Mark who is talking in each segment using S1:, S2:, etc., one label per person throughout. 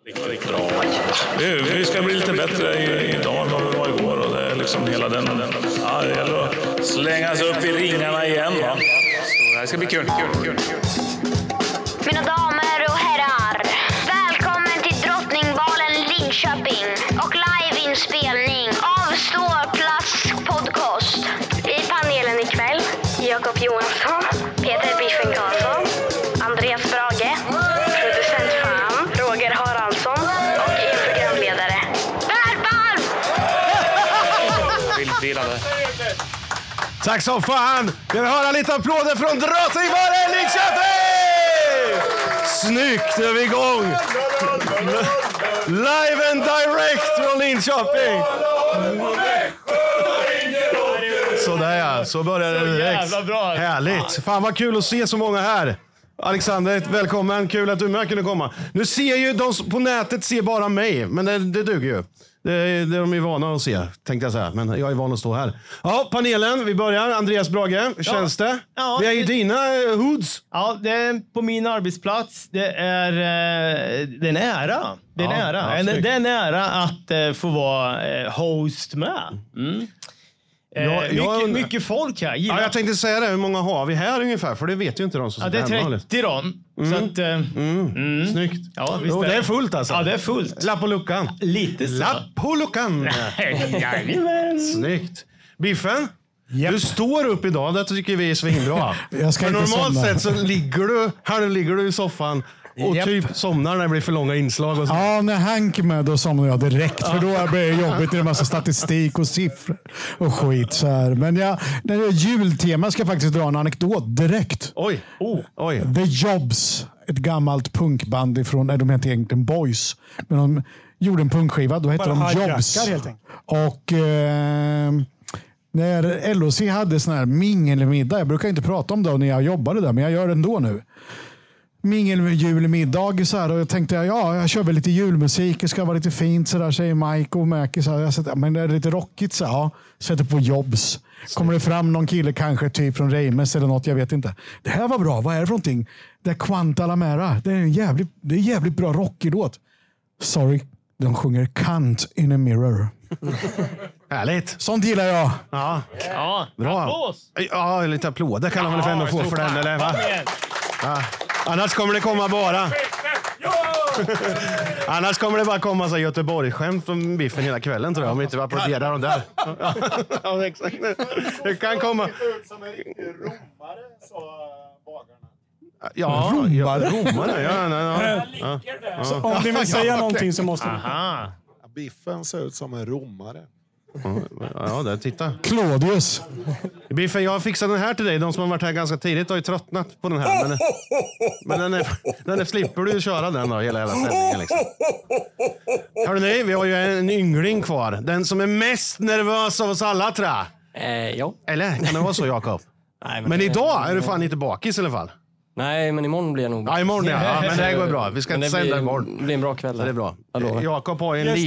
S1: Riktigt bra. Vi ska bli lite bättre idag än vad vi var igår. Och det är liksom hela den. Ja, det gäller att slänga sig upp i ringarna igen. Va? Så det här ska bli kul.
S2: Mina damer och herrar, välkommen till Drottningbalen Linköping och liveinspelning av Ståplats podcast. I panelen ikväll, Jakob Johansson, Peter Biffen Karlsson, Andreas Brage, producent Fan, Roger Haraldsson och er programledare, Per Palm!
S3: Tack så fan! Jag vill höra lite applåder från Drottningbalen Linköping! Snyggt, nu är vi igång! Live and direct från Linköping! Sådär ja, så börjar det direkt.
S4: Jävla bra.
S3: Härligt. Fan vad kul att se så många här. Alexander, välkommen. Kul att du med kunde komma. Nu ser ju de på nätet ser bara mig, men det duger ju. Det är de är vana att se, tänkte jag säga. Men jag är van att stå här. Ja, panelen, vi börjar. Andreas Brage, hur känns det?
S4: Ja,
S3: det är ju dina hoods.
S4: Ja, det är på min arbetsplats. Det är en ära. Det är en ära. Det är en ära att få vara host med. Mm. Mycket folk här.
S3: Ja, jag tänkte säga det. Hur många har vi här ungefär? För det vet ju inte de som
S4: det är 30 då. Så att,
S3: Snyggt.
S4: Ja, visst
S3: det är fullt alltså.
S4: Ja, det är fullt.
S3: Lapp på luckan.
S4: Lite så.
S3: Lapp på luckan. Snyggt. Biffen?
S5: Yep.
S3: Du står upp idag, det tycker vi är svinbra.
S5: För
S3: normalt sett så ligger du i soffan och typ somnar när det blir för långa inslag. Och så.
S5: Ja, när Hank är med då somnar jag direkt. För då blir det jobbigt. Det är en massa statistik och siffror och skit. Så här. Men när det är jultema ska jag faktiskt dra en anekdot direkt.
S3: Oj.
S5: The Jobs, ett gammalt punkband ifrån, de heter egentligen Boys. Men de gjorde en punkskiva, då hette de Jobs. Och när LOC hade sån här mingelmiddag, jag brukar inte prata om det när jag jobbade där, men jag gör det ändå nu. Julmiddag så här, och jag tänkte jag kör väl lite julmusik, det ska vara lite fint så där, säger Mike och Mäki så här. Jag sätter, men det är lite rockigt så här, sätter på Jobs. Kommer det fram någon kille kanske typ från Reimes eller något, jag vet inte. Det här var bra, vad är det för någonting? Det är Quanta La Mera, det är jävligt bra rockig låt. Sorry, de sjunger Cunt in a Mirror.
S3: Härligt.
S5: Sånt gillar jag.
S3: Ja. Bra.
S4: Applås.
S3: Ja, lite applåder kan man väl ändå få för den, eller va? Ja. Annars kommer det komma bara. Annars kommer det bara komma så Göteborg-skämt från Biffen hela kvällen, tror jag. Om vi inte applåderar dem där. Ja, exakt. Det kan komma.
S6: Det ser ut som en riktig romare, sa bagarna.
S3: Ja, romare. Ja.
S6: Så om ni vill säga någonting så måste ni.
S7: Biffen ser ut som en romare.
S3: Ja, där, titta.
S5: Claudius.
S3: Biffen, jag har fixat den här till dig. De som har varit här ganska tidigt har ju tröttnat på den här. Men den slipper du ju köra den då, hela sändningen liksom. Hörrni, vi har ju en yngling kvar. Den som är mest nervös av oss alla, tror jag.
S8: Ja.
S3: Eller? Kan det vara så, Jakob?
S8: Nej,
S3: men idag är du fan inte bakis i alla fall.
S8: Nej, men imorgon blir jag nog.
S3: Ja, imorgon ja. Men det går bra. Vi ska inte sända imorgon.
S8: Det blir en bra kväll.
S3: Det är bra. Jakob har ju en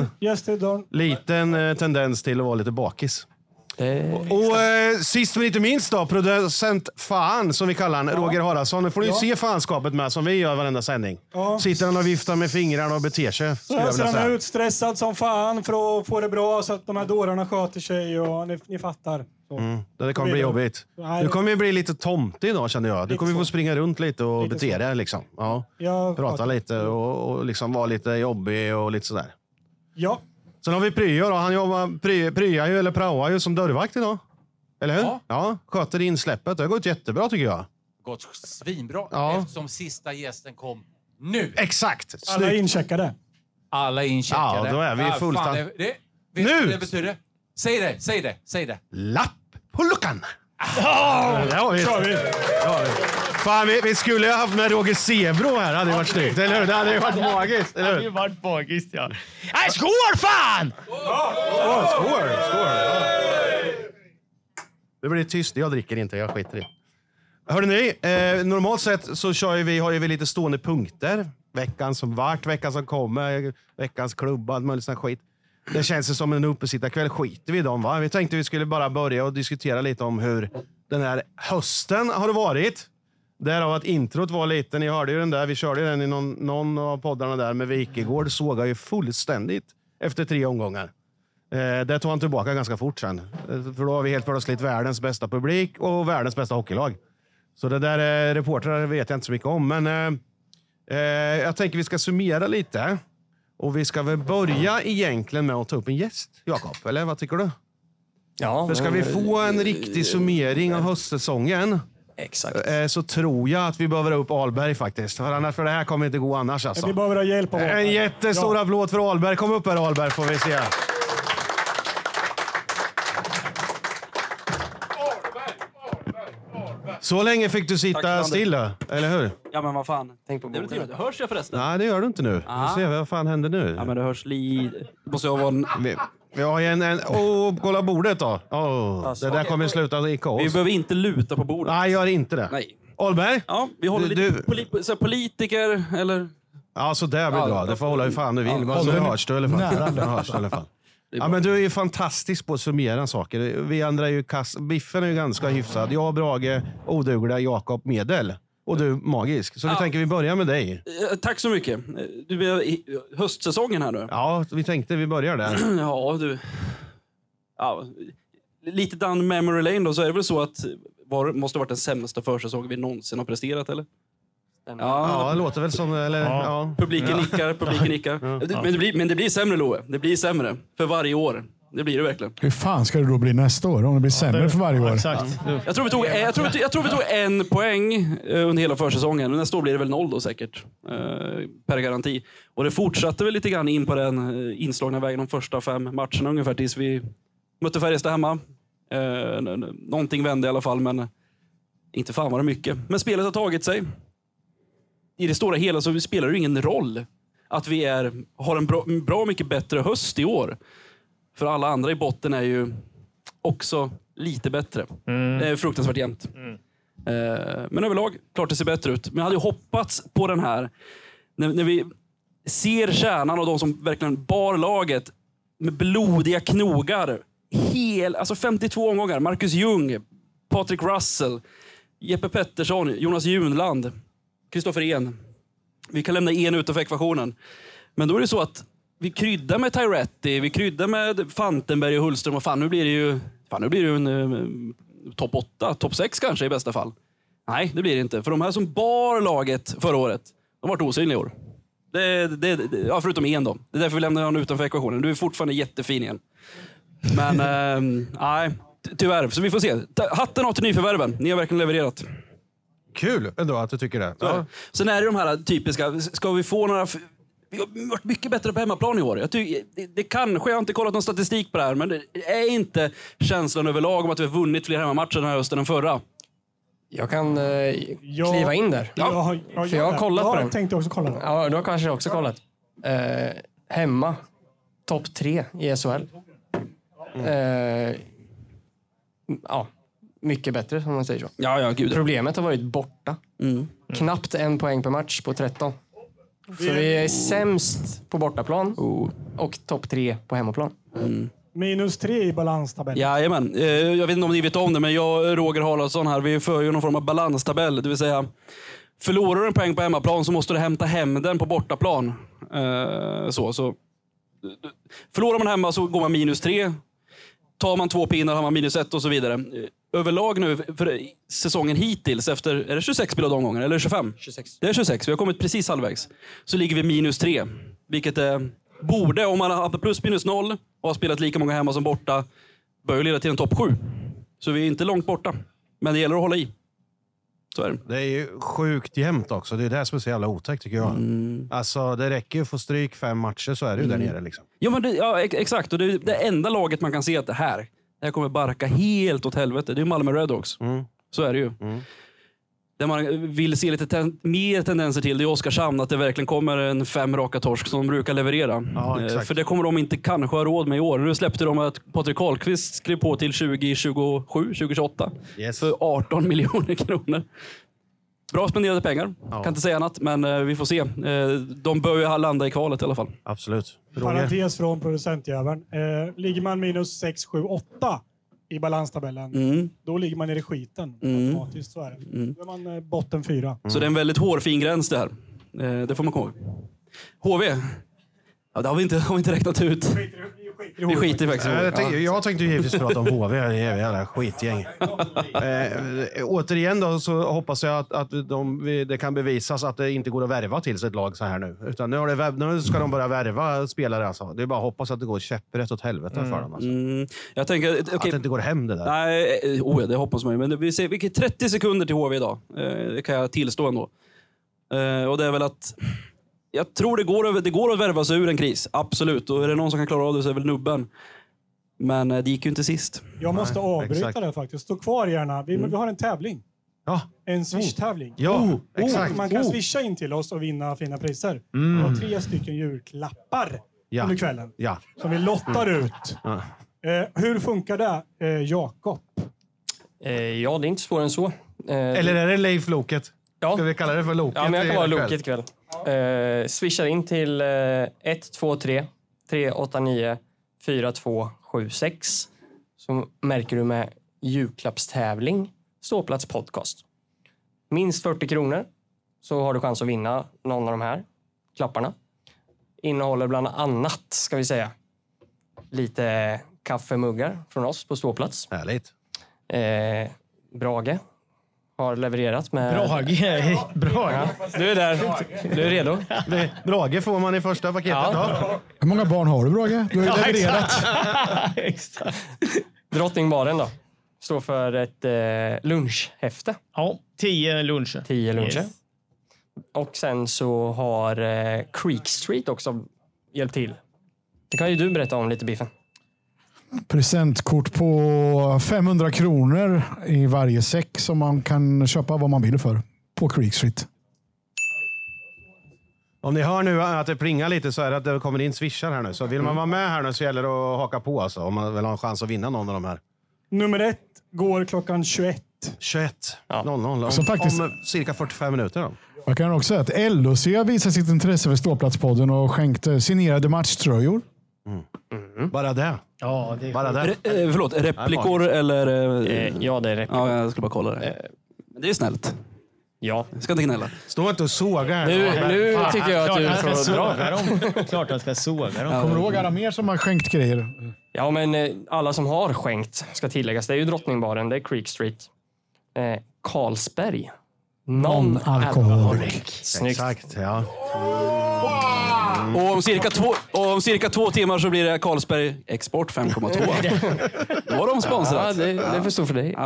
S3: liten tendens till att vara lite bakis. Och sist men inte minst då, producent Fan, som vi kallar han, Roger Haraldsson. Nu får ni se fanskapet med som vi gör varenda sändning. Sitter han och viftar med fingrarna och beter sig.
S6: Så han är utstressad som fan för att få det bra så att de här dårarna sköter sig och ni fattar.
S3: Det kommer bli jobbigt. Du kommer ju bli lite tomtig idag, känner jag. Du kommer få springa runt lite och bete dig liksom. Ja. Prata lite och liksom vara lite jobbig och lite sådär.
S6: Ja.
S3: Sen har vi Pryo då. Han pryaar ju eller praoar ju som dörrvakt idag. Eller hur? Ja. Sköter insläppet. Det har gått jättebra, tycker jag.
S9: Gått svinbra eftersom sista gästen kom nu.
S3: Exakt.
S6: Alla incheckade.
S9: Alla incheckade.
S3: Ja, då är vi fullständigt.
S9: Vet
S3: nu!
S9: Vad det betyder? Säg det.
S3: Lapp på luckan. Ja, fan, vi skulle ha haft med Roger Sebro här. Det hade varit snyggt, eller hur? Det hade varit magiskt, eller hur?
S4: Det hade varit magiskt, ja. Nej, skål fan!
S3: Skål. Det blir tyst. Jag dricker inte, jag skiter i. Hörrni, normalt sett så har vi lite stående punkter. Veckan som vart, veckan som kommer, veckans klubba, möjligt sån skit. Det känns som en uppesittarkväll, skiter vi i dem, va? Vi tänkte vi skulle bara börja och diskutera lite om hur den här hösten har varit. Därav att introt var lite, ni hörde ju den där, vi körde den i någon av poddarna där med Wikegård, sågade ju fullständigt efter 3 omgångar. Det tog han tillbaka ganska fort sen. För då har vi helt plötsligt världens bästa publik och världens bästa hockeylag. Så det där reportrar vet jag inte så mycket om, men jag tänker vi ska summera lite. Och vi ska väl börja egentligen med att ta upp en gäst, Jakob, eller vad tycker du?
S8: Ja.
S3: För ska vi få en riktig summering av höstsäsongen,
S8: Exakt.
S3: så tror jag att vi behöver upp Ahlberg faktiskt. För det här kommer inte gå annars alltså.
S6: Vi behöver ha hjälp av
S3: En jättestor applåd för Ahlberg. Kom upp här Ahlberg får vi se. Så länge fick du sitta stilla, eller hur?
S10: Ja, men vad fan.
S8: Tänk på
S10: Det är väl trevligt. Hörs jag förresten?
S3: Nej, det gör du inte nu. Vi ser vad fan händer nu.
S10: Ja, men det hörs måste jag vara
S3: Vi har ju kolla bordet då. Det där kommer sluta i kaos.
S10: Vi behöver inte luta på bordet.
S3: Nej, gör inte det.
S10: Nej.
S3: Ahlberg?
S10: Ja, vi håller lite politiker eller...
S3: Ja, så där blir bra. Det får hålla hur fan du vill. Men så hörs du i alla fall. Ja, men du är ju fantastisk på att summera saker. Vi andra är ju Biffen är ju ganska hyfsad. Jag, Brage, odugliga, Jakob, medel. Och du, magisk. Så vi tänker vi börjar med dig.
S10: Tack så mycket. Du är höstsäsongen här nu.
S3: Ja, vi tänkte vi börjar där.
S10: Ja, du... Ja, lite down memory lane då, så är det väl så att måste ha varit den sämsta försäsongen vi någonsin har presterat, eller?
S3: Ja, det låter väl som... Eller, ja.
S10: Publiken nickar. Ja. Men det blir sämre, Loe. Det blir sämre för varje år. Det blir det verkligen.
S5: Hur fan ska det då bli nästa år om det blir sämre för varje år?
S4: Exakt.
S10: Jag tror vi tog 1 poäng under hela försäsongen. Nästa år blir det väl 0 då säkert. Per garanti. Och det fortsatte väl lite grann in på den inslagna vägen de första 5 matcherna ungefär tills vi mötte Färjestad hemma. Någonting vände i alla fall, men inte fan var det mycket. Men spelet har tagit sig. I det stora hela så spelar det ingen roll att vi har en bra mycket bättre höst i år. För alla andra i botten är ju också lite bättre. Det är fruktansvärt jämnt. Men överlag, klart det ser bättre ut. Men jag hade ju hoppats på den här. När vi ser kärnan och de som verkligen bar laget med blodiga knogar. Alltså 52 omgångar. Marcus Ljung, Patrik Russell, Jeppe Pettersson, Jonas Junland, Kristoffer En. Vi kan lämna En utanför ekvationen. Men då är det så att vi kryddar med Tyretti, vi kryddar med Fantenberg och Hultström. Och nu blir det ju en topp 8, topp 6 kanske i bästa fall. Nej, det blir det inte. För de här som bar laget förra året, de har varit osynliga i år. Ja, förutom En då. Det är därför vi lämnar honom utanför ekvationen. Du är fortfarande jättefin igen. Men nej, tyvärr. Så vi får se. Hatten av till nyförvärven. Ni har verkligen levererat.
S3: Kul ändå att du tycker det. Ja.
S10: Sen är det de här typiska, ska vi få några... Vi har varit mycket bättre på hemmaplan i år. Jag tycker, det kanske, jag har inte kollat någon statistik på det här, men det är inte känslan överlag om att vi har vunnit fler hemmamatcher den här hösten än förra.
S8: Jag kan kliva in där. För jag har kollat på den.
S6: Jag tänkte också kolla den.
S8: Ja, du har kanske också kollat. Hemma, topp 3 i SHL. Ja, mycket bättre om man säger så.
S10: Ja, gud.
S8: Problemet har varit borta. Knappt 1 poäng per match på 13. Så vi är sämst på bortaplan och topp 3 på hemmaplan.
S6: -3 i balanstabellen.
S10: Jajamän. Jag vet inte om ni vet om det, men jag och Roger Haraldsson här, vi för ju någon form av balanstabell. Det vill säga, förlorar du en poäng på hemmaplan så måste du hämta hem den på bortaplan. Så. Förlorar man hemma så går man -3. Tar man 2 pinnar har man -1 och så vidare. Överlag nu för säsongen hittills efter, är det 26 spelade omgångar eller 25?
S8: 26.
S10: Det är 26, vi har kommit precis halvvägs. Så ligger vi -3, vilket borde, om man har +-0 och har spelat lika många hemma som borta, bör ju leda till en topp 7. Så vi är inte långt borta, men det gäller att hålla i. Så är det.
S3: Det är ju sjukt jämnt också. Det är det som är så jävla otäckt tycker jag. Alltså det räcker ju att få stryk 5 matcher så är det ju där nere liksom.
S10: Ja, men exakt. Och det enda laget man kan se att det här kommer barka helt åt helvete. Det är Malmö Redhawks. Så är det ju. Det man vill se lite mer tendenser till, det är Oskarshamn, att det verkligen kommer en 5 raka torsk som de brukar leverera.
S3: Ja,
S10: för det kommer de inte kanske ha råd med i år. Nu släppte de att Patrik Karlqvist skrev på till 2027-2028 för 18 miljoner kronor. Bra spenderade pengar, kan inte säga annat, men vi får se. De bör ju landa i kvalet i alla fall.
S3: Absolut.
S6: Parentes från producentjäveln. Ligger man -6, 7, 8 i balanstabellen, då ligger man i skiten. Automatiskt så är det. Då är man botten 4.
S10: Så det är en väldigt hårfin gräns det här. Det får man komma ihåg. HV. Ja, det har vi inte räknat ut. Vi skiter faktiskt.
S3: Jag tänkte givetvis prata om HV. Det är jävla skitgäng. Återigen då, så hoppas jag att det kan bevisas att det inte går att värva till sig ett lag så här nu. Utan nu ska de bara värva spelare. Alltså. Det är bara att hoppas att det går käpprätt åt helvete för dem. Alltså.
S10: Jag tänker,
S3: att det inte går hem det där.
S10: Nej, det hoppas man ju. Men vi ser vilket 30 sekunder till HV idag. Det kan jag tillstå ändå. Och det är väl att... Jag tror det går att värva sig ur en kris. Absolut. Och är det någon som kan klara av det så är väl Nubben. Men det gick ju inte sist.
S6: Jag måste avbryta det faktiskt. Stå kvar gärna. Vi har en tävling.
S3: Ja.
S6: En Swish-tävling.
S3: Ja, exakt.
S6: Man kan swisha in till oss och vinna fina priser. Vi har 3 stycken julklappar under kvällen. Ja. Som vi lottar ut. Ja. Hur funkar det, Jakob?
S8: Ja, det är inte svårare än så.
S3: Eller är det Leif Loket?
S8: Ja.
S3: Ska vi kalla det för Loket?
S8: Ja, men jag kan vara Loket ikväll. Swishar in till 123 389 4276. Så märker du med julklappstävling Ståplats podcast. Minst 40 kronor så har du chans att vinna någon av de här klapparna. Innehåller bland annat, ska vi säga, lite kaffemuggar från oss på Ståplats.
S3: Härligt.
S8: Brage har levererat med...
S4: Brage.
S8: Du är där. Du är redo.
S3: Brage får man i första paketet. Ja.
S5: Hur många barn har du, Brage? Du har ju levererat.
S4: Exakt.
S8: Drottningbaren då. Står för ett lunchhäfte.
S4: Ja, 10 luncher.
S8: 10 luncher.
S4: Yes.
S8: Och sen så har Creek Street också hjälpt till. Det kan ju du berätta om lite, Biffen.
S5: Presentkort på 500 kronor i varje säck som man kan köpa vad man vill för på Creek Street.
S3: Om ni hör nu att det plingar lite så är det att det kommer in swishar här nu. Så vill man vara med här nu så gäller det att haka på alltså, om man vill ha en chans att vinna någon av de här.
S6: Nummer 1 går klockan 21.
S3: 21.00.
S5: Som faktiskt
S3: om cirka 45 minuter då.
S5: Jag kan också säga att LOC visar sitt intresse för Ståplatspodden och skänkte signerade matchtröjor.
S3: Bara det.
S4: Ja, det är
S3: bara det.
S10: Förlåt, replikor eller...
S8: ja, det är replikor.
S10: Ja, jag skulle bara kolla det. Det är snällt.
S8: Ja.
S10: Jag ska inte gnälla.
S3: Stå inte och såga här.
S8: Nu tycker jag att du får dra.
S4: Klart jag ska såga dem.
S5: Kommer du ihåg alla mer som har skänkt grejer?
S8: Ja, men alla som har skänkt ska tilläggas. Det är ju Drottningbaren, det är Creek Street. Carlsberg.
S5: Non-alkoholik.
S8: Snyggt.
S3: Exakt, ja.
S10: Och om cirka 2 timmar så blir det Carlsberg Export 5,2. Då var de sponsrat.
S8: Ja, det förstår för dig.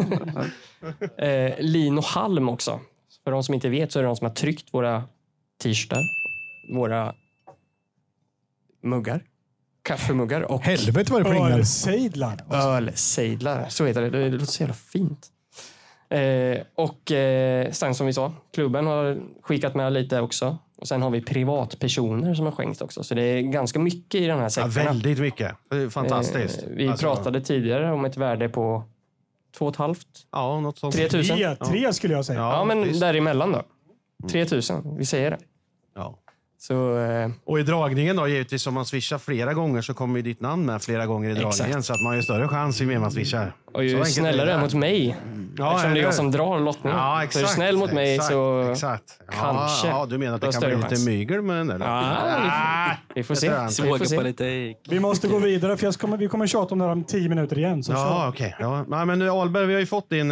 S8: Lino Halm också. För de som inte vet så är det de som har tryckt våra t-shirtar. Våra muggar. Kaffemuggar och...
S5: Helvete vad det plingar.
S6: Ölsejdlar.
S8: Ölsejdlar. Så heter det. Det låter så jävla fint. Och sen som vi sa, klubben har skickat med lite också. Och sen har vi privatpersoner som har skänkt också. Så det är ganska mycket i den här säcken.
S3: Ja, väldigt mycket. Fantastiskt.
S8: Vi pratade tidigare om ett värde på 2,5.
S3: Ja, något sånt.
S8: 3 000.
S6: 3 skulle jag säga.
S8: Ja, men visst. Däremellan då. 3 000. Vi säger det.
S3: Ja.
S8: Så,
S3: och i dragningen då, givetvis om man swishar flera gånger så kommer ju ditt namn med flera gånger i dragningen. Exakt. Så att man har ju större chans ju mer man swishar.
S8: Och ju snällare mot mig. Ja, eftersom det är jag som drar lottningen. Ja, exakt. Så är du snäll mot mig så kanske.
S3: Ja, du menar att det kan bli lite mygel med den där?
S8: Ja, vi får se.
S3: Vi
S6: måste gå vidare för vi kommer tjata om det här om 10 minuter igen. Så
S3: ja, okej. Ja. Men Alberg, vi har ju fått din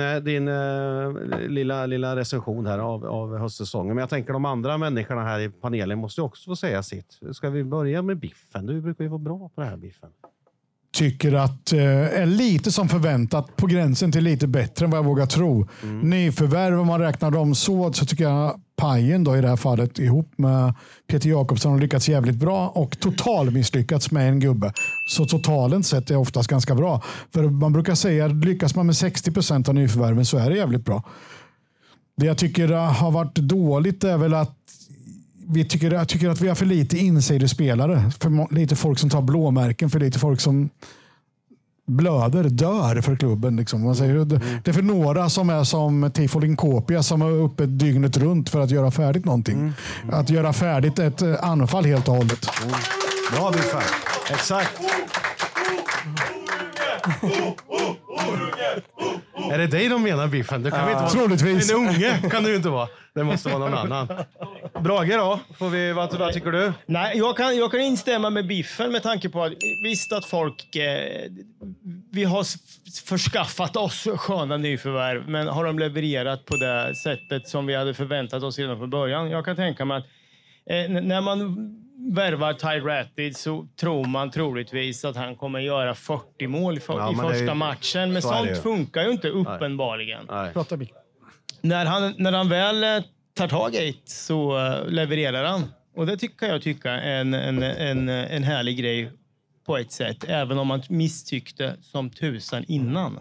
S3: lilla recension här av höstsäsongen. Men jag tänker de andra människorna här i panelen måste också få säga sitt. Ska vi börja med Biffen? Du brukar ju vara bra på det här, Biffen.
S5: Tycker att är lite som förväntat, på gränsen till lite bättre än vad jag vågar tro. Nyförvärv, om man räknar dem så tycker jag Pajen då i det här fallet ihop med Peter Jakobsson har lyckats jävligt bra och total misslyckats med en gubbe. Så totalen sett är oftast ganska bra. För man brukar säga att lyckas man med 60% av nyförvärven så är det jävligt bra. Det jag tycker har varit dåligt är väl att jag tycker att vi har för lite insiderspelare. För lite folk som tar blåmärken. För lite folk som dör för klubben. Liksom. Man säger, det är för några som är som Tifo Linkopia som är uppe dygnet runt för att göra färdigt någonting. Att göra färdigt ett anfall helt och hållet.
S3: Bra Biffen. Exakt. Är det dig de menar, Biffen? Det kan inte vara
S5: troligtvis.
S3: En unge kan det ju inte vara. Det måste vara någon annan. Brage då? Vad tycker du?
S4: Nej, jag kan instämma med Biffen med tanke på att visst att folk... vi har förskaffat oss sköna nyförvärv, men har de levererat på det sättet som vi hade förväntat oss redan från början? Jag kan tänka mig att när man värvar Ty Ratted så tror man troligtvis att han kommer göra 40 mål i första matchen. Men sånt funkar ju inte uppenbarligen.
S5: Prata Biff.
S4: När han väl tar tag i det så levererar han. Och det tycker jag är en härlig grej på ett sätt. Även om man misstyckte som tusan innan.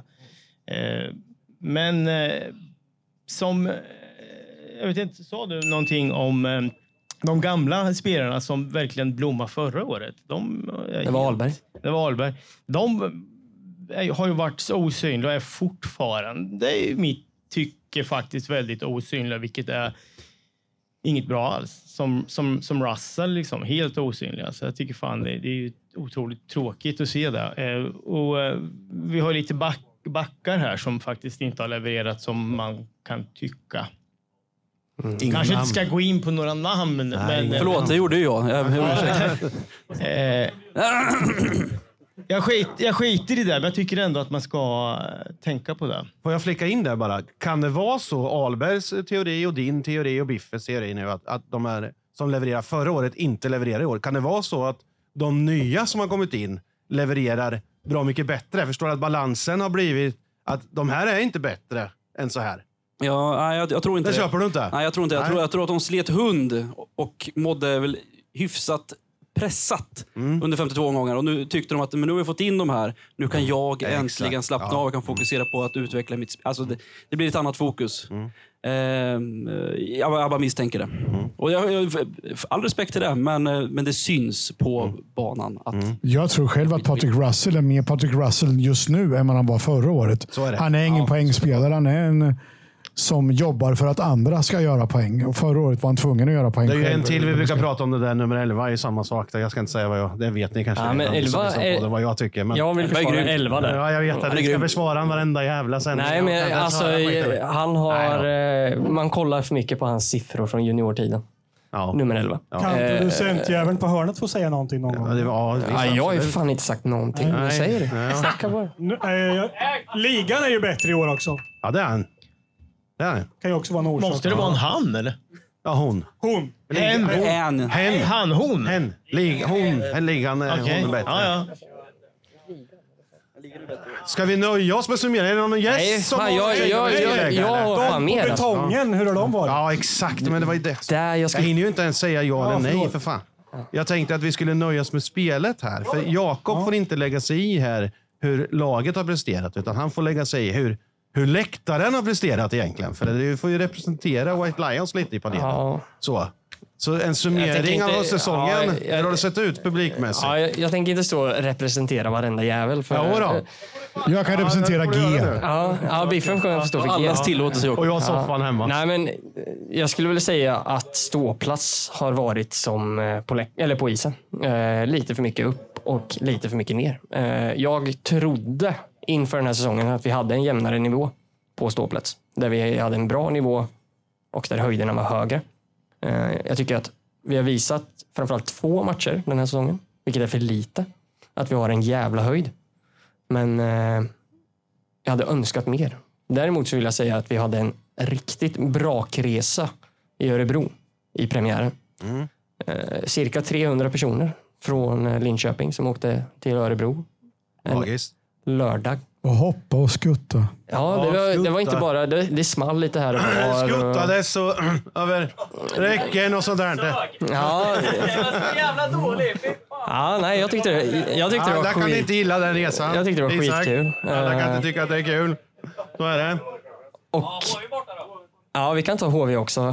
S4: Men som... Jag vet inte, sa du någonting om de gamla spelarna som verkligen blommade förra året?
S8: Det var Ahlberg.
S4: De har ju varit så osynliga och är fortfarande... Det är mitt tycker faktiskt väldigt osynliga, vilket är inget bra alls. Som Russell, liksom, helt osynliga. Så jag tycker fan det är ju otroligt tråkigt att se det. Och vi har lite backar här som faktiskt inte har levererat som man kan tycka. Kanske inte ska gå in på några namn.
S10: Nej, men, förlåt, det gjorde jag.
S4: Jag skiter i det, men jag tycker ändå att man ska tänka på det.
S3: Får jag flicka in där bara? Kan det vara så, Ahlbergs teori och din teori och Biffes teori nu, att de här som levererar förra året inte levererar i år? Kan det vara så att de nya som har kommit in levererar bra mycket bättre? Jag förstår att balansen har blivit att de här är inte bättre än så här.
S10: Ja, nej, jag tror inte
S3: det. Köper du inte?
S10: Nej, jag tror inte. Jag tror att de slet hund och mådde väl hyfsat pressat under 52 omgångar. Och nu tyckte de att men nu har vi fått in de här. Nu kan jag äntligen slappna av och kan fokusera på att utveckla mitt... Alltså det blir ett annat fokus. Jag bara misstänker det. Och jag all respekt till det, men det syns på banan. Att
S5: jag tror själv att Patrick Russell är mer Patrick Russell just nu än han var förra året. Han är ingen poängspelare. Han är en som jobbar för att andra ska göra poäng. Och förra året var han tvungen att göra poäng.
S3: Det är ju en till vi brukar prata om det där. Nummer 11 är samma sak. Jag ska inte säga vad jag... Det vet ni kanske.
S8: Ja, men 11
S3: är vad jag tycker. Men...
S8: Jag vill försvara 11 där.
S3: Ja, jag vet att ni ska försvara han varenda jävla sen.
S8: Nej, men alltså han har... Man kollar för mycket på hans siffror från juniortiden. Ja. Nummer 11.
S6: Ja. Kan producentjäveln på hörnet få säga någonting någon gång?
S8: Jag har ju fan inte sagt någonting. Du säger det. Snacka bara.
S6: Ligan är ju bättre i år också.
S3: Ja, det är han.
S6: Kan ju också vara en orsak.
S4: Måste det vara en han, eller?
S3: Ja, hon.
S6: Hon.
S3: Hen.
S4: Hon.
S3: Hen. Ligan är hon bättre.
S4: Ja.
S3: Ska vi nöja oss med summeringen? Är det någon gäst som
S8: jag fan mer.
S6: Betongen, hur har de varit?
S3: Ja, exakt. Men det var ju det. Jag hinner ju inte ens säga ja eller nej, för fan. Jag tänkte att vi skulle nöja oss med spelet här. För Jakob får inte lägga sig i här hur laget har presterat, utan han får lägga sig i hur läktaren har presterat egentligen. För det får ju representera White Lions lite i panelen. Ja. Så en summering av säsongen. Hur har det sett ut publikmässigt?
S8: Ja, jag tänker inte stå och representera varenda jävel.
S5: Jag kan representera G.
S8: Ja, Biffen kommer att stå för G.
S10: Allas tillåtelse.
S3: Och jag har soffan hemma.
S8: Nej, men jag skulle väl säga att ståplats har varit som på isen. Lite för mycket upp och lite för mycket ner. Jag trodde inför den här säsongen att vi hade en jämnare nivå på ståplats. Där vi hade en bra nivå och där höjderna var högre. Jag tycker att vi har visat framförallt 2 matcher den här säsongen, vilket är för lite, att vi har en jävla höjd. Men jag hade önskat mer. Däremot så vill jag säga att vi hade en riktigt bra resa i Örebro i premiären. Cirka 300 personer från Linköping som åkte till Örebro. Lördag.
S5: Och hoppa och skutta.
S8: Ja, det var inte bara... Det small lite här och var.
S3: Skuttades så över räcken och sånt där.
S8: Ja.
S11: Det var så jävla dåligt.
S8: Ja, nej, jag tyckte det var
S3: skit. Kan ni inte gilla den resan.
S8: Jag tyckte det var skitkul.
S3: Alla kan inte tycka att det är kul. Så är det.
S8: Och... Ja, vi kan ta HV också.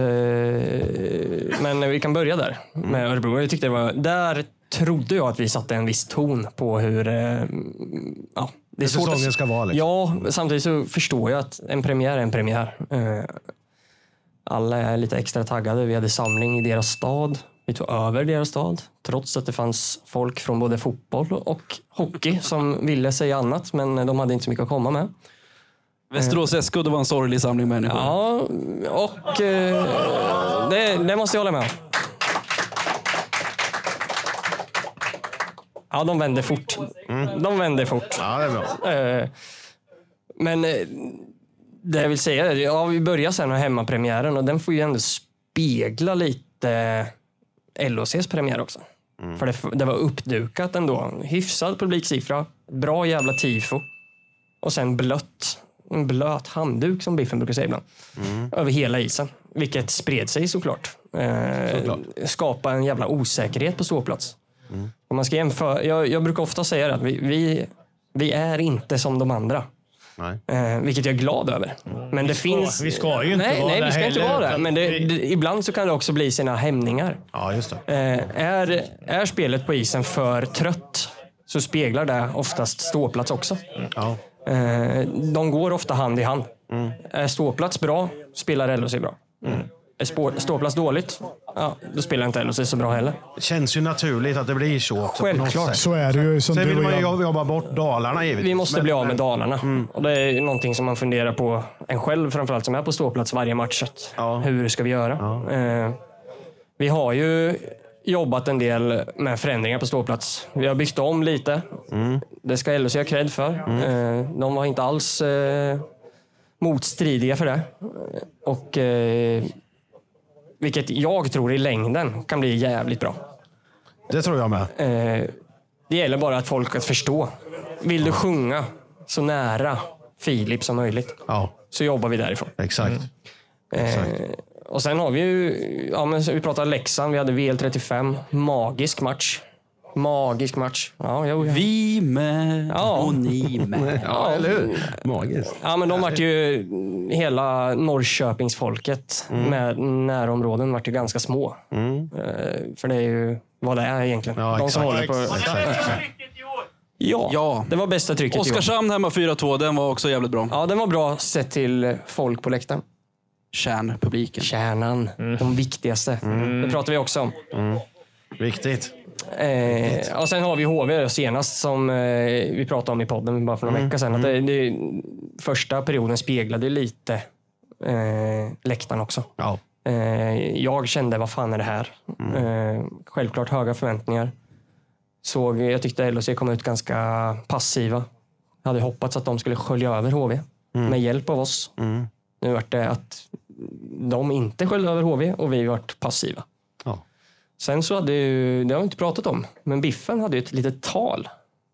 S8: Men vi kan börja där med Örebro. Jag tyckte det var... Där trodde jag att vi satte en viss ton på hur... det är
S3: säsongen ska vara. Liksom.
S8: Ja, samtidigt så förstår jag att en premiär är en premiär. Alla är lite extra taggade. Vi hade samling i deras stad. Vi tog över deras stad. Trots att det fanns folk från både fotboll och hockey som ville säga annat. Men de hade inte så mycket att komma med.
S10: Västerås SK, det var en sorglig samling människor.
S8: Ja, och det måste jag hålla med om. Ja, de vänder fort. De vänder fort.
S3: Ja, det är bra.
S8: Men det jag vill säga är, vi börjar sen med hemmapremiären och den får ju ändå spegla lite LHCs premiär också. För det var uppdukat ändå. Hyfsad publiksiffra, bra jävla tifo. Och sen en blöt handduk som Biffen brukar säga ibland. Över hela isen. Vilket spred sig såklart. Skapa en jävla osäkerhet på ståplats. Om man ska jämföra, jag brukar ofta säga det, att vi är inte som de andra. Vilket jag är glad över. Men det finns...
S4: Vi ska ju inte vara
S8: nej,
S4: det
S8: vi ska
S4: heller.
S8: inte vara det. Men ibland så kan det också bli sina hämningar.
S3: Ja, just det.
S8: Är spelet på isen för trött så speglar det oftast ståplats också.
S3: Ja.
S8: De går ofta hand i hand. Är ståplats bra, spelar LHC bra. Är ståplats dåligt, då spelar inte LHC så bra heller.
S3: Det känns ju naturligt att det blir så också.
S8: Självklart.
S5: Så är det ju. Som
S3: sen vill
S5: du
S3: man ju jobba bort Dalarna givetvis.
S8: Vi måste bli av med Dalarna. Och det är någonting som man funderar på en själv, framförallt som är på ståplats varje match. Hur ska vi göra? Vi har ju jobbat en del med förändringar på ståplats. Vi har byggt om lite. Det ska LHC ha cred för. De var inte alls motstridiga för det. Och vilket jag tror i längden kan bli jävligt bra.
S3: Det tror jag med.
S8: Det gäller bara att folk ska förstå. Vill du sjunga så nära Filip som möjligt, så jobbar vi därifrån.
S3: Exakt.
S8: Och sen har vi ju, vi pratade Leksand, vi hade VL35, magisk match. Ja.
S10: Vi med och ni med.
S3: Ja, eller hur? Magiskt.
S8: Ja, men de vart ju, hela Norrköpingsfolket med närområden vart ju ganska små. För det är ju vad det är egentligen.
S3: Ja,
S8: de som håller på. Ja, det var bästa trycket.
S10: Oskarshamn hemma 4-2, den var också jävligt bra.
S8: Ja, den var bra sett till folk på läktaren.
S10: Kärnpubliken.
S8: Kärnan, de viktigaste. Det pratar vi också om.
S3: Viktigt.
S8: Och sen har vi HV senast som vi pratade om i podden bara för några veckor sedan. Att det första perioden speglade lite läktaren också.
S3: Ja.
S8: Jag kände, vad fan är det här? Självklart höga förväntningar. Jag tyckte LHC kom ut ganska passiva. Jag hade hoppats att de skulle skölja över HV med hjälp av oss. Nu var det att de inte sköljde över HV och vi varit passiva. Sen så hade det har vi inte pratat om, men Biffen hade ju ett litet tal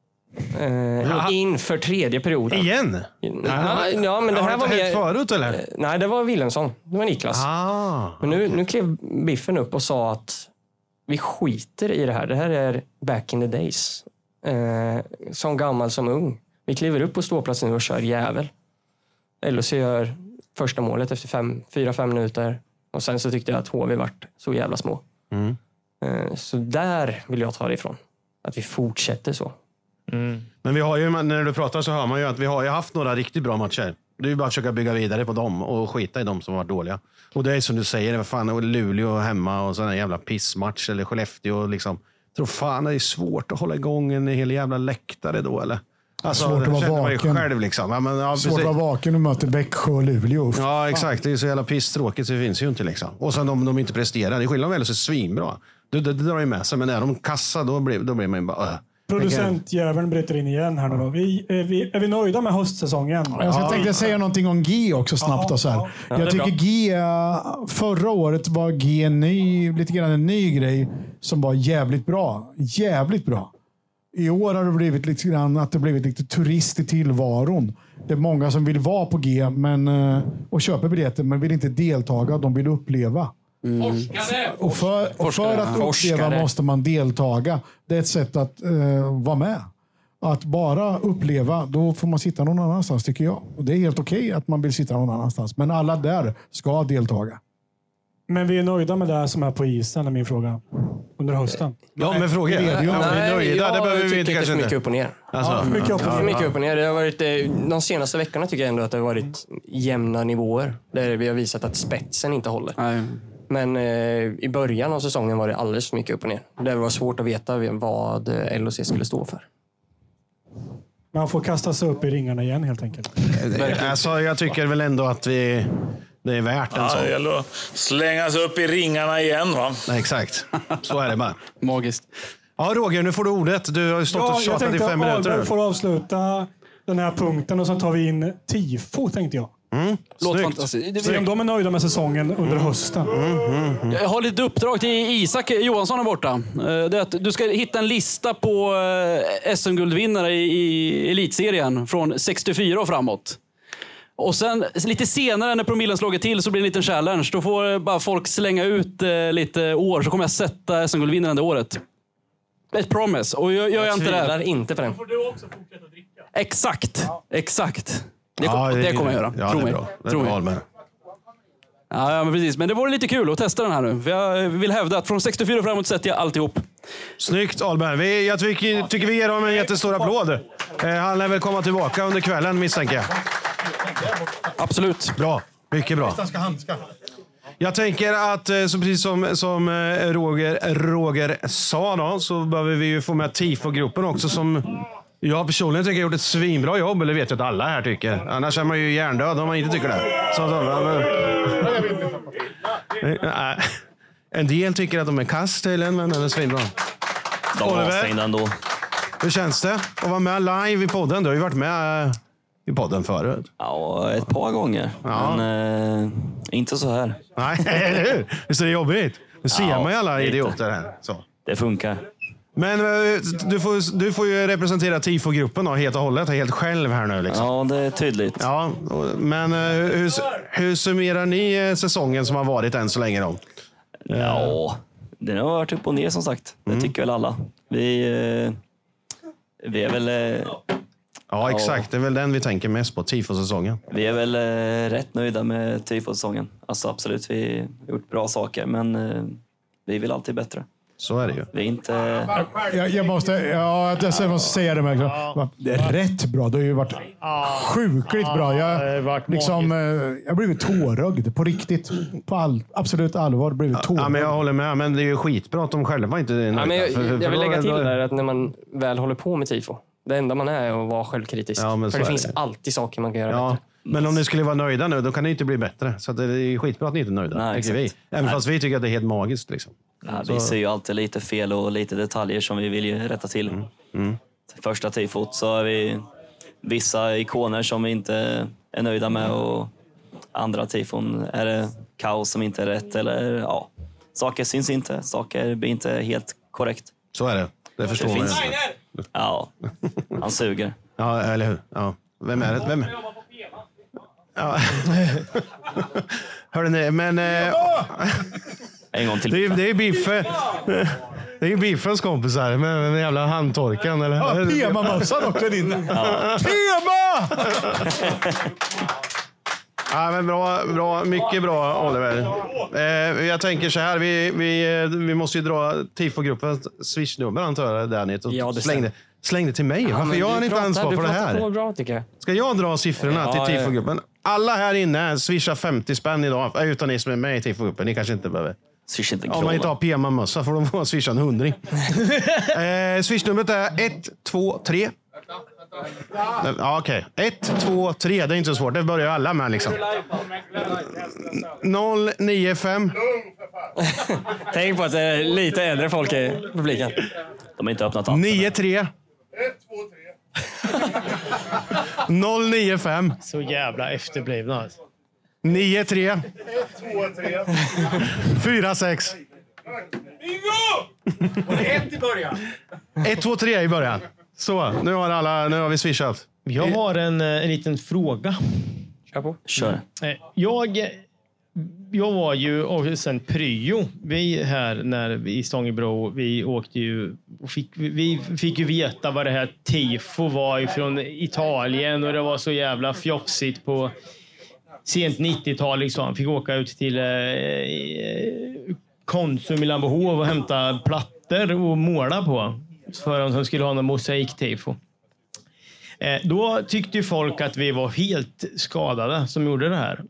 S8: inför tredje perioden.
S3: Igen?
S8: Ja, men det här var mer
S3: förut eller?
S8: Nej, det var Wilhelmsson. Det var Niklas. Men nu klev Biffen upp och sa att vi skiter i det här. Det här är back in the days. Som gammal som ung. Vi kliver upp på ståplatsen nu och kör jävel. LHC gör första målet efter 4-5 minuter. Och sen så tyckte jag att HV vart så jävla små. Så där vill jag ta det ifrån. Att vi fortsätter så.
S3: Men vi har ju, när du pratar så hör man ju att vi har ju haft några riktigt bra matcher. Det är ju bara att försöka bygga vidare på dem och skita i dem som var dåliga. Och det är som du säger, vad fan, Luleå hemma och sån jävla pissmatch eller Skellefteå liksom. Jag tror fan det är svårt att hålla igång en hel jävla läktare då eller? Alltså,
S5: svårt att vara vaken.
S3: Själv, liksom.
S5: Svårt att vara vaken och möta Växjö och Luleå.
S3: Ja, exakt. Det är så jävla pisstråkigt så det finns ju inte liksom. Och sen de inte presterar. Det är skillnad väl så svinbra. Det drar ju med sig. Men är de kassa då blir man ju bara...
S6: Producentjäveln bryter in igen här nu då. Är vi nöjda med höstsäsongen?
S5: Jag tänkte säga någonting om G också snabbt. Och så här. Jag tycker G, förra året var G lite grann en ny grej som var jävligt bra. Jävligt bra. I år har det blivit lite grann att det blivit lite turist i tillvaron. Det är många som vill vara på G och köper biljetter men vill inte deltaga. De vill uppleva. Och för att uppleva måste man deltaga. Det är ett sätt att vara med. Att bara uppleva, då får man sitta någon annanstans tycker jag. Och det är helt okej att man vill sitta någon annanstans. Men alla där ska deltaga.
S6: Men vi är nöjda med det som är på isen är min fråga. Under hösten.
S3: Ja, men fråga är
S8: det tycker inte mycket upp och ner. Mycket upp och ner. Det har varit, de senaste veckorna tycker jag ändå att det har varit jämna nivåer. Där vi har visat att spetsen inte håller. Nej. Men i början av säsongen var det alldeles för mycket upp och ner. Det var svårt att veta vad LHC skulle stå för.
S6: Man får kasta sig upp i ringarna igen helt enkelt.
S3: Alltså, jag tycker väl ändå att det är värt en sån.
S1: Det gäller att slänga sig upp i ringarna igen, va?
S3: Nej, exakt. Så är det bara.
S10: Magiskt.
S3: Ja, Roger, nu får du ordet. Du har ju stått och tjatat i 5 minuter.
S6: Jag får avsluta den här punkten och så tar vi in tifo, tänkte jag.
S10: Låter fantastiskt.
S6: Se om de är nöjda med säsongen under hösten.
S10: Jag har lite uppdrag till Isak Johansson här borta. Det är att du ska hitta en lista på SM-guldvinnare i elitserien från 64 och framåt. Och sen lite senare när promillen slagit till så blir det en liten challenge. Då får bara folk slänga ut lite år, så kommer jag sätta SM-guldvinnaren det året. Ett promise. Och jag inte det.
S8: Inte på den.
S6: Får du också fortsätta dricka?
S10: Exakt. Det kommer jag göra.
S3: Ja,
S10: Tro
S3: det är
S10: mig.
S3: bra. Det är
S10: Tro
S3: bra
S10: mig.
S3: med.
S10: Ja, men precis. Men det vore lite kul att testa den här nu. För jag vill hävda att från 64 och framåt sätter jag alltihop.
S3: Snyggt, Ahlberg. Jag tycker vi ger dem en jättestor applåd. Han lär väl komma tillbaka under kvällen, misstänker jag.
S10: Absolut.
S3: Bra. Mycket bra. Jag tänker att, så precis som Roger sa då, så behöver vi ju få med TIFO-gruppen också, som jag personligen tycker har gjort ett svinbra jobb. Eller vet jag att alla här tycker. Annars är man ju hjärndöd om man inte tycker det. En del tycker att de är kast tydligen, men den är svinbra.
S12: De var avstängda ändå.
S3: Hur känns det att vara med live i podden? Du har ju varit med i podden förut.
S12: Ja, ett par gånger. Ja. Men inte så här.
S3: Nej, eller hur? Visst är det jobbigt? Nu ser man ju alla idioter här. Så.
S12: Det funkar.
S3: Men du får ju representera TIFO-gruppen då, helt och hållet, helt själv här nu. Liksom.
S12: Ja, det är tydligt.
S3: Ja, men hur summerar ni säsongen som har varit än så länge då?
S12: Ja, den har varit upp och ner som sagt. Det tycker väl alla. Vi är väl...
S3: Ja, exakt. Det är väl den vi tänker mest på, TIFO-säsongen.
S12: Vi är väl rätt nöjda med TIFO-säsongen. Alltså absolut, vi har gjort bra saker, men vi vill alltid bättre.
S3: Så är det ju.
S12: Vi är inte...
S5: Jag måste säga det med. Det är rätt bra. Det har ju varit sjukligt bra. Jag har blivit tårögd på riktigt. På absolut allvar blivit tårögd.
S3: Ja, men jag håller med. Men det är ju skitbra att de själva inte är nöjda.
S8: Jag vill lägga till där att när man väl håller på med TIFO, det enda man är att vara självkritisk. Ja, för det finns alltid saker man kan göra bättre.
S3: Men om ni skulle vara nöjda nu, då kan det inte bli bättre. Så det är skitbra att ni inte är nöjda.
S12: Nej,
S3: vi. Även fast vi tycker att det är helt magiskt. Liksom.
S12: Ja, vi ser ju alltid lite fel och lite detaljer som vi vill ju rätta till. Första tifot så har vi vissa ikoner som vi inte är nöjda med, och andra tifon är det kaos som inte är rätt. Eller saker syns inte. Saker blir inte helt korrekt.
S3: Så är det. Det förstår man.
S12: Ja, han suger.
S3: Ja, eller hur? Ja. Vem är det? Vem? Ja. Hörde ni, men...
S12: En gång till.
S3: Det är Biffe. Det är ju Biffens kompisar med jävla handtorken. Eller?
S5: Ja, Pema-mössan också din. Ja. Pema!
S3: Ja, men bra, mycket bra, Oliver. Jag tänker så här, vi måste ju dra TIFO-gruppens Swish-nummer, antar jag, där ni.
S8: Ja,
S3: släng det till mig. Varför jag har inte ansvar för det här?
S8: Bra, tycker jag.
S3: Ska jag dra siffrorna till TIFO-gruppen? Alla här inne swishar 50 spänn idag, utan ni som är med i TIFO-gruppen. Ni kanske inte behöver.
S12: Om
S3: man inte har PMA-mössa får de få swisha en 100. Swishnumret är 123. Ja, okej. 123, det är inte så svårt. Det börjar alla med liksom. 095.
S8: Tänk på att det är lite äldre folk i publiken.
S12: De har inte öppnat allt.
S3: 93. 095.
S4: Så jävla efterblivna.
S3: 93. 46.
S11: Bingo! Och det är 1 i början.
S3: 1, 2, 3 i början. Så, nu har vi swishat.
S4: Jag har en liten fråga.
S8: Kör på.
S12: Kör.
S4: Jag var ju, och sen pryo, vi här när vi i Stångebro, vi åkte ju och vi fick ju veta vad det här tifo var ifrån Italien, och det var så jävla fjofsigt på sent 90-tal liksom. Fick åka ut till Konsum i Lambohov och hämta plattor och måla på för de som skulle ha någon mosaiktifo. Då tyckte ju folk att vi var helt skadade som gjorde det här.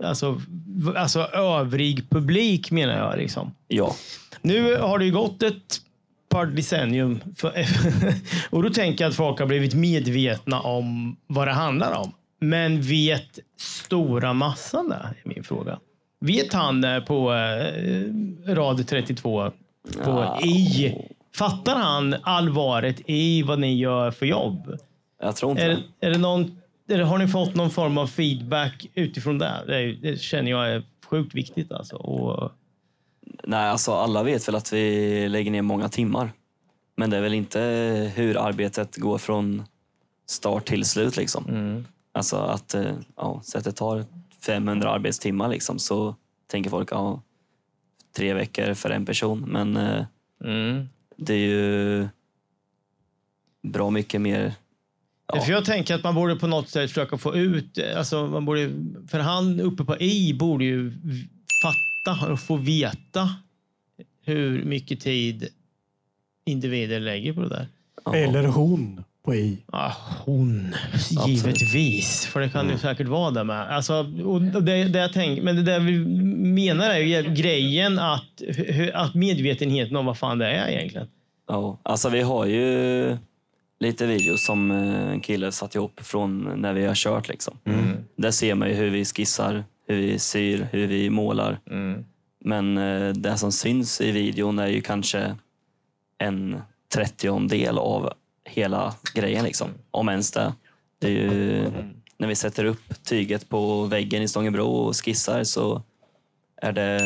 S4: Alltså övrig publik menar jag liksom.
S12: Ja.
S4: Nu har det ju gått ett par decennium. Och då tänker jag att folk har blivit medvetna om vad det handlar om. Men vet stora massan där, är min fråga. Vet han på rad 32 på I? Fattar han allvaret i vad ni gör för jobb?
S12: Jag tror inte
S4: har ni fått någon form av feedback utifrån det? Det känner jag är sjukt viktigt. Alltså.
S12: Nej, alltså alla vet väl att vi lägger ner många timmar. Men det är väl inte hur arbetet går från start till slut. Liksom. Alltså att så att det tar 500 arbetstimmar liksom, så tänker folk 3 veckor för en person. Men det är ju bra mycket mer. Ja.
S4: För jag tänker att man borde på något sätt försöka få ut, alltså man borde, för han uppe på I borde ju fatta och få veta hur mycket tid individer lägger på det där.
S6: Eller hon på I.
S4: Ja, hon. Givetvis. För det kan ju säkert vara det med. Alltså, och det jag tänker, men det där vi menar är ju grejen att medvetenheten om vad fan det är egentligen.
S12: Ja, alltså vi har ju lite videos som en kille satt ihop från när vi har kört liksom. Där ser man ju hur vi skissar, hur vi syr, hur vi målar. Men det som syns i videon är ju kanske en 30-del av hela grejen liksom. Om ens det. Det är ju när vi sätter upp tyget på väggen i Stångebro och skissar, så är det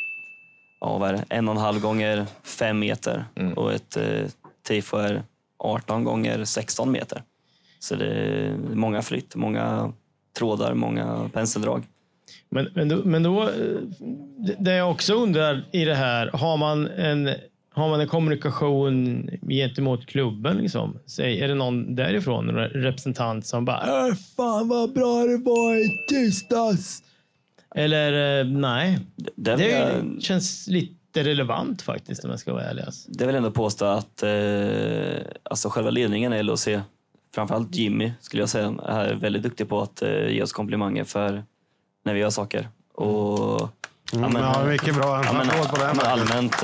S12: 1,5 gånger 5 meter och ett tifo är 18 gånger 16 meter. Så det är många flytt, många trådar, många penseldrag.
S4: Men då det jag också undrar i det här, har man en kommunikation gentemot klubben liksom? Är det någon därifrån, en representant som bara fan vad bra det var i tisdags? Eller nej. Det känns lite relevant faktiskt, om jag ska vara ärlig.
S12: Det vill ändå påstå att alltså själva ledningen i LHC, framförallt Jimmy skulle jag säga, är väldigt duktig på att ge oss komplimanger för när vi gör saker. Och
S3: mycket bra.
S12: Allmänt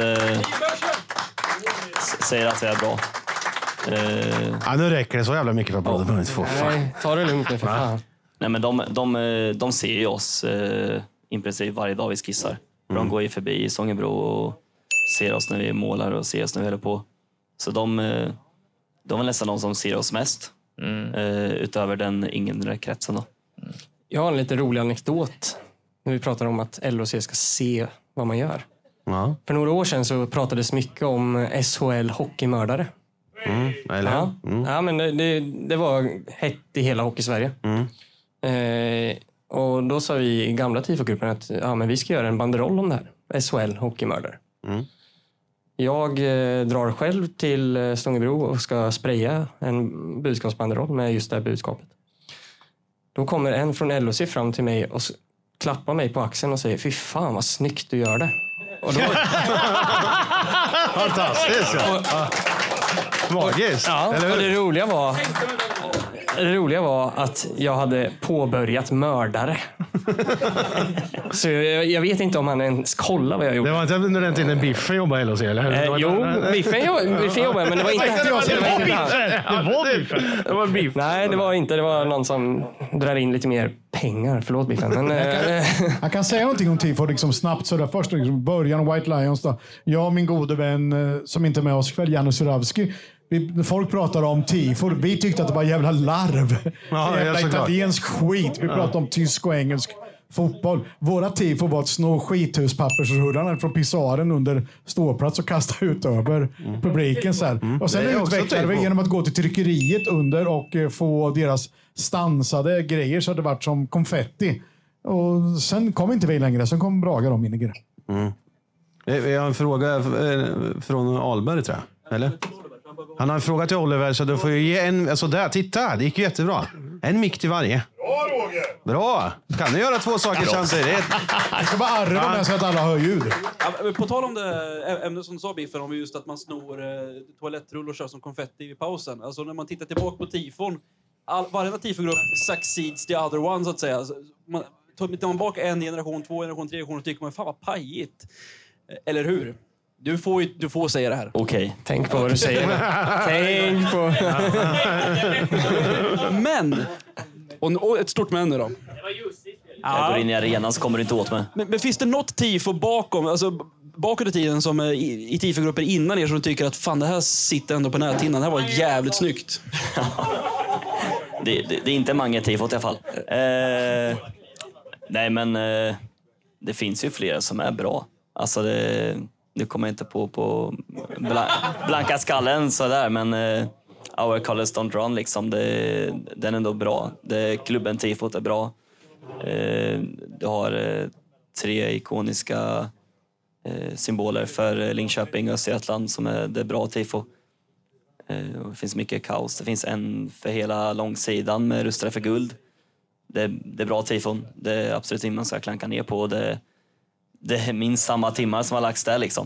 S12: säger att vi är bra.
S3: Nu räcker det så jävla mycket för podden.
S8: Nej, ta det lugnt nu för fan.
S12: Nej, men de ser ju oss i princip varje dag vi skissar. De går ju förbi i Stångebro och ser oss när vi målar och ser oss när vi håller på. Så de är nästan de som ser oss mest. Utöver den inre kretsen då.
S8: Jag har en lite rolig anekdot när vi pratar om att LHC ska se vad man gör.
S3: Ja.
S8: För några år sedan så pratades mycket om SHL hockeymördare. Ja, men det var hett i hela Hockey-Sverige. Och då sa vi i gamla TIFO-gruppen att men vi ska göra en banderoll om det här. SHL hockeymördare. Jag drar själv till Stångebro och ska spraya en budskapsbanderoll med just det här budskapet. Då kommer en från LHC fram till mig och klappar mig på axeln och säger fy fan vad snyggt du gör det. Och då...
S3: Fantastiskt. Magiskt.
S8: Ja, och det roliga var att jag hade påbörjat mördare. Så jag vet inte om han ens kollade vad jag gjorde.
S3: Det var inte under den tiden Biffen jobbade i LHC, eller?
S8: Jo, Biffen jobbade, men det var inte...
S3: Det var Biffen.
S8: Nej, det var inte. Det var någon som drar in lite mer pengar. Förlåt, Biffen. Men,
S5: jag kan säga någonting om TIFO liksom snabbt. Så där först liksom början White Lions. Då. Jag och min gode vän som inte är med oss kväll, Janus Suravski. Folk pratar om TIFO. Vi tyckte att det var jävla larv. Jävla italiensk skit. Vi pratade om tysk och engelsk fotboll. Våra TIFO var att snå skithuspappersrullarna från pisaren under ståplats och kasta ut över publiken. Så här. Och sen utvecklade vi genom att gå till tryckeriet under och få deras stansade grejer så att det var som konfetti. Och sen kom inte vi längre. Sen kom Braga de in.
S3: Vi har en fråga från Alberg, tror jag. Eller? Han har en fråga till Oliver, så du får ju ge en... Alltså där, titta, det gick ju jättebra. En mick till varje.
S13: Bra, Roger!
S3: Bra! Kan du göra 2 saker samtidigt?
S5: Jag ska bara arva med så att alla hör ljud.
S10: Ja, på tal om det ämnet som du sa, Biffen, om just att man snor toalettrull och kör som konfetti vid pausen. Alltså när man tittar tillbaka på tifon, varje tifogrupp succeeds the other one, så att säga. Alltså, tar man bak en generation, 2 generation, 3 generationer, tycker man fan vad pajigt. Eller hur? Du får säga det här.
S12: Okej.
S8: Tänk på vad du säger. Tänk på...
S10: Men, och ett stort men nu då.
S12: Jag går in i arenan så kommer du inte åt mig.
S10: Men finns det något tifo bakom, alltså bakåt i tiden som i tifogrupper innan er som du tycker att fan det här sitter ändå på näthinnan, det här var jävligt snyggt?
S12: Det är inte många tifot i alla fall. Nej, men det finns ju flera som är bra. Alltså det kommer inte på blanka skallen sådär, men Our Colors Don't Run liksom, den är ändå bra. Klubben tifot är bra. Du har 3 ikoniska symboler för Linköping och Östergötland som är det bra tifo. Det finns mycket kaos. Det finns en för hela långsidan med Rustade för guld. Det är bra tifon. Det är absolut inget man ska klanka ner på. Det är minst samma timmar som har lagts där liksom.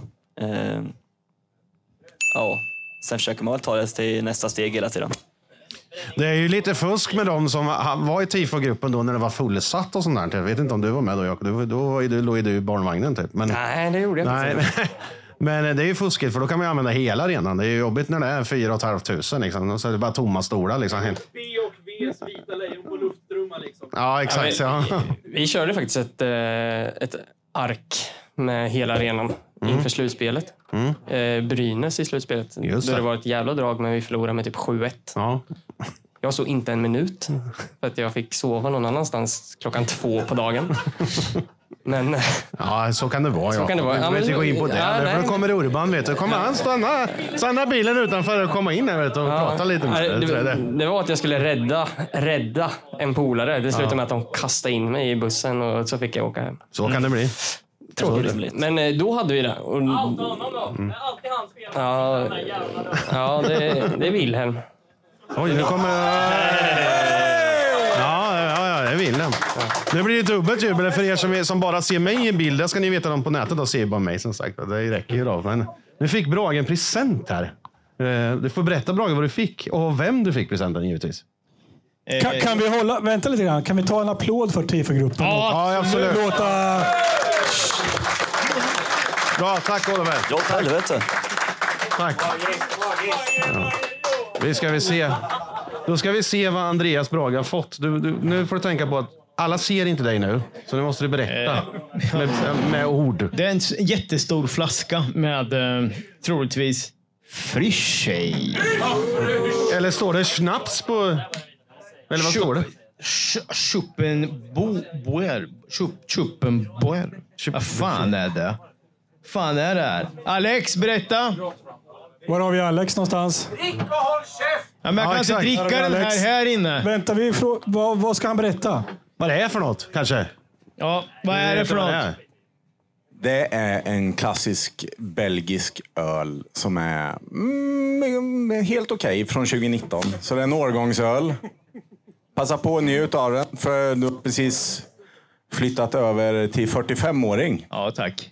S12: Ja. Sen försöker man väl ta det till nästa steg hela tiden.
S3: Det är ju lite fusk med dem som var i tifogruppen då när det var fullsatt och sånt där. Jag vet inte om du var med då, Jakob. Då låg du i barnvagnen typ. Men,
S8: nej, det gjorde jag inte.
S3: Men det är ju fuskigt, för då kan man ju använda hela arenan. Det är ju jobbigt när det är 4 500 liksom. Så är det bara tomma stolar liksom.
S11: B och V:s vita lejon på lufttrumma liksom.
S3: Ja, exakt.
S8: Vi körde faktiskt ett ark med hela arenan inför slutspelet. Brynäs i slutspelet. Då det var ett jävla drag, men vi förlorade med typ 7-1.
S3: Ja.
S8: Jag såg inte en minut för att jag fick sova någon annanstans 2:00 på dagen. Men
S3: ja, så kan det vara.
S8: Så kan det vara.
S3: Jag vill inte gå in på det. Därför kommer Urban, vet du. Kommer han stanna bilen utanför och komma in här, vet du, och prata lite med
S8: det var att jag skulle rädda en polare. Det slutade med att de kastade in mig i bussen och så fick jag åka hem.
S3: Så kan det bli.
S8: Tråkigt. Men då hade vi det. Och,
S11: Det är alltid hans fel.
S8: Ja, det är Wilhelm.
S3: Oj, nu kommer... Ja, det är Wilhelm. Nu blir det dubbelt jubel för er som bara ser mig i bilden. Ska ni veta dem på nätet, då ser ju bara mig som sagt. Det räcker ju då. Men nu fick Brage en present här. Du får berätta, Brage, vad du fick och vem du fick presenten, givetvis.
S6: Kan vi vänta lite grann. Kan vi ta en applåd för tifogruppen?
S3: Ja, absolut. Bra, tack Oliver.
S12: Ja, helvete.
S3: Tack. Ja. Då ska vi se vad Andreas Brage har fått. Nu får du tänka på att alla ser inte dig nu, så nu måste du berätta med ord.
S4: Det är en jättestor flaska med troligtvis Frischei.
S3: Eller står det schnaps på... Eller vad står det?
S4: Schuppenboer. Vad fan är det? Fan är det här? Alex, berätta.
S6: Var har vi Alex någonstans?
S11: Dricka och håll käft!
S4: Ja, men jag kan inte dricka den här inne.
S6: Vänta, vad ska han berätta?
S3: Vad det är för något, kanske?
S4: Ja, vad är det för något?
S13: Det är en klassisk belgisk öl som är helt okej från 2019. Så det är en årgångsöl. Passa på att njut av den, för du har precis flyttat över till 45-åring.
S4: Ja, tack.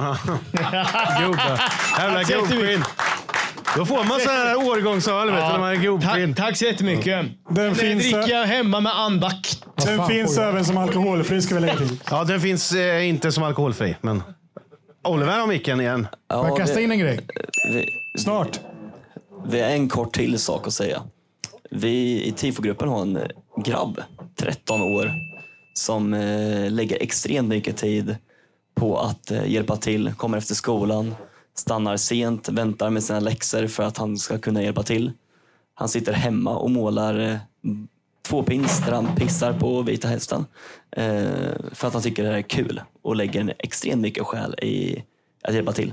S3: Jävla gubbskinn. Då får man så här årgångsöl, vet du, när man är gubbskinn.
S4: Tack så jättemycket. Den finns dricker hemma med andakt.
S6: Den finns även som alkoholfri, ska vi lägga till.
S3: Ja, den finns inte som alkoholfri, men... Oliver har micken igen.
S5: Får jag kasta in en grej?
S6: Snart.
S12: Det är en kort till sak att säga. Vi i tifogruppen har en grabb, 13 år, som lägger extremt mycket tid på att hjälpa till, kommer efter skolan, stannar sent, väntar med sina läxor för att han ska kunna hjälpa till. Han sitter hemma och målar 2 pins där han pissar på Vita Hästen för att han tycker det är kul och lägger extremt mycket själ i att hjälpa till.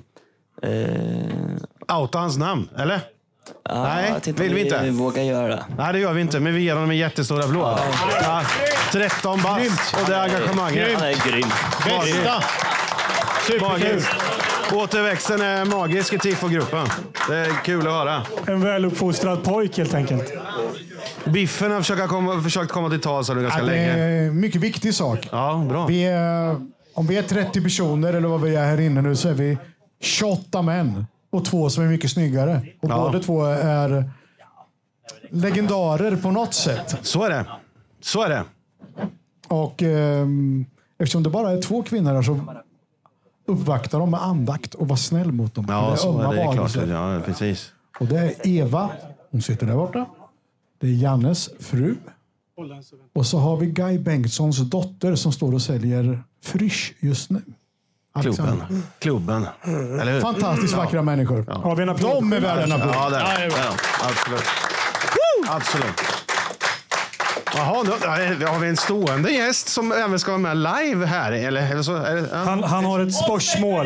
S3: Outa hans namn, eller? Nej, vill vi inte.
S12: Vi vågar göra det.
S3: Nej, det gör vi inte, men vi ger honom en jättestor applåd. Ja, 13 bast och det engagemanget.
S12: Han är grym.
S4: Bästa!
S3: Superkul. Återväxten är magisk i tifogruppen. Det är kul att höra.
S6: En väluppfostrad pojk helt enkelt.
S3: Biffen har försökt komma till tal så ganska länge.
S5: Det är en mycket viktig sak.
S3: Ja, bra.
S5: Om vi är 30 personer eller vad vi är här inne nu, så är vi 28 män. Och 2 som är mycket snyggare. Och båda 2 är legendarer på något sätt.
S3: Så är det. Och
S5: eftersom det bara är 2 kvinnor här, så uppvakta dem med andakt och vara snäll mot dem.
S3: Ja,
S5: det är
S3: så
S5: ömma
S3: är det klart.
S5: varelser.
S3: Ja, precis.
S5: Och det är Eva, hon sitter där borta. Det är Jannes fru. Och så har vi Guy Bengtssons dotter som står och säljer Frisch just nu.
S3: Klubben. Eller hur?
S5: Fantastiskt vackra människor.
S3: Ja.
S6: Har vi en applåd?
S5: De är värda en applåd.
S3: Ja, det är de. Absolut. Absolut. Jaha, då har vi en stående gäst som även ska vara med live här. Eller så,
S6: han har ett spörsmål.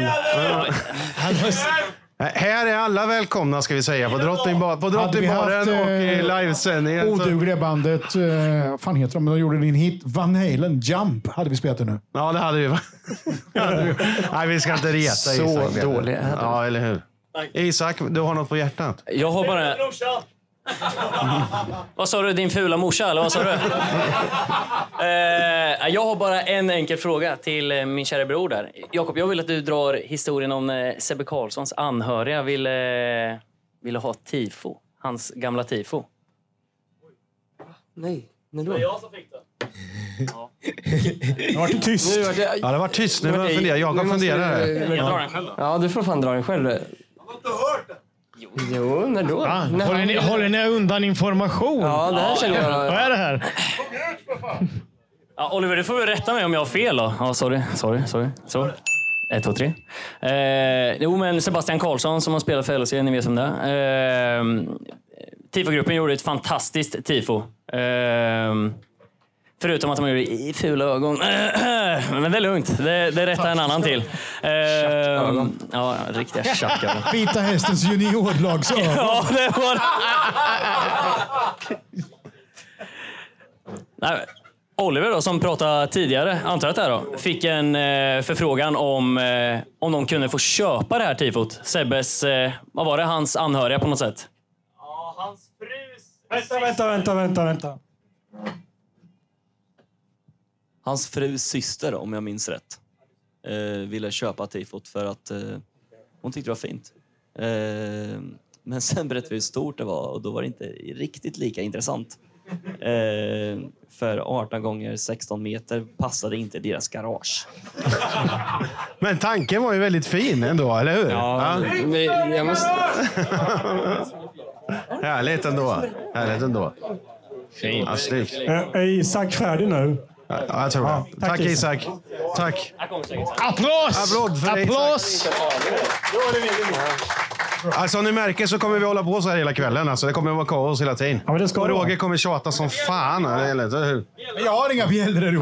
S3: Här är alla välkomna ska vi säga på Drottningbaren och i livesändningen.
S5: Odugliga bandet, fan heter de? De gjorde din hit Van Halen, Jump, hade vi spelat det nu.
S3: Ja, det hade vi. Nej, vi ska inte reta Isak.
S8: Så dålig.
S3: Ja, eller hur? Isak, du har något på hjärtat.
S11: Jag har bara... Vad sa du? Din fula morsa, eller vad sa du? Jag har bara en enkel fråga till min kära bror där. Jakob, jag vill att du drar historien om Sebbe Karlssons anhöriga ville ha tifo. Hans gamla tifo.
S8: Nej, när då?
S11: Det var jag som fick det.
S6: Ja. Det var tyst.
S3: Ja, det var tyst. Nu börjar jag fundera. Jakob funderar.
S11: Jag drar den själv då.
S8: Ja, du får fan dra den själv.
S11: Jag har inte hört det.
S8: Jo, när då?
S4: Håller ni undan information?
S8: Ja, det här känner jag.
S4: Vad är det här?
S11: Ja, Oliver, du får väl rätta mig om jag har fel då. Ja, sorry. Så. 1, 2, 3. Jo, men Sebastian Karlsson som har spelat för LHC, ni vet om det. Tifogruppen gjorde ett fantastiskt tifo. Förutom att de gjorde i fula ögon. Men det är lugnt. Det rättar en annan till. Ja, riktiga tjackögon.
S5: Vita hästens juniorlags ögon.
S11: Ja, det var... Nej, Oliver då, som pratade tidigare, antar att det här då, fick en förfrågan om de kunde få köpa det här tifot. Sebbes, vad var det, hans anhöriga på något sätt? Ja, hans frus...
S6: Vänta.
S12: Hans frus syster, om jag minns rätt, ville köpa tifot för att hon tyckte det var fint. Men sen berättade vi hur stort det var och då var det inte riktigt lika intressant. För 18 gånger 16 meter passade inte deras garage.
S3: Men tanken var ju väldigt fin ändå, eller hur?
S8: Ja. Jag måste...
S3: Härligt ändå.
S4: Fint.
S3: Ja, snyggt.
S6: Är Isak färdig nu?
S3: Ja, jag tror det. Tack Isak. Tack.
S4: Applås!
S3: Alltså ni märker så kommer vi hålla på så här hela kvällen. Alltså, det kommer att vara kaos hela tiden.
S6: Ja, men det ska
S3: och Roger kommer tjata som fan.
S5: Jag har inga bjällror.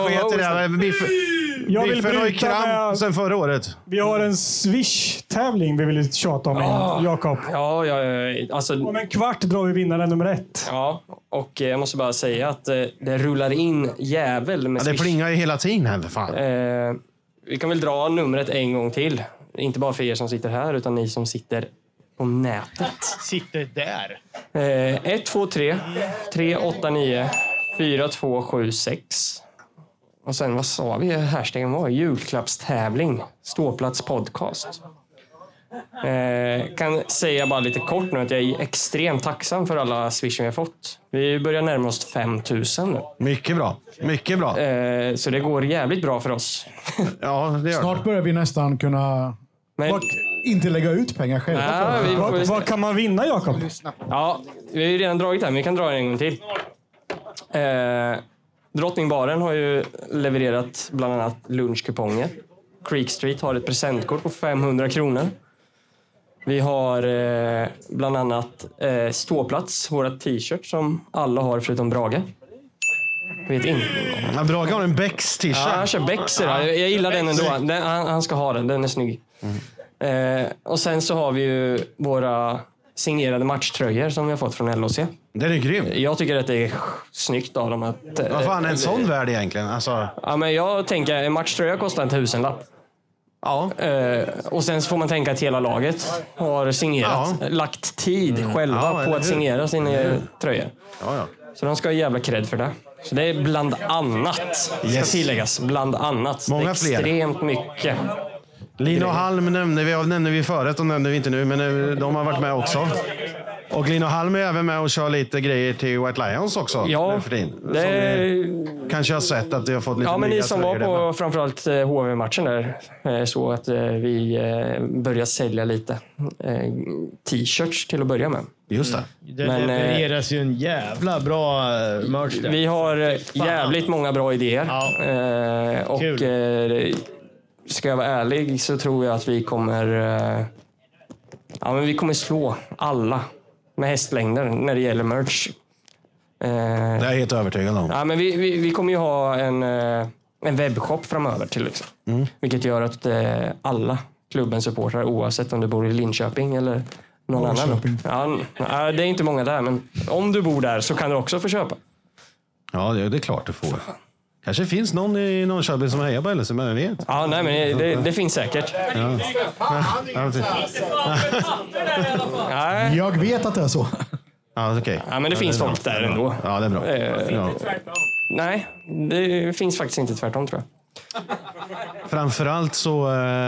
S6: Jag vill
S3: bryta sen förra året.
S6: Vi har en Swish-tävling vi vill tjata om, Jakob.
S8: Ja. Alltså...
S6: Om en kvart drar vi vinnaren nummer 1.
S8: Ja, och jag måste bara säga att det rullar in jävel med
S3: Swish. Det plingar ju hela tiden här för fan.
S8: Vi kan väl dra numret en gång till. Inte bara för er som sitter här, utan ni som sitter på nätet.
S4: Sitter där.
S8: 123 389 4276. Och sen, vad sa vi? Hashtaggen var julklappstävling. Ståplats podcast. Kan säga bara lite kort nu att jag är extremt tacksam för alla Swish vi har fått. Vi börjar närma oss 5000 nu.
S3: Mycket bra.
S8: Så det går jävligt bra för oss.
S3: Ja, det gör.
S5: Snart börjar vi nästan kunna inte lägga ut pengar själva.
S6: Vad kan man vinna, Jakob?
S8: Ja, vi har ju redan dragit här, men vi kan dra en gång till. Drottningbaren har ju levererat bland annat lunchkuponger. Creek Street har ett presentkort på 500 kronor. Vi har bland annat ståplats, våra t-shirts som alla har förutom Brage. Vet inte.
S3: Brage har en Becks t-shirt.
S8: Ja, han kör Becks. Jag gillar den ändå. Han ska ha den är snygg. Och sen så har vi ju våra signerade matchtröjor som vi har fått från LHC.
S3: Det är grymt.
S8: Jag tycker att det är snyggt av dem att...
S3: Vad fan är en sån värld egentligen? Alltså...
S8: Ja, men jag tänker en matchtröja kostar en 1000-lapp.
S3: Ja.
S8: Och sen så får man tänka att hela laget har signerat, lagt tid själva på att signera sina tröjor.
S3: Ja.
S8: Så de ska ha jävla cred för det. Så det är bland annat, ska tilläggas, bland annat.
S3: Många
S8: extremt mycket.
S3: Lino Halm nämnde vi förut, de nämnde vi inte nu, men de har varit med också. Och Lino Halm är även med och kör lite grejer till White Lions också.
S8: Ja,
S3: kanske har sett att det har fått lite
S8: men ni som var på framförallt HV-matchen där, så att vi börjar sälja lite t-shirts till att börja med.
S3: Just det.
S4: Det levereras ju en jävla bra merch där.
S8: Vi har jävligt många bra idéer. Ja. Och ska jag vara ärlig så tror jag att vi kommer vi kommer slå alla med hästlängder när det gäller merch.
S3: Det är jag helt övertygad om.
S8: Ja, men vi kommer ju ha en webbshop framöver till exempel. Vilket gör att alla klubbens supportrar, oavsett om du bor i Linköping eller någon annan. Ja, det är inte många där, men om du bor där så kan du också få köpa.
S3: Ja, det är klart du får. Kanske finns någon i Norrköping som hejar på LSU, men jag vet.
S8: Ja, nej, men det finns säkert.
S5: Jag vet att det är så.
S3: Ja, okej.
S8: Ja, men det finns folk där ändå.
S3: Ja, det är bra.
S8: Nej, det finns faktiskt inte tvärtom, tror jag.
S3: Framförallt så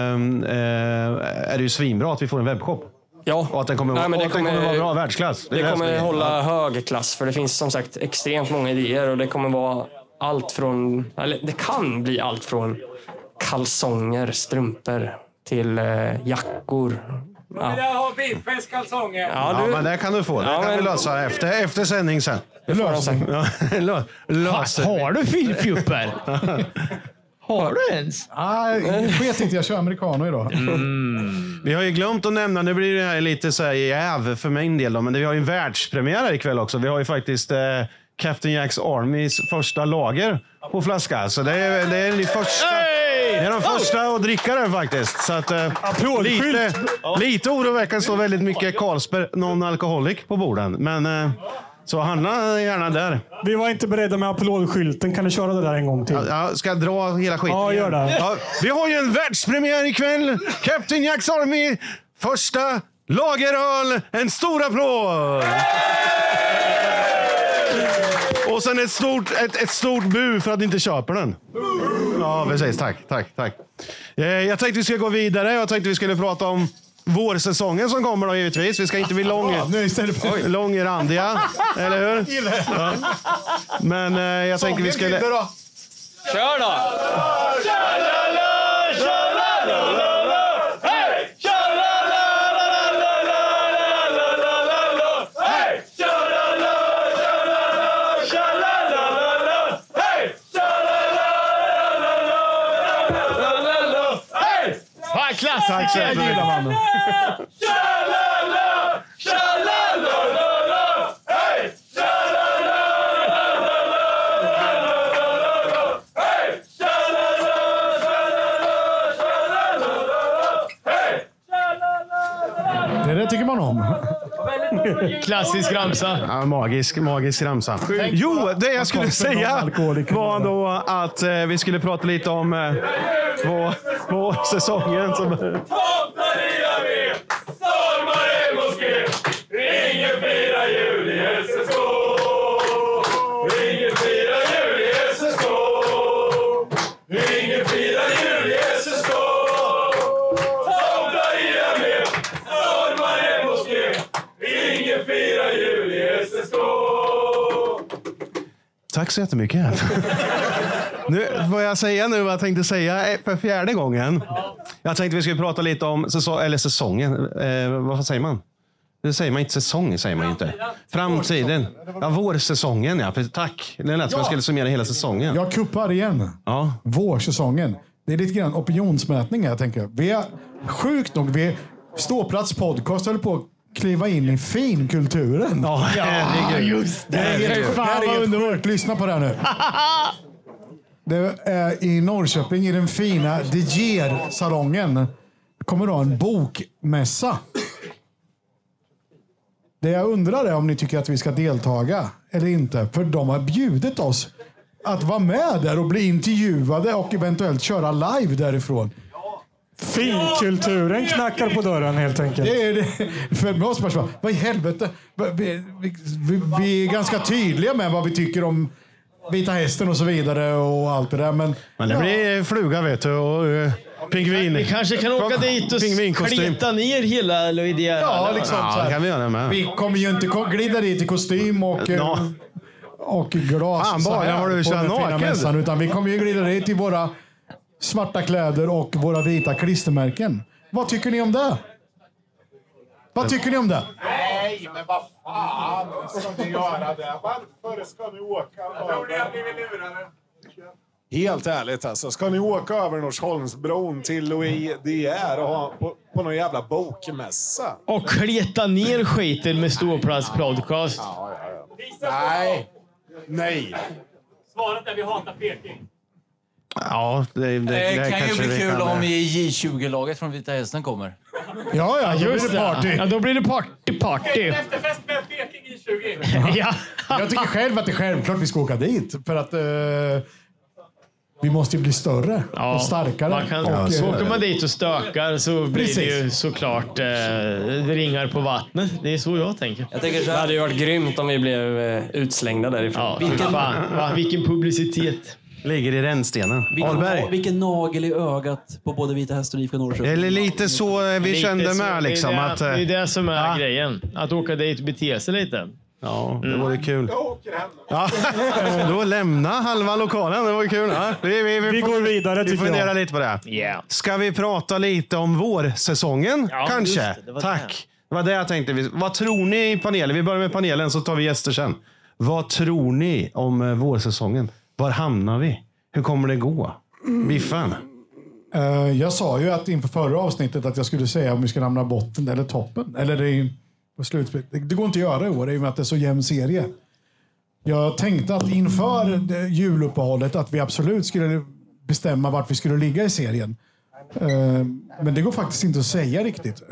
S3: är det ju svinbra att vi får en webbshop.
S8: Ja.
S3: Och att den kommer vara bra världsklass.
S8: Det kommer hålla hög klass, för det finns som sagt extremt många idéer och det kommer vara allt från, eller det kan bli allt från kalsonger, strumpor till jackor.
S9: Ja. Jag har Biffens kalsonger.
S3: Ja, men det kan du få. Det kan vi lösa efter sändning sen.
S4: Har du filfjupper? Har du ens?
S5: Nej, vet inte. Jag kör americano idag.
S3: Vi har ju glömt att nämna, nu blir det här lite så här jäv för min del då, men vi har ju en världspremiär ikväll också. Vi har ju faktiskt Captain Jacks Armys första lager på flaska. Så det är de första. Det är de första att dricka den faktiskt. Så att lite oroväckande står väldigt mycket Carlsberg non-alcoholic på borden. Men så handla gärna där.
S6: Vi var inte beredda med applådskylten. Kan du köra det där en gång till?
S3: Ja, ska jag dra hela skiten?
S6: Ja, gör det.
S3: Ja, vi har ju en världspremiär ikväll. Captain Jacks Army. Första lageröl. En stor applåd! Och sen ett stort bu för att ni inte köper den. Ja, precis. Tack. Jag tänkte vi ska gå vidare. Jag tänkte vi skulle prata om vårsäsongen som kommer då, givetvis. Vi ska inte bli långrandiga, eller hur? Ja. Men jag tänkte vi skulle...
S8: Kör då!
S3: Tack så mycket.
S5: Det tycker man om.
S4: Klassisk ramsa.
S3: Ja, magisk ramsa. Jo, det jag skulle säga var då att vi skulle prata lite om säsongen som...
S14: Ingen firar jul i SSK. Ingen firar jul i SSK. Ingen firar jul i SSK. Tomtar är med, stormar en moské. Ingen firar jul i SSK.
S3: Tack så jättemycket. Nu får jag säga nu vad jag tänkte säga för fjärde gången. Jag tänkte vi skulle prata lite om säsongen. Vad säger man? Det säger man inte, säsong säger man inte. Framtiden. Ja, vårsäsongen, ja. Tack. Det lät som jag skulle summera hela säsongen.
S5: Jag kuppar igen.
S3: Ja.
S5: Vårsäsongen. Det är lite grann opinionsmätning jag tänker. Vi är sjukt nog, vi är Ståplats podcast håller på att kliva in i finkulturen.
S3: Ja,
S5: just det. Det är helt underbart. Lyssna på det här nu. Det är i Norrköping i den fina De Geer-salongen. Kommer då en bokmässa. Det jag undrar är om ni tycker att vi ska deltaga eller inte. För de har bjudit oss att vara med där och bli intervjuade och eventuellt köra live därifrån.
S6: Finkulturen knackar på dörren helt enkelt.
S5: Det är det. För med oss bara, vad i helvete? Vi är ganska tydliga med vad vi tycker om Vita Hästen och så vidare och allt det där. Men
S3: det blir fluga, vet du. Och Pingvin.
S4: Vi kanske kan åka dit och kleta ner hela Lloydier.
S5: Ja, liksom så här.
S3: Kan vi göra det med.
S5: Vi kommer ju inte glida dit i kostym och glas.
S3: Fan, bara har du kört naken.
S5: Utan vi kommer ju glida dit i våra svarta kläder och våra vita klistermärken. Vad tycker ni om det? Vad tycker ni om det?
S7: Nej, men vad fan ska ni göra det? Varför ska ni åka? Jag tror ni har blivit lurade. Helt ärligt alltså, ska ni åka över Norsholmsbron till Lloydier och ha på någon jävla bokmässa?
S4: Och kleta ner skiten med Ståplats podcast.
S7: Ja. Nej.
S11: Svaret är vi hatar Peking.
S3: Ja, det
S9: kan ju bli kul om J20-laget från Vita Hästen kommer.
S5: Ja, just det. Party.
S4: Ja, då blir det party.
S11: Efterfest med Peking J20.
S4: Ja.
S5: Jag tycker själv att det är självklart vi ska åka dit. För att vi måste ju bli större och starkare.
S4: Så åker man dit och stökar så blir det ju såklart ringar på vattnet. Det är så jag tänker.
S8: Det hade ju varit grymt om vi blev utslängda därifrån.
S4: Ja, vilken publicitet.
S3: Ligger i rännstenen.
S10: Vilken nagel i ögat på både Vita Hästen och IFK Norrköping.
S3: Eller lite så vi kände med liksom.
S4: Det är det som är grejen. Att åka dit och bete sig lite.
S3: Ja, det vore kul. Ja, då lämna halva lokalen. Det var kul. Ja, vi
S6: går vidare.
S3: Vi funderar lite på det.
S4: Yeah.
S3: Ska vi prata lite om vårsäsongen? Kanske. Tack. Det var det jag tänkte. Vad tror ni i panelen? Vi börjar med panelen så tar vi gäster sen. Vad tror ni om vårsäsongen? Var hamnar vi? Hur kommer det gå? Biffen?
S5: Jag sa ju att inför förra avsnittet att jag skulle säga om vi ska hamna botten eller toppen. Eller det går inte att göra i år i och med att det är så jämn serie. Jag tänkte att inför juluppehållet att vi absolut skulle bestämma vart vi skulle ligga i serien. Men det går faktiskt inte att säga riktigt.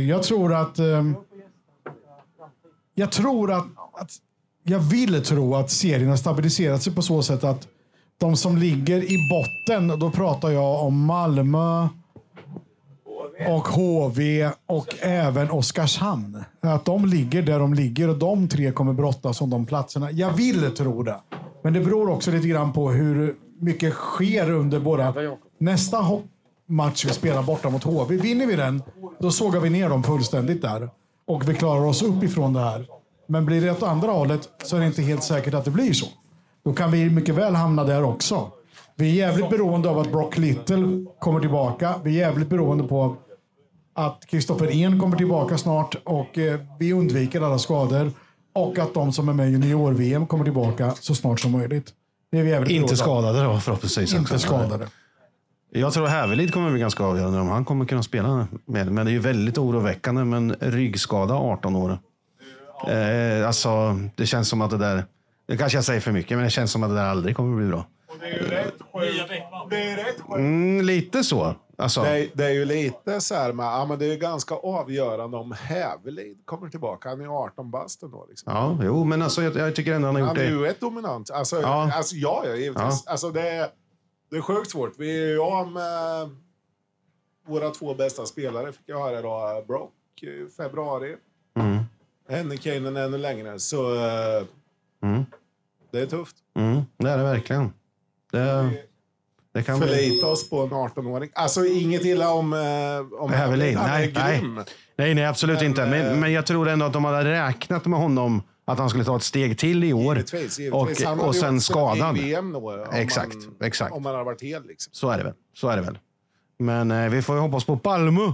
S5: Jag vill tro att serien har stabiliserat sig på så sätt att de som ligger i botten, då pratar jag om Malmö och HV och även Oskarshamn. Att de ligger där de ligger och de tre kommer brottas om de platserna. Jag vill tro det. Men det beror också lite grann på hur mycket sker under våra nästa match vi spelar borta mot HV. Vinner vi den, då sågar vi ner dem fullständigt där. Och vi klarar oss upp ifrån det här. Men blir det åt andra hållet så är det inte helt säkert att det blir så. Då kan vi mycket väl hamna där också. Vi är jävligt beroende av att Brock Little kommer tillbaka. Vi är jävligt beroende på att Kristoffer En kommer tillbaka snart. Och vi undviker alla skador. Och att de som är med i junior-VM kommer tillbaka så snart som möjligt. Det är vi jävligt
S3: inte skadade då förhoppningsvis.
S5: Inte skadade.
S3: Jag tror Hävelid kommer bli ganska avgörande om han kommer kunna spela med. Men det är ju väldigt oroväckande med en ryggskada 18 år. Alltså, det känns som att det där... Det kanske jag säger för mycket, men det känns som att det där aldrig kommer bli bra.
S7: Och det är ju rätt sjukt.
S3: Lite så. Alltså.
S7: Det är ju lite så här med, men det är ganska avgörande om Hävelid kommer tillbaka. Han är 18 bast då liksom.
S3: Ja, jo, men alltså jag tycker ändå han har gjort det.
S7: Han är ju ett dominant. Alltså, givetvis. Ja. Alltså, det är sjukt svårt. Vi är ju av med våra två bästa spelare. Fick jag höra då, Brock i februari. Hennikainen ännu längre. Så det är tufft.
S3: Det är det verkligen. Det kan
S7: förlita oss på en 18-åring. Alltså inget illa om
S3: Hävelid. Nej, absolut inte. Men jag tror ändå att de hade räknat med honom att han skulle ta ett steg till i år.
S7: Givetvis.
S3: Och sen skadad.
S7: VM då,
S3: exakt.
S7: Om man hade varit hel liksom.
S3: Så är det väl. Men vi får ju hoppas på Palmu.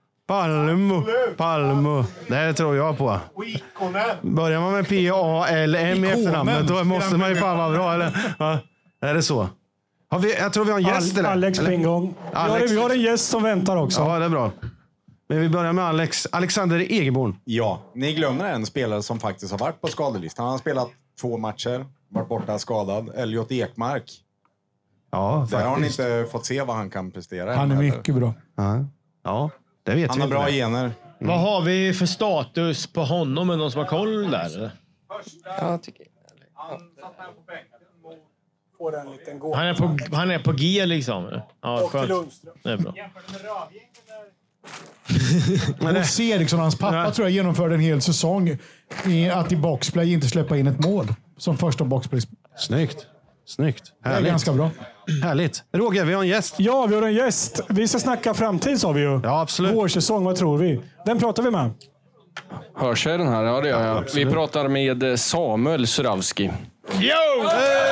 S3: Det tror jag på. Börjar man med P-A-L-M i efternamnet, då måste man ju fan vara bra, eller? Ja, är det så? Jag tror vi har en gäst, eller?
S6: Alex Pingong. Vi har en gäst som väntar också.
S3: Ja, det är bra. Men vi börjar med Alexander Egeborn.
S13: Ja, ni glömmer en spelare som faktiskt har varit på skadelistan. Han har spelat 2 matcher, varit borta skadad. Elliot Ekmark.
S3: Ja, faktiskt.
S13: Där har ni inte fått se vad han kan prestera.
S5: Han är mycket bra.
S3: Ja, det vet
S13: han har bra gener.
S4: Vad har vi för status på honom? Är någon som har koll där?
S8: Jag tycker...
S4: Han är på G liksom. Ja, skönt. Det är bra.
S5: Man ser liksom hans pappa tror jag genomförde en hel säsong att i boxplay inte släppa in ett mål som första boxplay.
S3: Snyggt. Snyggt.
S5: Härligt. Det är ganska bra.
S3: Härligt. Roger, vi har en gäst.
S6: Ja, vi har en gäst. Vi ska snacka framtid, sa vi ju.
S3: Ja, absolut.
S6: Vårsäsong, vad tror vi? Vem pratar vi med?
S15: Hörs jag den här? Ja, det gör jag. Vi pratar med Samuel Suravski.
S6: Yo!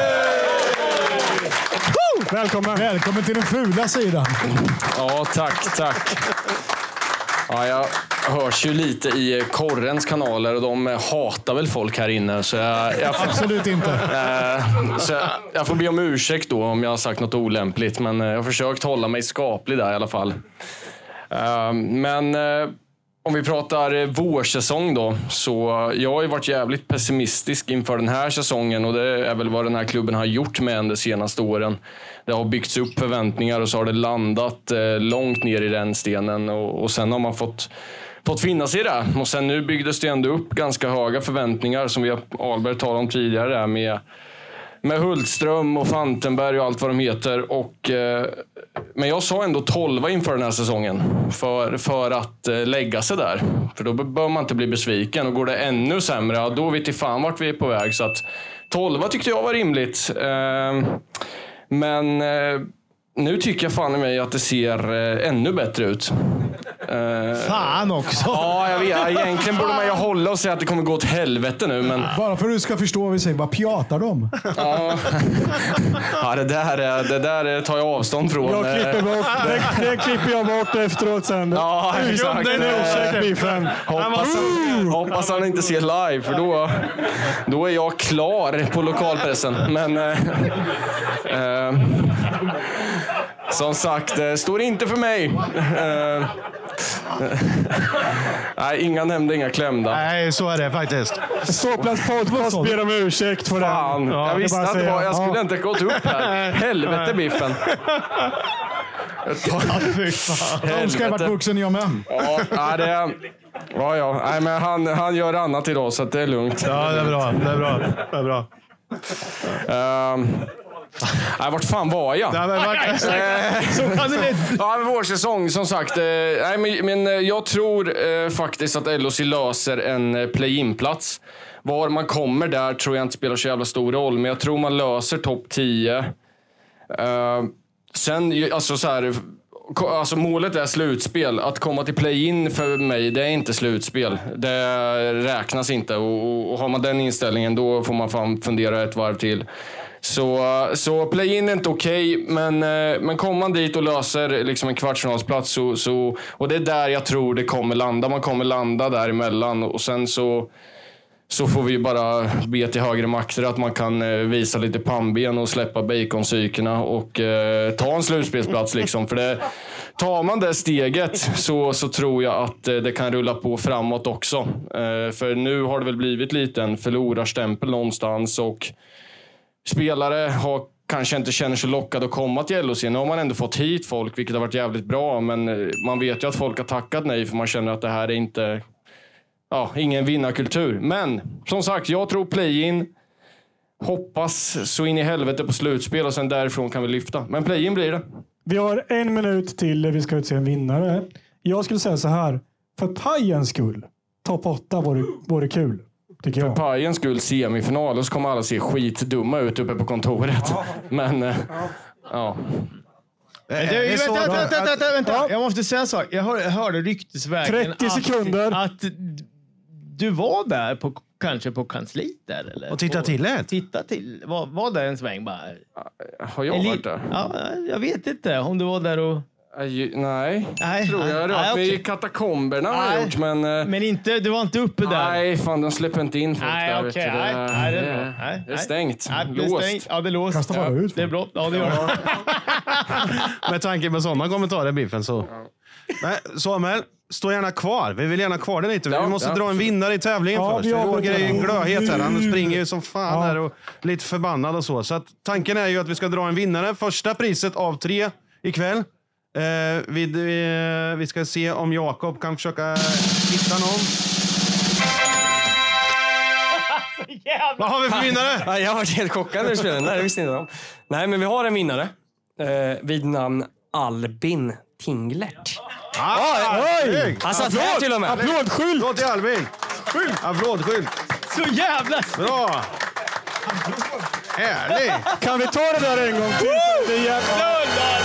S6: Välkommen.
S5: Välkommen till den fula sidan.
S15: Ja, tack. Ja, jag hörs ju lite i Korrens kanaler och de hatar väl folk här inne. Så jag
S5: absolut inte.
S15: Så jag får be om ursäkt då om jag har sagt något olämpligt. Men jag har försökt hålla mig skaplig där i alla fall. Men om vi pratar vårsäsong då. Så jag har ju varit jävligt pessimistisk inför den här säsongen. Och det är väl vad den här klubben har gjort med de senaste åren. Det har byggts upp förväntningar och så har det landat långt ner i den stenen. Och sen har man fått finna sig i det. Och sen nu byggdes det ändå upp ganska höga förväntningar som vi har Alberg talade om tidigare där med Hultström och Fantenberg och allt vad de heter. Men jag sa ändå 12 inför den här säsongen för att lägga sig där. För då bör man inte bli besviken. Och går det ännu sämre, då vet vi fan vart vi är på väg. Så att 12 tyckte jag var rimligt. Men nu tycker jag fan i mig att det ser ännu bättre ut.
S4: Fan också.
S15: Ja, jag vet. Egentligen borde man ju hålla och säga att det kommer gå åt helvete nu. Men...
S5: Bara för att du ska förstå vad vi säger. Vad pjatar de?
S15: Ja, det där tar jag avstånd från.
S6: Jag klipper bort. Det klipper jag bort efteråt sen.
S15: Ja, exakt. Hoppas han inte ser live, för då är jag klar på lokalpressen. Men som sagt, står inte för mig. Nej, inga nämnda, inga klämda.
S3: Nej, så är det faktiskt.
S6: Ståplats podcast ber om ursäkt för
S15: fan.
S6: det.
S15: Jag visste att jag skulle inte gått upp här. Helvete, Biffen.
S5: De ska ha varit vuxen jag med.
S15: Ja, Nej, men han gör annat idag så att det är lugnt.
S3: Ja, det är bra.
S15: Nej, vart fan var jag? Vår säsong som sagt. Men jag tror faktiskt att LHC löser en play-in-plats. Var man kommer där tror jag inte spelar så jävla stor roll. Men jag tror man löser topp 10. Sen, alltså så här... Alltså målet är slutspel. Att komma till play-in för mig, det är inte slutspel. Det räknas inte. Och har man den inställningen, då får man fan fundera ett varv till. Så play-in är inte okej, men kommer man dit och löser liksom en kvartsfinalsplats och det är där jag tror det kommer landa. Man kommer landa däremellan och sen så får vi bara be till högre makter att man kan visa lite pannben och släppa baconsykerna och ta en slutspelsplats liksom. För det, tar man det steget så tror jag att det kan rulla på framåt också. För nu har det väl blivit lite en förlorarstämpel någonstans och spelare har kanske inte känner sig lockade att komma till LHC. Nu har man ändå fått hit folk, vilket har varit jävligt bra. Men man vet ju att folk har tackat nej för man känner att det här är inte... Ja, ingen vinnarkultur. Men som sagt, jag tror play-in. Hoppas så in i helvete på slutspel och sen därifrån kan vi lyfta. Men play-in blir det.
S6: Vi har 1 minut till vi ska utse en vinnare. Jag skulle säga så här. För pajens skull, topp 8 vore kul. Tycker jag.
S15: För pajens skull semifinal och så kommer alla se skitdumma ut uppe på kontoret. Men, ja.
S4: Vänta. Jag måste säga en sak. Jag hörde ryktesvägen
S6: 30 sekunder.
S4: Att du var där kanske på kansliet där, eller?
S3: Och titta till det?
S4: Var där en sväng bara?
S15: Har jag varit där?
S4: Ja, jag vet inte om du var där och...
S15: Nej, tror jag. Okay. I katakomberna har jag gjort, men...
S4: Men inte, du var inte uppe där?
S15: Nej, fan, de släpper inte in folk där.
S4: Okay.
S15: Det är stängt.
S4: Låst. Ja, det är låst.
S5: Kasta bara ut.
S4: Det är blått. Ja, det gör det.
S3: Med tanke på sådana kommentarer, Biffen, så... Nej, Samuel, stå gärna kvar. Vi vill gärna kvar det lite. Vi måste dra en vinnare i tävlingen först. Roger är en glödhet här. Han springer ju som fan här och lite förbannad och så. Så att tanken är ju att vi ska dra en vinnare. Första priset av 3 ikväll. Vi ska se om Jakob kan försöka hitta någon. Vad har vi för vinnare?
S8: Jag har varit helt chockad när du spelade. Nej, det visste inte om. Nej, men vi har en vinnare. Vid namn Albin Tinglert.
S3: Oj!
S8: Han satt här till och med.
S3: Applådskylt! Applåd till Albin. Applådskylt.
S4: Så jävla...
S3: Bra! Härligt!
S6: Kan vi ta det där en gång till? Det är jävla...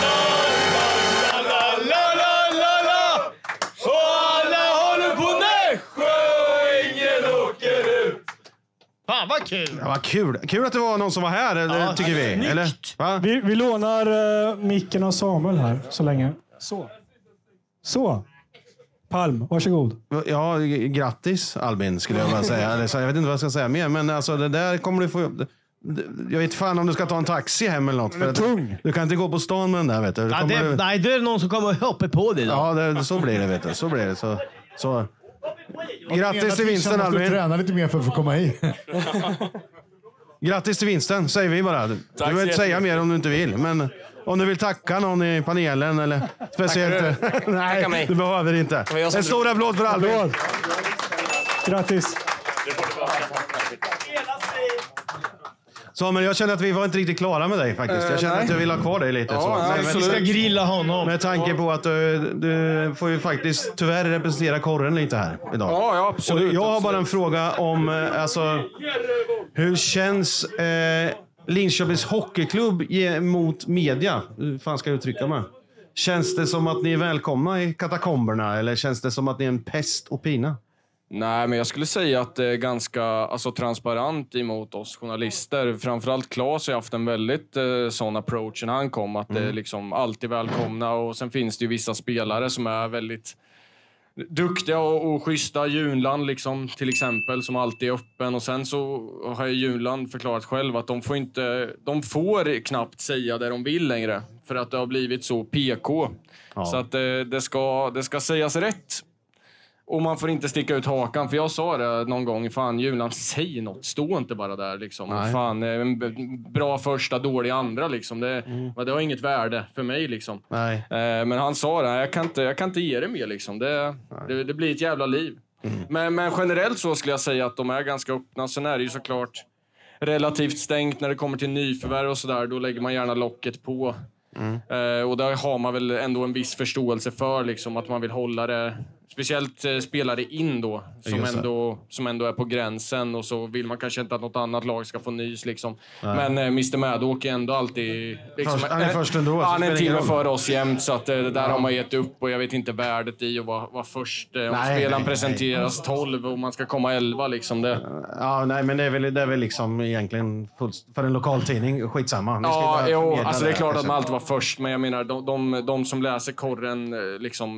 S4: Fan vad kul!
S3: Ja, vad kul. Kul att det var någon som var här, tycker vi.
S4: Snyggt.
S3: Eller? Va?
S6: Vi lånar micken av Samuel här så länge. Så. Palm, varsågod.
S3: Ja, grattis Albin skulle jag bara säga. Eller, jag vet inte vad jag ska säga mer, men alltså det där kommer du få... Jag vet fan om du ska ta en taxi hem eller något.
S6: Den är tung.
S3: Du kan inte gå på stan med den där, vet du.
S4: Nej, det är någon som kommer hoppa på dig då.
S3: Ja, så blir det, vet du. Så blir det. Så. Grattis till vinsten, Albin.
S5: Du träna lite mer för att få komma hit.
S3: Grattis till vinsten, säger vi bara. Du behöver inte säga mer om du inte vill. Men om du vill tacka någon i panelen eller speciellt... Nej, du behöver inte. En stor applåd för Albin.
S6: Grattis.
S3: Samuel, jag känner att vi var inte riktigt klara med dig faktiskt. Jag känner att jag vill ha kvar dig lite.
S4: Vi ska grilla honom.
S3: Med tanke på att du får ju faktiskt tyvärr representera korren lite här idag.
S15: Ja, absolut.
S3: Och jag har bara en fråga om hur känns Linköpings hockeyklubb mot media? Hur fan ska jag uttrycka mig? Känns det som att ni är välkomna i katakomberna eller känns det som att ni är en pest och pina?
S15: Nej, men jag skulle säga att det är ganska transparent emot oss journalister. Framförallt Claes har haft en väldigt sån approach när han kom. Att det är liksom alltid välkomna. Och sen finns det ju vissa spelare som är väldigt duktiga och schyssta. Junland liksom, till exempel, som alltid är öppen. Och sen så har ju Junland förklarat själv att de får knappt säga det de vill längre. För att det har blivit så PK. Ja. Så att det ska sägas rätt. Och man får inte sticka ut hakan. För jag sa det någon gång. Fan, Julan, säg något. Stå inte bara där liksom. Fan, en bra första, dålig andra liksom. Det har inget värde för mig liksom.
S3: Nej.
S15: Men han sa det. Jag kan inte ge det mer liksom. Det blir ett jävla liv. Men generellt så skulle jag säga att de är ganska öppna. Sen är det ju såklart relativt stängt när det kommer till nyförvärv och sådär. Då lägger man gärna locket på. Och där har man väl ändå en viss förståelse för liksom, att man vill hålla det, speciellt spelare in då som ändå är på gränsen, och så vill man kanske inte att något annat lag ska få nys liksom. Men Mr. Maddock är ändå alltid liksom,
S3: han är först ändå,
S15: han är till och för oss jämt, så att det där har man gett upp, och jag vet inte värdet i att vara först om spelaren presenteras 12 och man ska komma 11 liksom det.
S3: Ja, nej, men det är väl liksom egentligen för en lokaltidning skitsamma.
S15: Ja, alltså det är klart att man alltid var först, men jag menar de som läser korren liksom,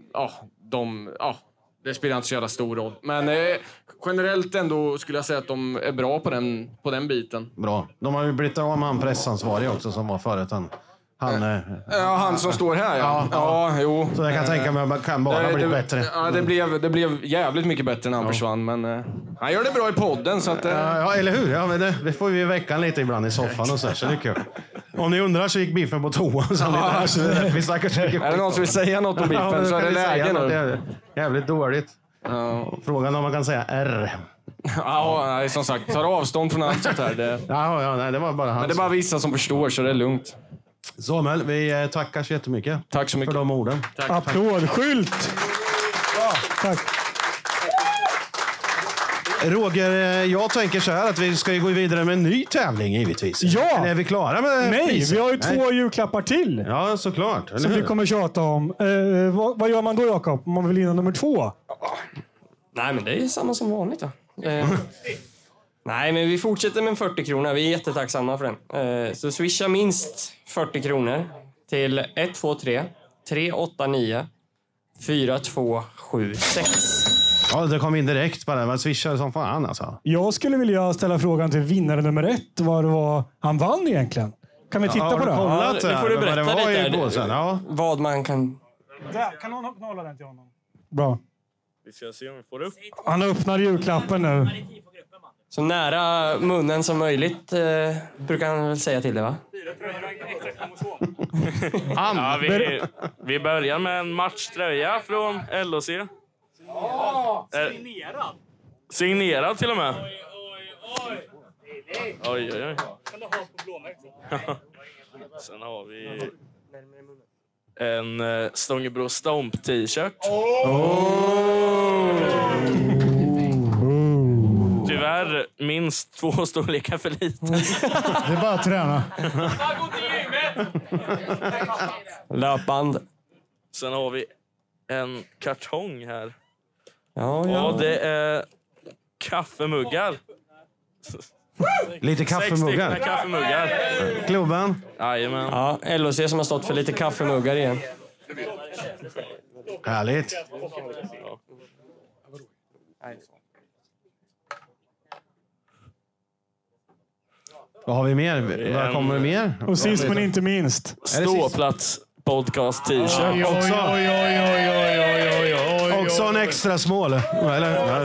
S15: det spelar inte så jävla stor roll. Men generellt ändå skulle jag säga att de är bra på den biten.
S3: Bra. De har ju blivit av med han pressansvarig också som var förut.
S15: Han som står här, ja. Jo.
S3: Så jag kan tänka mig att man kan bara bli bättre.
S15: Ja, det blev jävligt mycket bättre när han försvann, men han gör det bra i podden. Så att,
S3: ja, eller hur? Ja, men det får vi i veckan lite ibland i soffan och så det är kul. Om ni undrar så gick Biffen på toa.
S15: Är det någon som vill säga något om Biffen så är det läge nu.
S3: Det är jävligt dåligt. Frågan om man kan säga R.
S15: Ja, som sagt, tar avstånd från allt sånt här.
S3: Nej, det var bara hans.
S15: Men det är bara vissa som förstår, så det är lugnt.
S3: Samuel, vi tackar så jättemycket.
S15: Tack så mycket
S3: för de orden.
S6: Applådskylt! Ja, tack.
S3: Roger, jag tänker så här att vi ska gå vidare med en ny tävling givetvis.
S6: Ja!
S3: Eller är vi klara med
S6: Nej, vi har ju 2 julklappar till.
S3: Ja, såklart.
S6: Som vi kommer tjata om. Vad gör man då, Jakob? Om man vill vinna nummer 2?
S8: Nej, men det är samma som vanligt då. Nej, men vi fortsätter med 40 kronor. Vi är jättetacksamma för den. Så swisha minst 40 kronor till 123 389 4276.
S3: Ja, det kom in direkt bara. Man swishade som fan alltså.
S6: Jag skulle vilja ställa frågan till vinnare nummer 1. Vad det var han vann egentligen. Kan vi titta på det?
S8: Ja, det får du berätta
S3: lite.
S8: Vad man kan...
S6: Där, kan någon hålla den till honom? Bra.
S16: Vi ska se om vi får upp.
S6: Han öppnar julklappen nu.
S8: Så nära munnen som möjligt brukar han väl säga till det, va?
S16: Ja, vi börjar med en matchtröja från LHC. Signerad. Signerad till och med. Oj. Kan du ha på blåmärket? Sen har vi en Stångebro Stomp t-shirt. tyvärr minst 2 storlekar för lite.
S5: Det är bara att träna.
S16: Gå till gymmet!
S8: Löpband.
S16: Sen har vi en kartong här.
S8: Ja.
S16: Och det är kaffemuggar.
S3: Lite kaffemuggar.
S16: 6 kaffemuggar.
S3: Klubben.
S16: Jajamän.
S8: Ja, LOC som har stått för lite kaffemuggar igen.
S3: Härligt. Vad har vi mer? Vad kommer det mer?
S6: Och sist men inte minst.
S16: Ståplats podcast t-shirt.
S3: Också en extra smål. Eller?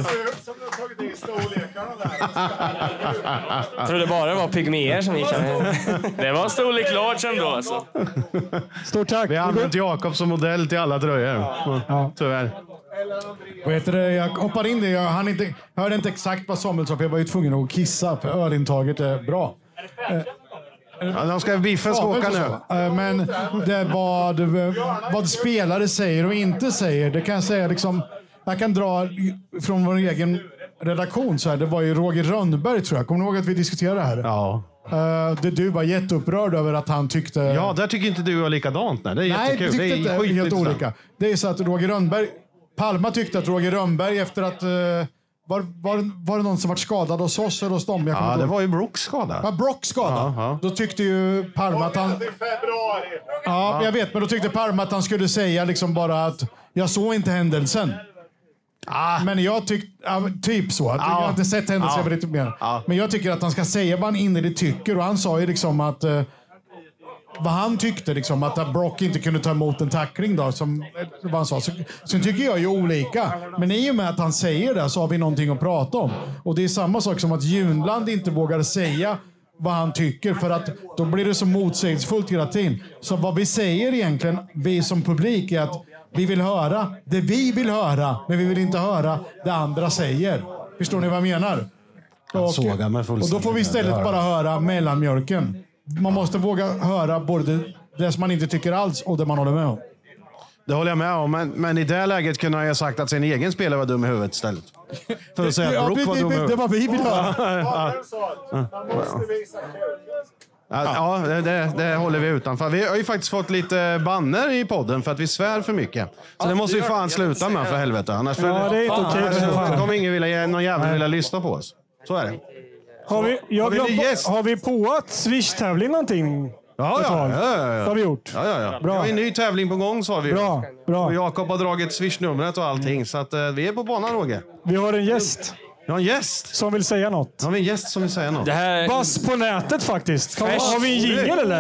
S8: Jag trodde bara det var pygméer som gick här.
S16: Det var storlek large ändå alltså.
S3: Stort tack. Vi har använt Jakob som modell till alla tröjor. Ja. Tyvärr.
S5: Vad heter det? Jag hoppar in det. Jag hörde inte exakt vad Samuel sa, för jag var ju tvungen att kissa. För ölintaget är bra.
S3: Ja, de ska biffen ska åka nu.
S5: Men det vad spelare säger och inte säger, det kan jag säga liksom. Jag kan dra från vår egen redaktion så här. Det var ju Roger Rönnberg, tror jag. Kommer ni ihåg att vi diskuterade det här?
S3: Ja.
S5: Du var jätteupprörd över att han tyckte...
S3: Ja, där tycker inte du var likadant. Nej, det är
S5: Nej,
S3: jättekul.
S5: Nej, det är helt olika. Det är så att Roger Rönnberg... Palma tyckte att Roger Rönnberg efter att... Var det någon som var skadad hos oss eller hos dem?
S3: Ja, det var ju Brock skadad.
S5: Ja, Brock skadad. Ja. Då tyckte ju Palma att han... Ja, jag vet. Men då tyckte Palma att han skulle säga liksom bara att jag såg inte händelsen. Men jag tyckte... typ så. Jag har inte sett händelsen. Jag vet inte mer. Men jag tycker att han ska säga vad han innerligt tycker. Och han sa ju liksom att... vad han tyckte, liksom, att Brock inte kunde ta emot en tackling då, som vad han sa. Sen tycker jag ju olika. Men i och med att han säger det så har vi någonting att prata om. Och det är samma sak som att Junland inte vågar säga vad han tycker, för att då blir det så motsägelsefullt hela tiden. Så vad vi säger egentligen, vi som publik, är att vi vill höra det vi vill höra, men vi vill inte höra det andra säger. Förstår ni vad jag menar? Och då får vi istället bara höra mellanmjölken. Man måste våga höra både det som man inte tycker alls och det man håller med om.
S3: Det håller jag med om, men i det läget kunde jag ha sagt att sin egen spelare var dum i huvudet istället. För att säga att Brock var dum i huvudet.
S5: Det var vi vill höra.
S3: Ja, det håller vi utanför. Vi har ju faktiskt fått lite banner i podden för att vi svär för mycket. Så det måste vi fan sluta med, för helvete. Annars
S6: det är inte okej.
S3: kommer ingen någon jävel vilja lyssna på oss. Så är det.
S6: Har vi påat Swish-tävling någonting?
S3: Ja.
S6: Har vi gjort?
S3: Ja.
S6: Bra.
S3: Vi har en ny tävling på gång, sa vi.
S6: Bra.
S3: Och Jakob har dragit Swish-numret och allting. Så att vi är på banan, Roger.
S6: Vi har en gäst.
S3: Ja, en gäst.
S6: Som vill säga något.
S3: Ja, vi har en gäst som vill säga något.
S6: Bass på nätet faktiskt. Har vi en jingle eller?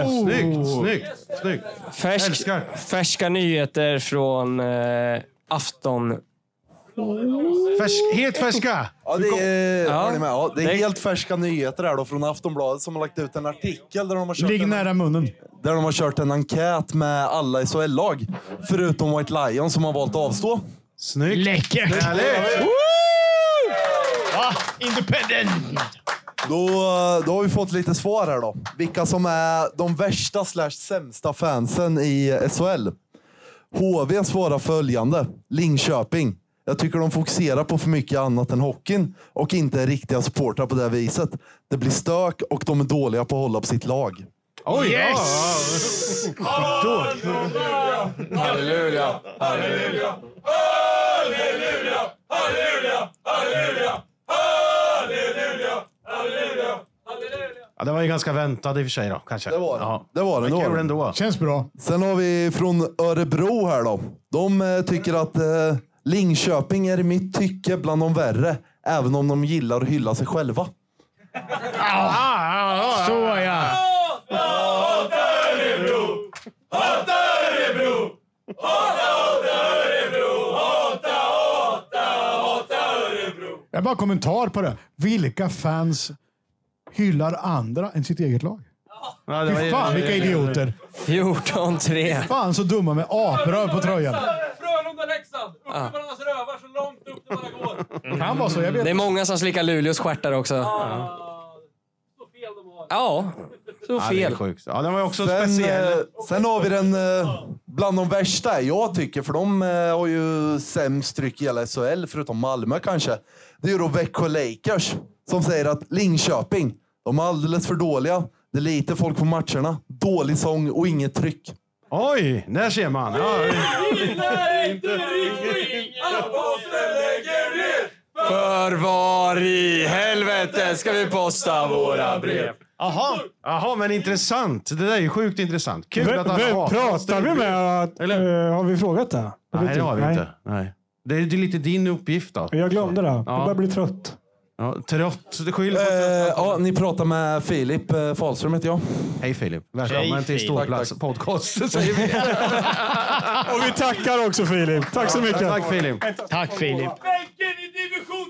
S3: Snyggt.
S8: Färska nyheter från Afton.
S3: Helt färska?
S17: Ja, det är, det är helt färska nyheter här då från Aftonbladet som har lagt ut en artikel där de har kört
S5: Ligg nära munnen.
S17: Där de har kört en enkät med alla SHL-lag förutom White Lion som har valt att avstå.
S3: Snyggt.
S5: Läckert.
S6: Independent.
S17: Då har vi fått lite svar här då. Vilka som är de värsta / sämsta fansen i SHL. HV svarar följande. Linköping. Jag tycker de fokuserar på för mycket annat än hockeyn och inte är riktiga supportrar på det viset. Det blir stök och de är dåliga på att hålla på sitt lag.
S3: Oj!
S14: Yes! Halleluja! Halleluja! Halleluja! Halleluja! Halleluja! Halleluja! Halleluja!
S3: Ja, det var ju ganska väntat i och för sig då, kanske.
S17: Det var det. Ja. Det var det
S3: ändå.
S17: kul
S3: ändå.
S5: Känns bra.
S17: Sen har vi från Örebro här då. De tycker att Linköping är i mitt tycke bland de värre, även om de gillar att hylla sig själva.
S5: Så ja.
S14: Hata Örebro! Hata Örebro! Hata Örebro! Hata Örebro!
S5: Jag bara kommentar på det. Vilka fans hyllar andra än sitt eget lag?
S3: Ja,
S5: fy fan, vilka idioter.
S8: 14-3.
S5: Fan så dumma med apröv på tröjan.
S14: Frölunda-Leksand! Upp med varandras rövar så långt upp det bara går.
S5: Kan vara så, jag vet.
S8: Det är många som slickar Luleås stjärtar också.
S14: Så fel de har.
S8: Ja, Så fel.
S3: Det är sjukt. Ja, den var också speciell.
S17: Sen har vi den bland de värsta, jag tycker. För de har ju sämst tryck i hela SHL, förutom Malmö kanske. Det är ju då Växjö Lakers som säger att Linköping, de är alldeles för dåliga. Det är lite folk på matcherna. Dålig sång och inget tryck.
S3: Oj, där ser man. Ja.
S15: För var i helvete ska vi posta våra brev?
S3: Jaha, men intressant. Det där är ju sjukt intressant. Kul att alla har.
S6: Pratar vi med att... Har vi frågat det?
S3: Nej, det har vi inte. Nej. Det är lite din uppgift då.
S6: Jag glömde det. Jag börjar bli trött.
S3: Ja, trött.
S17: Ni pratar med Filip Falström heter jag.
S3: Hej Filip. Välkommen till Ståplats podcast. Säger vi.
S6: Och vi tackar också Filip. Tack så mycket.
S3: Tack Filip.
S4: Tack Filip.
S14: Bänken i division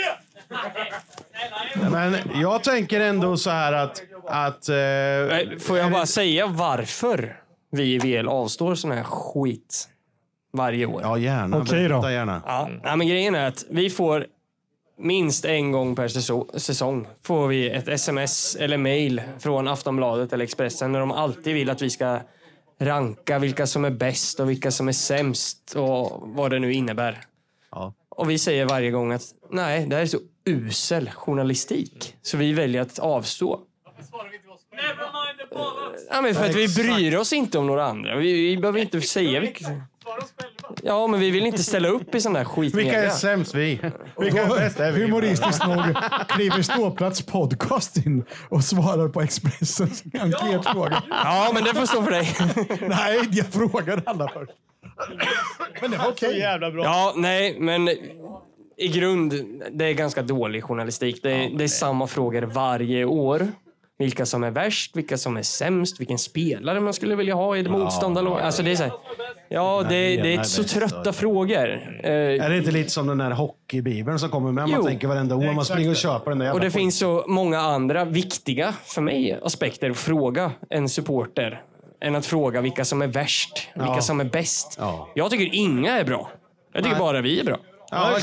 S14: 3!
S3: Men jag tänker ändå så här att
S8: får jag bara säga varför vi i VL avstår sån här skit varje år?
S3: Ja, gärna.
S6: Okej då.
S3: Gärna.
S8: Ja, men grejen är att vi får minst en gång per säsong får vi ett sms eller mail från Aftonbladet eller Expressen när de alltid vill att vi ska ranka vilka som är bäst och vilka som är sämst och vad det nu innebär. Ja. Och vi säger varje gång att nej, det här är så usel journalistik. Så vi väljer att avstå. Ja, men för att vi bryr oss inte om några andra. Vi behöver inte säga vilka... Ja, men vi vill inte ställa upp i sån där skit.
S3: Vilka är sämst vi? Vilka är bäst är vi?
S5: Humoristiskt nog kliver Ståplats podcast in och svarar på Expressens enkät fråga.
S8: Ja, men det får stå för dig.
S5: Nej, jag frågar alla först. Men det var okej.
S4: Jävla bra.
S8: Ja, nej, men i grund, det är ganska dålig journalistik. Det är samma frågor varje år. Vilka som är värst, vilka som är sämst, vilken spelare man skulle vilja ha i det motståndarlaget. Alltså det är så här, det är så trötta frågor.
S3: Är det inte lite som den här hockeybibeln som kommer med? Man tänker varenda år, man springer och köper den där.
S8: Och det finns så många andra viktiga, för mig, aspekter att fråga en supporter än att fråga vilka som är värst, vilka som är bäst. Ja. Jag tycker inga är bra. Jag tycker bara vi är bra.
S5: Jag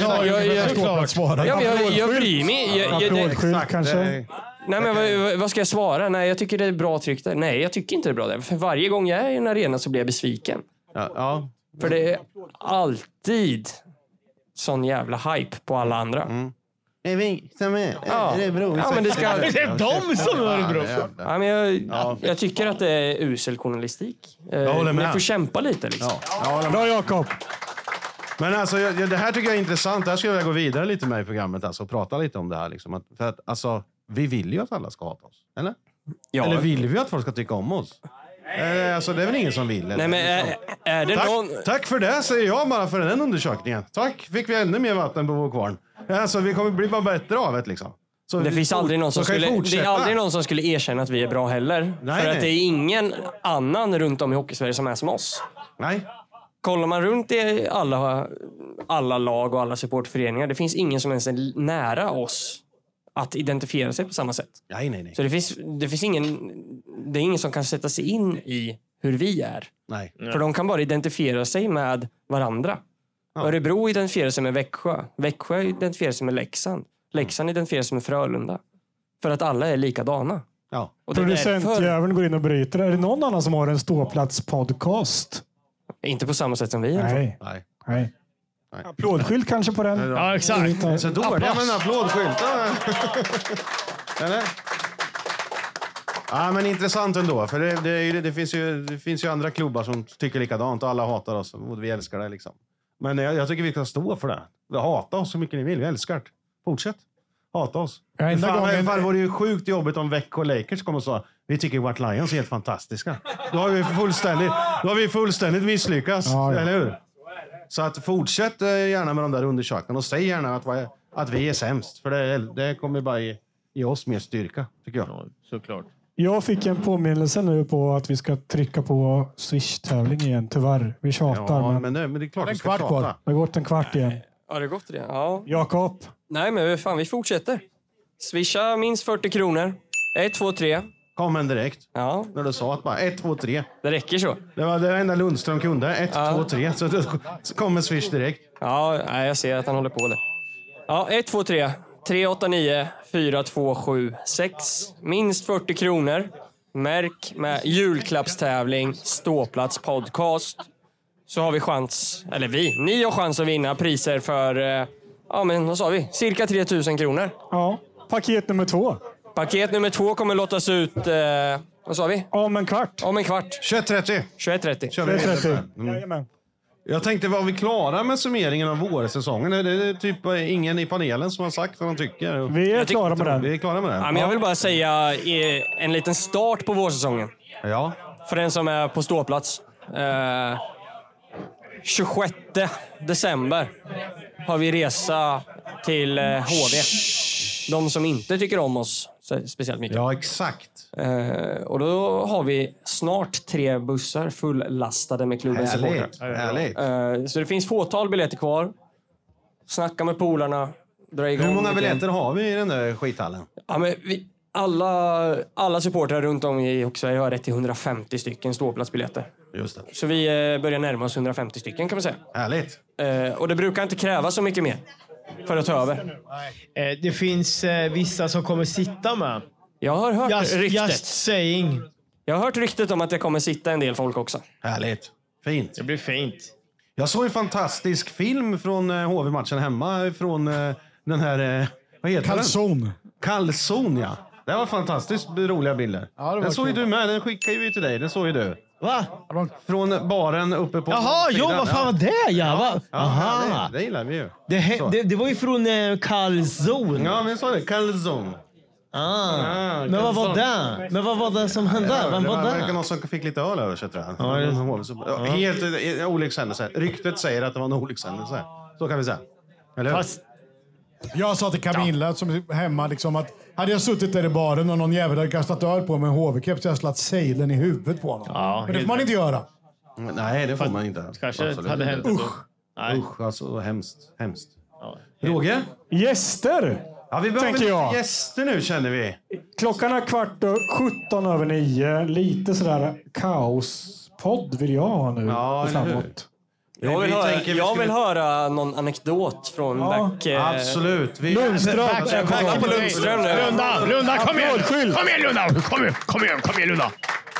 S8: bryr mig.
S6: Applådskylt kanske.
S8: Nej, men vad ska jag svara? Nej, jag tycker det är bra tryckt där. Nej, jag tycker inte det är bra där. För varje gång jag är i en arena så blir jag besviken.
S3: Ja.
S8: För det är alltid sån jävla hype på alla andra.
S3: Är vi som är Örebro?
S8: Ja, men det ska...
S4: Det är de som är Örebro.
S8: Ja, men jag tycker att det är usel journalistik.
S3: Jag håller med.
S8: Man får kämpa lite liksom.
S6: Bra Jakob.
S3: Men alltså, det här tycker jag är intressant. Här skulle jag gå vidare lite med i programmet alltså, och prata lite om det här. Liksom. För att alltså, vi vill ju att alla ska hata oss. Eller?
S8: Ja.
S3: Eller vill vi att folk ska tycka om oss? Alltså, det är väl ingen som vill.
S8: Nej, men är det
S3: tack för det, säger jag bara för den undersökningen. Tack, fick vi ännu mer vatten på vår kvarn. Alltså, vi kommer bli bara bättre av det liksom. Så
S8: det finns aldrig någon som skulle erkänna att vi är bra heller.
S3: Nej,
S8: för att det är ingen annan runt om i Hockeysverige som är som oss.
S3: Nej.
S8: Kollar man runt i alla lag och alla supportföreningar, det finns ingen som ens är nära oss att identifiera sig på samma sätt.
S3: Nej.
S8: Så det finns ingen som kan sätta sig in i hur vi är.
S3: Nej.
S8: För de kan bara identifiera sig med varandra. Ja. Örebro identifierar sig med Växjö. Växjö identifierar sig med Leksand. Leksand identifierar sig med Frölunda. För att alla är likadana.
S3: Ja.
S6: Producentjäveln går in och bryter. Är det någon annan som har en Ståplats podcast?
S8: Inte på samma sätt som vi.
S6: Nej. Applådskylt kanske på den.
S4: Ja, exakt.
S3: Så då är det en applådskylt. Eller? Ja, men intressant ändå. För det finns ju andra klubbar som tycker likadant och alla hatar oss och vi älskar det liksom. Men jag tycker vi kan stå för det. Hata oss så mycket ni vill. Vi älskar det. Fortsätt. Hata oss. Fan var det ju sjukt jobbigt om Växjö Lakers kom och sa vi tycker White Lions är helt fantastiska. Då har vi fullständigt misslyckats. Ja. Eller hur? Så att fortsätt gärna med de där undersökningarna och säg gärna att vi är sämst. För det kommer bara ge oss mer styrka, tycker jag. Ja,
S4: såklart.
S6: Jag fick en påminnelse nu på att vi ska trycka på Swish-tävling igen. Tyvärr, vi tjatar.
S3: Ja, men det är klart vi ska tjata.
S6: Det har gått en kvart igen.
S8: Ja, det har gått det. Ja.
S6: Jakob.
S8: Nej, men fan, vi fortsätter. Swisha minst 40 kronor. 1, 2, 3.
S3: Kom en direkt.
S8: Ja.
S3: När du sa att bara 1, 2, 3.
S8: Det räcker så.
S3: Det var det enda Lundström kunde. 1, 2, 3. Så det kommer Swish direkt.
S8: Ja, jag ser att han håller på det. Ja, 1, 2, 3. 389 4 2 7 6. Minst 40 kronor. Märk med julklappstävling, ståplats podcast. Så har vi chans, eller ni har chans att vinna priser för, ja men vad sa vi? Cirka 3 000 kronor.
S6: Ja, paket nummer 2.
S8: Paket nummer 2 kommer låtas ut, vad sa vi?
S6: Om en kvart.
S8: Om en kvart.
S3: 21.30.
S8: 21.30.
S6: Jajamän.
S3: Jag tänkte, var vi klara med summeringen av vårsäsongen? Det är typ ingen i panelen som har sagt vad de tycker.
S6: Vi är klara med den.
S3: Vi är klara med det.
S8: Ja, men jag vill bara säga en liten start på vårsäsongen.
S3: Ja.
S8: För den som är på ståplats. 26 december har vi resa till HV. De som inte tycker om oss speciellt mycket.
S3: Ja, exakt.
S8: Och då har vi snart 3 bussar fullastade med klubbens supportrar.
S3: Härligt.
S8: Så det finns fåtal biljetter kvar. Snacka med polarna.
S3: Hur många biljetter har vi i den där skithallen?
S8: Ja, men alla supportrar runt om i Sverige har rätt till 150 stycken ståplatsbiljetter.
S3: Just det.
S8: Så vi börjar närma oss 150 stycken kan man säga.
S3: Härligt.
S8: Och det brukar inte kräva så mycket mer för att ta över.
S4: Det finns vissa som kommer sitta med.
S8: Jag har hört ryktet.
S4: Just saying.
S8: Jag har hört ryktet om att det kommer sitta en del folk också.
S3: Härligt. Fint.
S4: Det blir fint.
S3: Jag såg en fantastisk film från HV-matchen hemma. Från den här... Vad heter
S5: Kalson.
S3: Den? Kalson, ja. Det var fantastiskt roliga bilder. Ja, den såg ju du med. Den skickade vi till dig. Den såg ju du.
S4: Va?
S3: Från baren uppe på...
S4: Jaha, vad fan var det? Ja,
S3: aha. Det gillar vi ju.
S4: Det var ju från Kalson.
S3: Ja, men så är det. Kalson.
S4: Men vad var det? Men vad var det som hände? Vem var det?
S3: Det var någon som fick lite öl över sig, tror jag. Helt olyckshändelse. Ryktet säger att det var en olyckshändelse. Så kan vi säga. Eller hur?
S5: Jag sa till Camilla som hemma liksom att hade jag suttit där i baren och någon jävel hade kastat öl på mig med en HV-keps så jag slagit sejlen i huvudet på honom. Ja, men det får man inte göra.
S3: Nej, det får man inte.
S4: Kanske hade hänt.
S3: Usch, alltså hemskt. Ja. Roger?
S6: Gäster!
S3: Ja, vi behöver gäster nu, känner vi.
S6: Klockan är 8:17 Lite sådär kaospodd vill jag ha nu.
S3: Ja,
S6: framåt.
S8: Jag vill höra någon anekdot från back...
S3: Absolut.
S6: Lundström.
S8: Backa på Lundström nu.
S4: Lunda, kom igen! Kom igen, Lunda!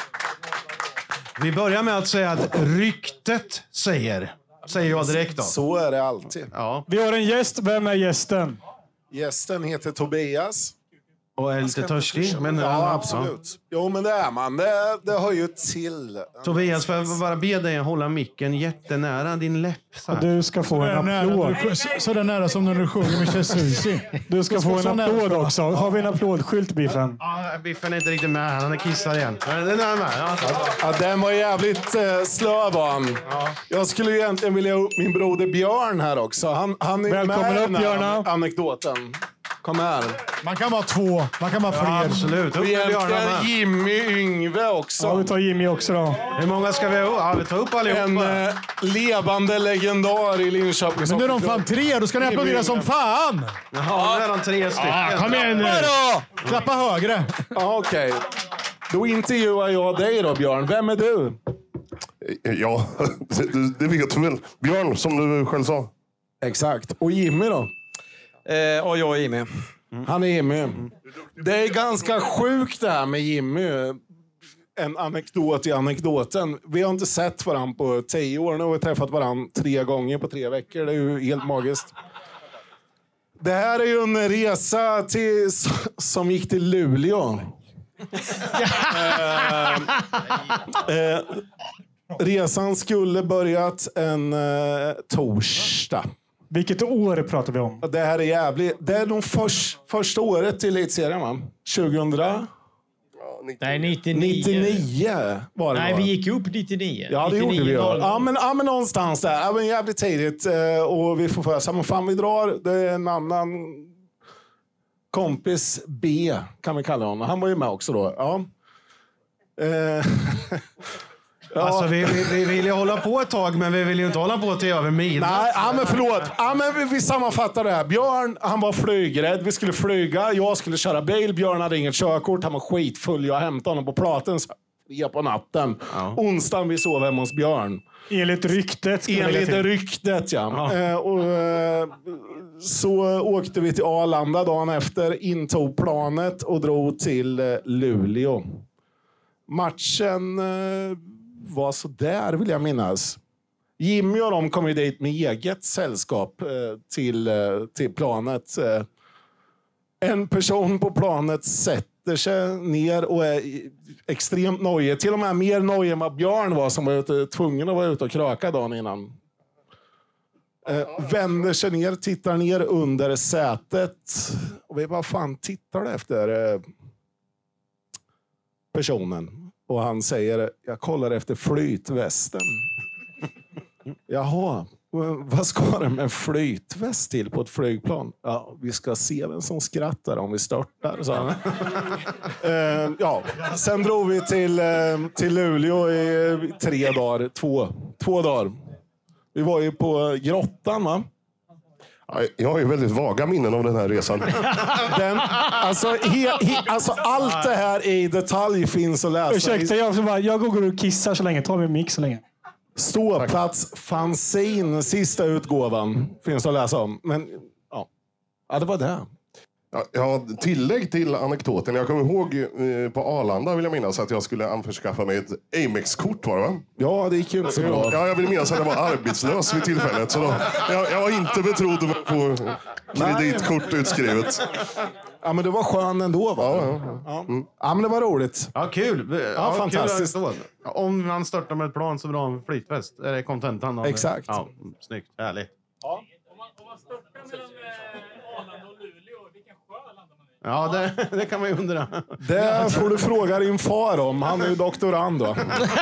S3: Vi börjar med att säga att ryktet säger jag direkt då.
S7: Så är det alltid.
S3: Ja.
S6: Vi har en gäst. Vem är gästen?
S7: Gästen heter Tobias.
S3: Och är lite törstig. Men,
S7: ja, absolut. Jo, men det är man. Det hör ju till.
S3: Tobias, får jag bara be dig hålla micken jättenära din läpp.
S6: Och du ska få en applåd.
S5: Så där nära som när du sjunger med Chesusi.
S6: Du ska få en applåd också. Har vi en applådskylt, Biffen?
S3: Ja, Biffen är inte riktigt med. Han är kissad igen. Den är med.
S7: Ja, den var jävligt slö, var han. Ja. Jag skulle egentligen vilja ha upp min broder Björn här också. Han är
S6: välkommen
S7: med
S6: upp, Björn.
S7: Anekdoten. Kom här.
S5: Man kan vara 2. Man kan vara fler.
S3: Ja, absolut.
S7: Och egentligen Jimmy Yngve också.
S6: Ja, vi tar Jimmy också då.
S3: Hur många ska vi ha? Ja, vi tar upp allihopa.
S7: En levande legendar i Linköping.
S5: Men nu är de fan 3. Då ska ni applådera som fan.
S3: Jaha, nu är de 3 stycken.
S4: Kom igen nu.
S5: Klappa högre.
S7: Ja, okej. Då intervjuar jag dig då, Björn. Vem är du?
S18: Ja, det vet du väl. Björn, som du själv sa.
S7: Exakt. Och Jimmy då?
S19: Och jag är Jimmy.
S7: Han är Jimmy. Det är ganska sjukt det här med Jimmy. En anekdot i anekdoten. Vi har inte sett varandra på 10 år. Nu har vi träffat varandra 3 gånger på 3 veckor. Det är ju helt magiskt. Det här är ju en resa som gick till Luleå. Resan skulle börjat en torsdag.
S6: Vilket år pratar vi om?
S7: Det här är jävligt. Det är nog första året till elitserien, va? 2000?
S4: Nej, 99.
S7: 99 var det.
S4: Nej, vi gick upp 99.
S7: Ja, det
S4: 99,
S7: gjorde vi.
S4: Ja,
S7: men någonstans där. Ja, men jävligt tidigt. Och vi får för oss att fan vi drar. Det är en annan kompis B, kan vi kalla honom. Han var ju med också då. Ja.
S3: Ja. Alltså, vi vill ju hålla på ett tag, men vi vill ju inte hålla på till över midnatt.
S7: Nej, men förlåt. Men vi sammanfattar det här. Björn, han var flygrädd. Vi skulle flyga. Jag skulle köra bil. Björn hade inget körkort. Han var skitfull. Jag hämtade honom på Platen 3 på natten. Ja. Onsdagen vi sov hemma hos Björn.
S6: Enligt ryktet.
S7: Ja. Så åkte vi till Arlanda dagen efter. Intog planet och drog till Luleå. Matchen var så där vill jag minnas. Jimmy och de kom ju dit med eget sällskap till planet. En person på planet sätter sig ner och är extremt nojig. Till och med mer nojig än vad Björn var som var tvungen att vara ute och kröka dagen innan. Vänder sig ner, tittar ner under sätet. Och vi bara fan tittar efter personen. Och han säger, jag kollar efter flytvästen. Jaha, vad ska det med flytväst till på ett flygplan? Ja, vi ska se vem som skrattar om vi störtar, sa han. Ja, sen drog vi till Luleå i 3 dagar, två dagar. Vi var ju på grottan, va?
S18: Jag har ju väldigt vaga minnen av den här resan.
S7: Alltså allt det här i detalj finns att läsa.
S6: Ursäkta, jag går och kissar så länge. Ta min mick så länge.
S7: Ståplats fanzine, sista utgåvan, finns att läsa om. Men ja, det var det.
S18: Ja, tillägg till anekdoten. Jag kommer ihåg på Arlanda vill jag minnas att jag skulle anförskaffa mig ett Amex-kort, var det, va?
S7: Ja, det gick ju inte så bra.
S18: Ja, jag vill minnas att jag var arbetslös vid tillfället. Så då, jag var inte betrodd på kreditkort utskrivet.
S7: Ja, men det var skön ändå, va? Ja, men det var roligt.
S3: Ja, kul.
S7: Ja, fantastiskt.
S3: Kul. Om man störtar med ett plan så bra med flytväst. Är det kontentan?
S7: Exakt.
S3: Ja, snyggt. Härligt.
S6: Ja.
S16: Om man störtar mellan Arlanda och Luleå, vilken sjö landar man i?
S3: Ja, det kan man ju undra.
S7: Det får du fråga din far om. Han är ju doktorand då.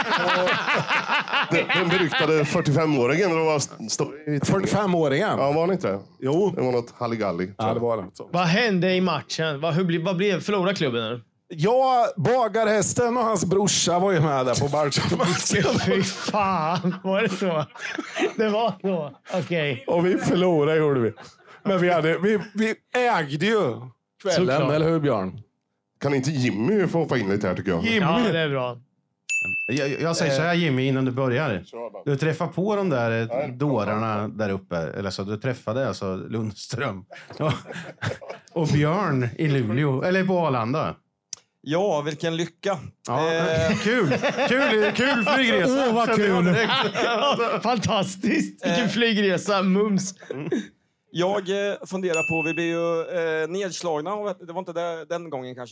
S18: Den beryktade 45-åringen.
S7: 45-åringen?
S18: Ja, var det inte?
S7: Jo.
S18: Det var något halligalli.
S7: Ja, det var det.
S4: Vad hände i matchen? Vad blev förlorade klubben? Eller?
S7: Ja, bagarhästen och hans brorsa var ju med där på matchen.
S4: Fy fan, var det så? Det var så? Okej.
S7: Och vi förlorade, gjorde vi. Men vi ägde ju kvällen,
S4: Såklart.
S7: eller hur, Björn?
S18: Kan inte Jimmy få hoppa in lite här, tycker jag?
S7: Jimmy?
S4: Ja, det är bra.
S3: Jag säger så här, Jimmy, innan du börjar. Du träffar på de där dårarna där uppe. Eller så du träffade alltså Lundström. Och Björn i Luleå, eller på Arlanda.
S19: Ja, vilken lycka.
S3: Ja, kul flygresa.
S4: Vad kul. Fantastiskt. Vilken flygresa, mums.
S19: Jag funderar på, vi blev ju nedslagna. Det var inte den gången kanske.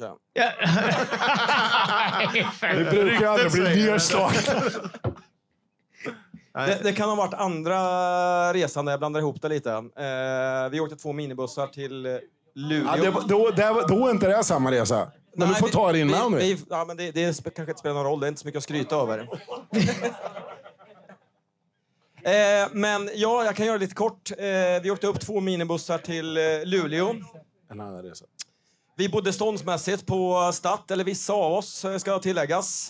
S7: Vi brukar aldrig bli nedslagna.
S19: Det kan ha varit andra resan där jag blandar ihop det lite. Vi åkte 2 minibussar till Luleå.
S7: Ja, då är inte det samma resa. Men du får ta det innan nu.
S19: Ja, men det kanske inte spelar någon roll. Det är inte så mycket att skryta över. Men ja, jag kan göra det lite kort. Vi åkte upp 2 minibussar till Luleå.
S7: En annan resa.
S19: Vi bodde ståndsmässigt på Stadt, eller vissa av oss ska tilläggas.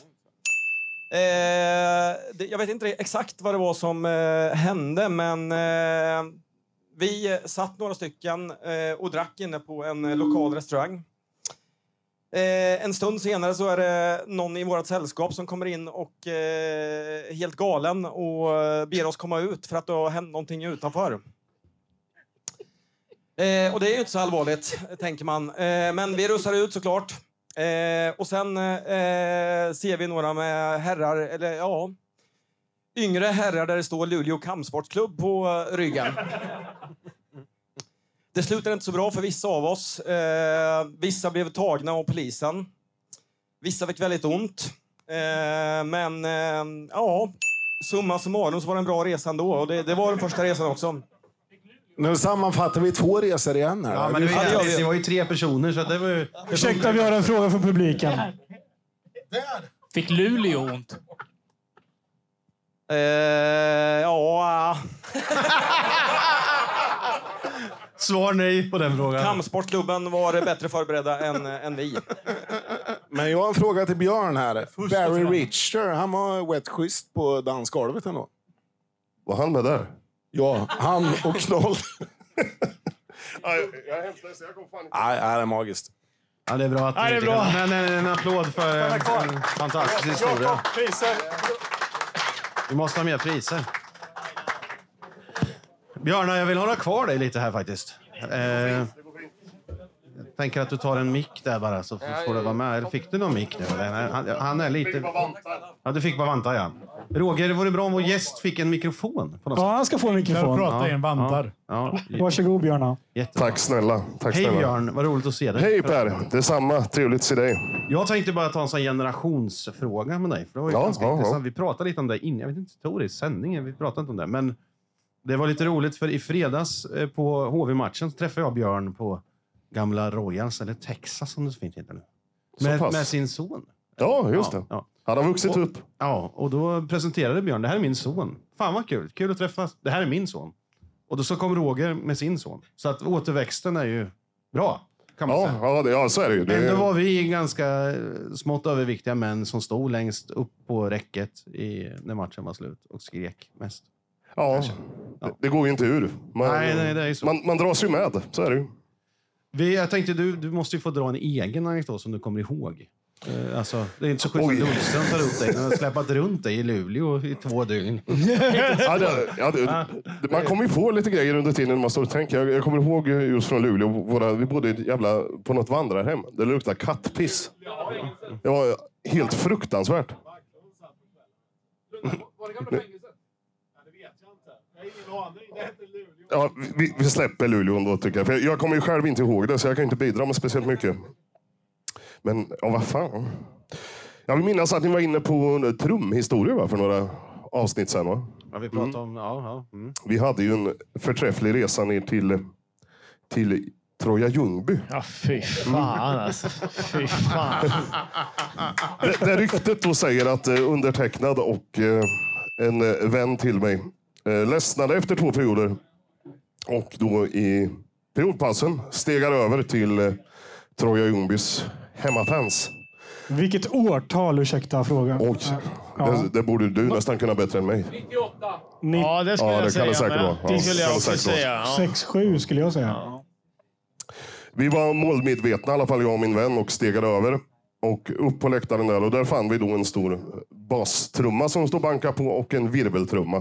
S19: Jag vet inte exakt vad det var som hände, men vi satt några stycken och drack inne på en lokal restaurang. En stund senare så är det någon i vårt sällskap som kommer in och helt galen och ber oss komma ut för att det har hänt någonting utanför. Och det är ju inte så allvarligt, tänker man. Men vi rusar ut såklart. Och sen ser vi några med herrar, eller ja, yngre herrar där det står Luleå kampsportklubb på ryggen. Det slutade inte så bra för vissa av oss. Vissa blev tagna av polisen. Vissa fick väldigt ont. Men ja, summa summarum så var det en bra resa ändå. Och det var den första resan också.
S7: Nu sammanfattar vi 2 resor igen här.
S3: Ja, men det var ju 3 personer så det var ju...
S6: Ursäkta, vi har en fråga från publiken.
S16: Fick Luleå ont?
S19: Ja...
S3: Svar nej på den frågan.
S19: Kampsportklubben var bättre förberedda än vi.
S7: Men jag har en fråga till Björn här. Barry Richter, han var rätt schysst på dansgolvet ändå.
S18: Var han med där?
S7: Ja, han och Knoll.
S18: Jag är hemskt ledsen, jag kom fan inte...
S7: Nej, det är magiskt.
S3: Ja, det är bra att
S4: det är bra.
S3: Men en applåd för en fantastisk historia. Vi måste ha mer priser. Björn, jag vill hålla kvar dig lite här faktiskt. tänker att du tar en mick där bara så får du vara med. Eller fick du någon mick nu? Han är lite... Ja, du fick bara vantar, ja. Roger, det vore bra om vår gäst fick en mikrofon. På något
S6: han ska få en mikrofon.
S5: Prata i en vantar.
S3: Ja.
S6: Varsågod, Björn.
S18: Tack snälla.
S3: Hej Björn, vad roligt att se dig.
S18: Hej Per, detsamma. Trevligt att se dig.
S3: Jag tänkte bara ta en sån generationsfråga med dig. För det var ju ganska intressant. Vi pratade lite om det innan. Jag vet inte, tog det i sändningen. Vi pratade inte om det. Men det var lite roligt för i fredags på HV-matchen så träffade jag Björn på gamla Royals, eller Texas som det så fint heter nu. Med sin son.
S18: Ja, just det.
S3: Ja.
S18: Han har vuxit upp.
S3: Ja, och då presenterade Björn, det här är min son. Fan vad kul, kul att träffas. Det här är min son. Och då så kom Roger med sin son. Så att återväxten är ju bra, kan man säga.
S18: Ja, så är det ju.
S3: Men då var vi ganska smått överviktiga män som stod längst upp på räcket när matchen var slut och skrek mest.
S18: Ja, det går ju inte ur.
S3: Nej, det är så.
S18: Man dras ju med, så är det ju.
S3: Jag tänkte, du måste ju få dra en egen anekdot som du kommer ihåg. Alltså, det är inte så sjukt att Lundström tar upp dig. Den har släpat runt dig i Luleå i 2 dygn.
S18: Man kommer ju på lite grejer under tiden när man står och tänker. Jag kommer ihåg just från Luleå. Vi bodde på något vandrarhem. Det luktade kattpiss. Det var helt fruktansvärt. Ja, vi släpper Luleå då, tycker jag. För jag kommer ju själv inte ihåg det, så jag kan inte bidra med speciellt mycket. Men, vad fan. Jag vill minnas att ni var inne på en trumhistoria för några avsnitt sen, va?
S3: Ja, vi pratade om...
S18: Vi hade ju en förträfflig resa ner till Troja Ljungby.
S4: Ja, fy fan alltså. Fy fan.
S18: Det ryktet då säger att undertecknad och en vän till mig ledsnade efter 2 perioder. Och då i periodpassen stegar över till Troja Ljungbys hemmafans.
S6: Vilket årtal, ursäkta frågan?
S18: Oj, det borde du nästan kunna bättre än mig.
S6: 98.
S4: Ja, det skulle jag säga.
S18: Det skulle
S4: jag också säga.
S6: 6-7 skulle jag säga.
S18: Ja. Vi var målmedvetna, i alla fall jag och min vän, och stegade över. Och upp på läktaren där, och där fann vi då en stor bastrumma som stod banka på och en virveltrumma.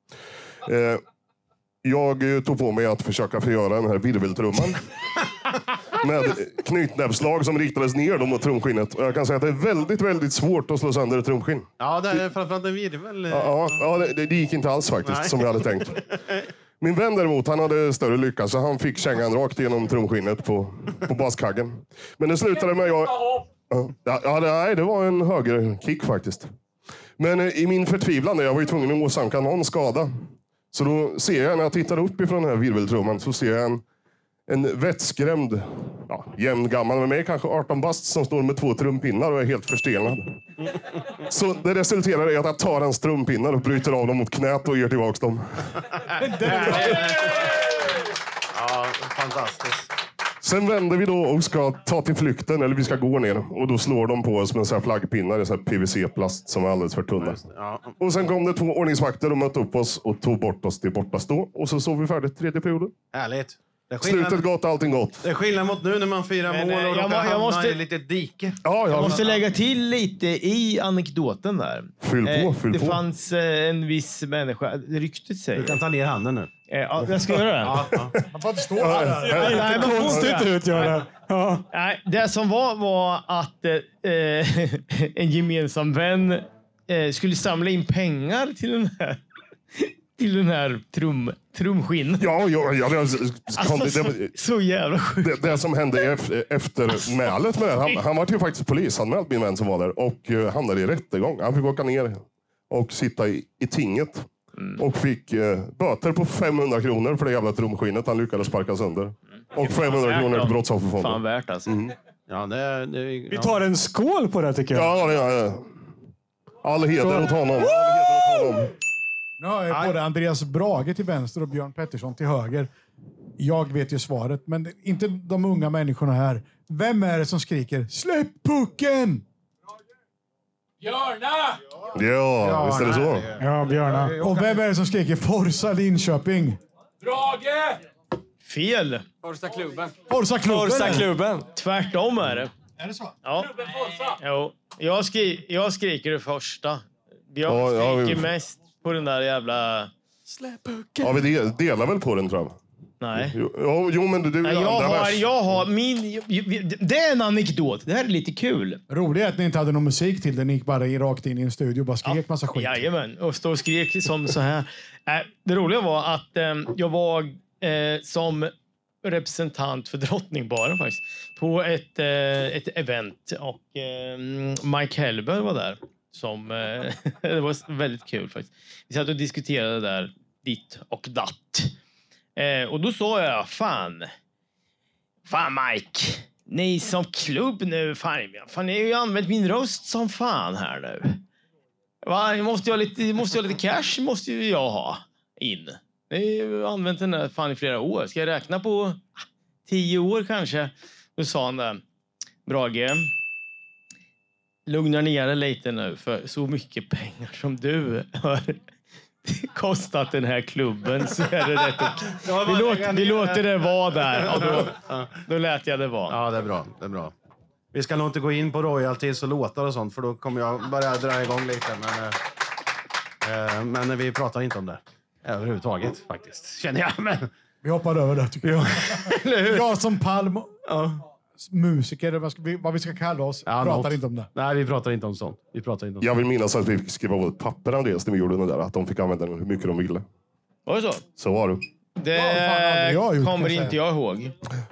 S18: Jag tog på mig att försöka förgöra den här virveltrumman. Med knytnäbbslag som riktades ner mot trumskinnet. Och jag kan säga att det är väldigt, väldigt svårt att slå sönder ett trumskinn.
S3: Ja, det är framförallt en virvel.
S18: Ja, det gick inte alls faktiskt. Nej. Som jag hade tänkt. Min vän däremot, han hade större lycka, så han fick kängan rakt genom trumskinnet på baskaggen. Men det slutade med nej, det var en högerkick faktiskt. Men i min förtvivlan, jag var ju tvungen att åsamka någon skada. Så då ser jag, när jag tittar upp ifrån den här virveltrumman, så ser jag en vettskrämd, jämn gammal med mig, kanske 18 bast, som står med 2 trumpinnar och är helt förstelnad. Så det resulterar i att jag tar hans trumpinnar och bryter av dem mot knät och ger tillbaka dem.
S3: Ja, fantastiskt.
S18: Sen vänder vi då och ska ta till flykten, eller vi ska gå ner. Och då slår de på oss med så här flaggpinnar i så här PVC-plast som är alldeles för tunna. Ja. Och sen kom det 2 ordningsvakter och mötte upp oss och tog bort oss till bortastå. Och så såg vi färdigt 3:e perioden.
S3: Härligt.
S18: Slutet gott, allting gott.
S3: Det är skillnad mot nu när man firar mål och råkar hamna i lite dike.
S4: Jag måste lägga till lite i anekdoten där.
S18: Fyll på.
S4: Det fanns en viss människa, ryktet säger.
S3: Du kan ta ner handen nu.
S4: Ja, jag ska göra det.
S5: Man får inte stå här.
S6: Det är inte konstigt ut, Göran.
S4: Nej, det som var att en gemensam vän skulle samla in pengar till den här trumskinn.
S18: Ja.
S4: Så jävla sjukt.
S18: Det som hände efter mälet med det, han var ju faktiskt polisanmäld, min vän som var där, och hamnade i rättegång. Han fick åka ner och sitta i tinget. Och fick böter på 500 kronor för det jävla trumskinnet han lyckades sparka sönder. Och 500 kronor till brottsofferfonden.
S4: Fan värt alltså.
S3: Ja,
S6: Vi tar en skål på det, tycker jag.
S18: Ja. All heder åt honom.
S5: Nu har jag både Andreas Brage till vänster och Björn Pettersson till höger. Jag vet ju svaret, men inte de unga människorna här. Vem är det som skriker släpp pucken?
S16: Björna!
S18: Ja, visst är det så.
S6: Ja, Björna.
S5: Och vem är det som skriker Forza Linköping?
S16: Drage!
S4: Fel.
S5: Forza klubben.
S4: Tvärtom är det.
S5: Är det så?
S4: Ja.
S16: Klubben Forza.
S4: Jo. Jag skriker det första. Jag skriker mest på den där jävla...
S18: Ja, vi delar väl på den, tror jag.
S4: Nej.
S18: Jo, men du
S4: Nej, jag har min... Det är en anekdot. Det här är lite kul.
S5: Roligt är att ni inte hade någon musik till den. Ni gick bara rakt in i en studio och bara skrek massa skit.
S4: Jajamän, och stod och skrek som så här. Det roliga var att jag var som representant för Drottningbaren faktiskt på ett event och Mike Hellberg var där. Som, det var väldigt kul faktiskt. Vi satt och diskuterade där ditt och datt. Och då sa jag, fan Mike, ni som klubb nu, fan ni har ju använt min röst som fan här nu. Va? Måste jag lite cash, måste ju jag ha in. Ni har använt den där fan i flera år. Ska jag räkna på 10 år kanske? Då sa han där, Brage, lugna ner dig lite nu, för så mycket pengar som du har kostat den här klubben så är det rätt okej. Vi låter det vara där. Och då lät jag det vara.
S3: Ja, det är bra. Vi ska nog inte gå in på royalties och låtar och sånt, för då kommer jag börja dra igång lite. Men vi pratar inte om det överhuvudtaget faktiskt, känner jag. Men
S5: vi hoppar över det, tycker jag. Jag som Palm... musiker, vad vi ska kalla oss, pratar inte om det.
S3: Nej, vi pratar inte om sånt.
S18: Jag vill minnas att vi fick skriva på ett papper av det när vi gjorde det där, att de fick använda den hur mycket de ville.
S4: Var det så?
S18: Så var det.
S4: Det kommer inte jag ihåg.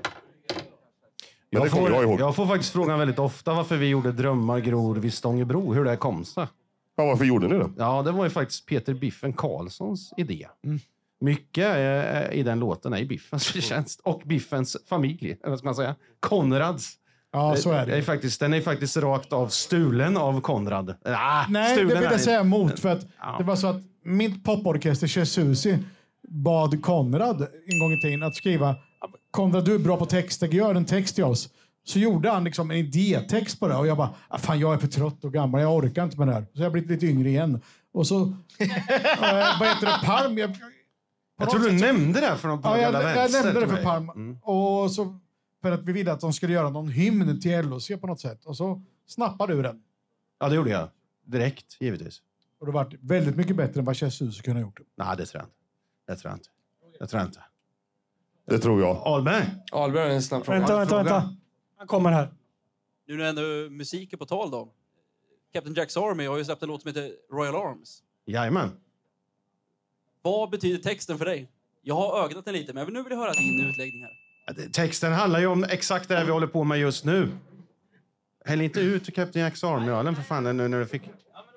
S3: Jag får faktiskt frågan väldigt ofta varför vi gjorde Drömmar gror vid Stångebro, hur det kom sig.
S18: Ja, varför gjorde ni det?
S3: Ja, det var ju faktiskt Peter Biffen Karlssons idé. Mycket i den låten är i Biffens förtjänst. Och Biffens familj, vad ska man säga? Konrads.
S5: Ja, så är det.
S3: Den är faktiskt rakt av stulen av Konrad.
S5: Nej, det vill jag säga emot. För att det var så att min poporkester Chesusi bad Konrad en gång i tiden att skriva: Konrad, du är bra på texter, gör en text till oss. Så gjorde han liksom en idétext på det. Och jag bara, fan, jag är för trött och gammal, jag orkar inte med det här. Så jag har blivit lite yngre igen. Och så, vad heter det, Palm?
S3: Jag tror du nämnde det för någon
S5: jag nämnde det för Palm. Och så, för att vi ville att de skulle göra någon hymn till LOC på något sätt. Och så snappade du den.
S3: Ja, det gjorde jag. Direkt, givetvis.
S5: Och det var väldigt mycket bättre än vad Jesus kunde ha gjort.
S3: Nej, det tror jag inte.
S18: Det tror jag.
S8: Ahlberg är en snabb fråga.
S6: Vänta. Han kommer här.
S10: Nu när ändå musik är på tal då. Captain Jack's Army har ju släppt en låt som heter Royal Arms.
S3: Jajamän.
S10: Vad betyder texten för dig? Jag har ögat den lite, men nu vill jag höra din utläggning här.
S3: Texten handlar ju om exakt det vi håller på med just nu. Häll inte ut Captain Jack's Army-ölen för fan nu när du fick.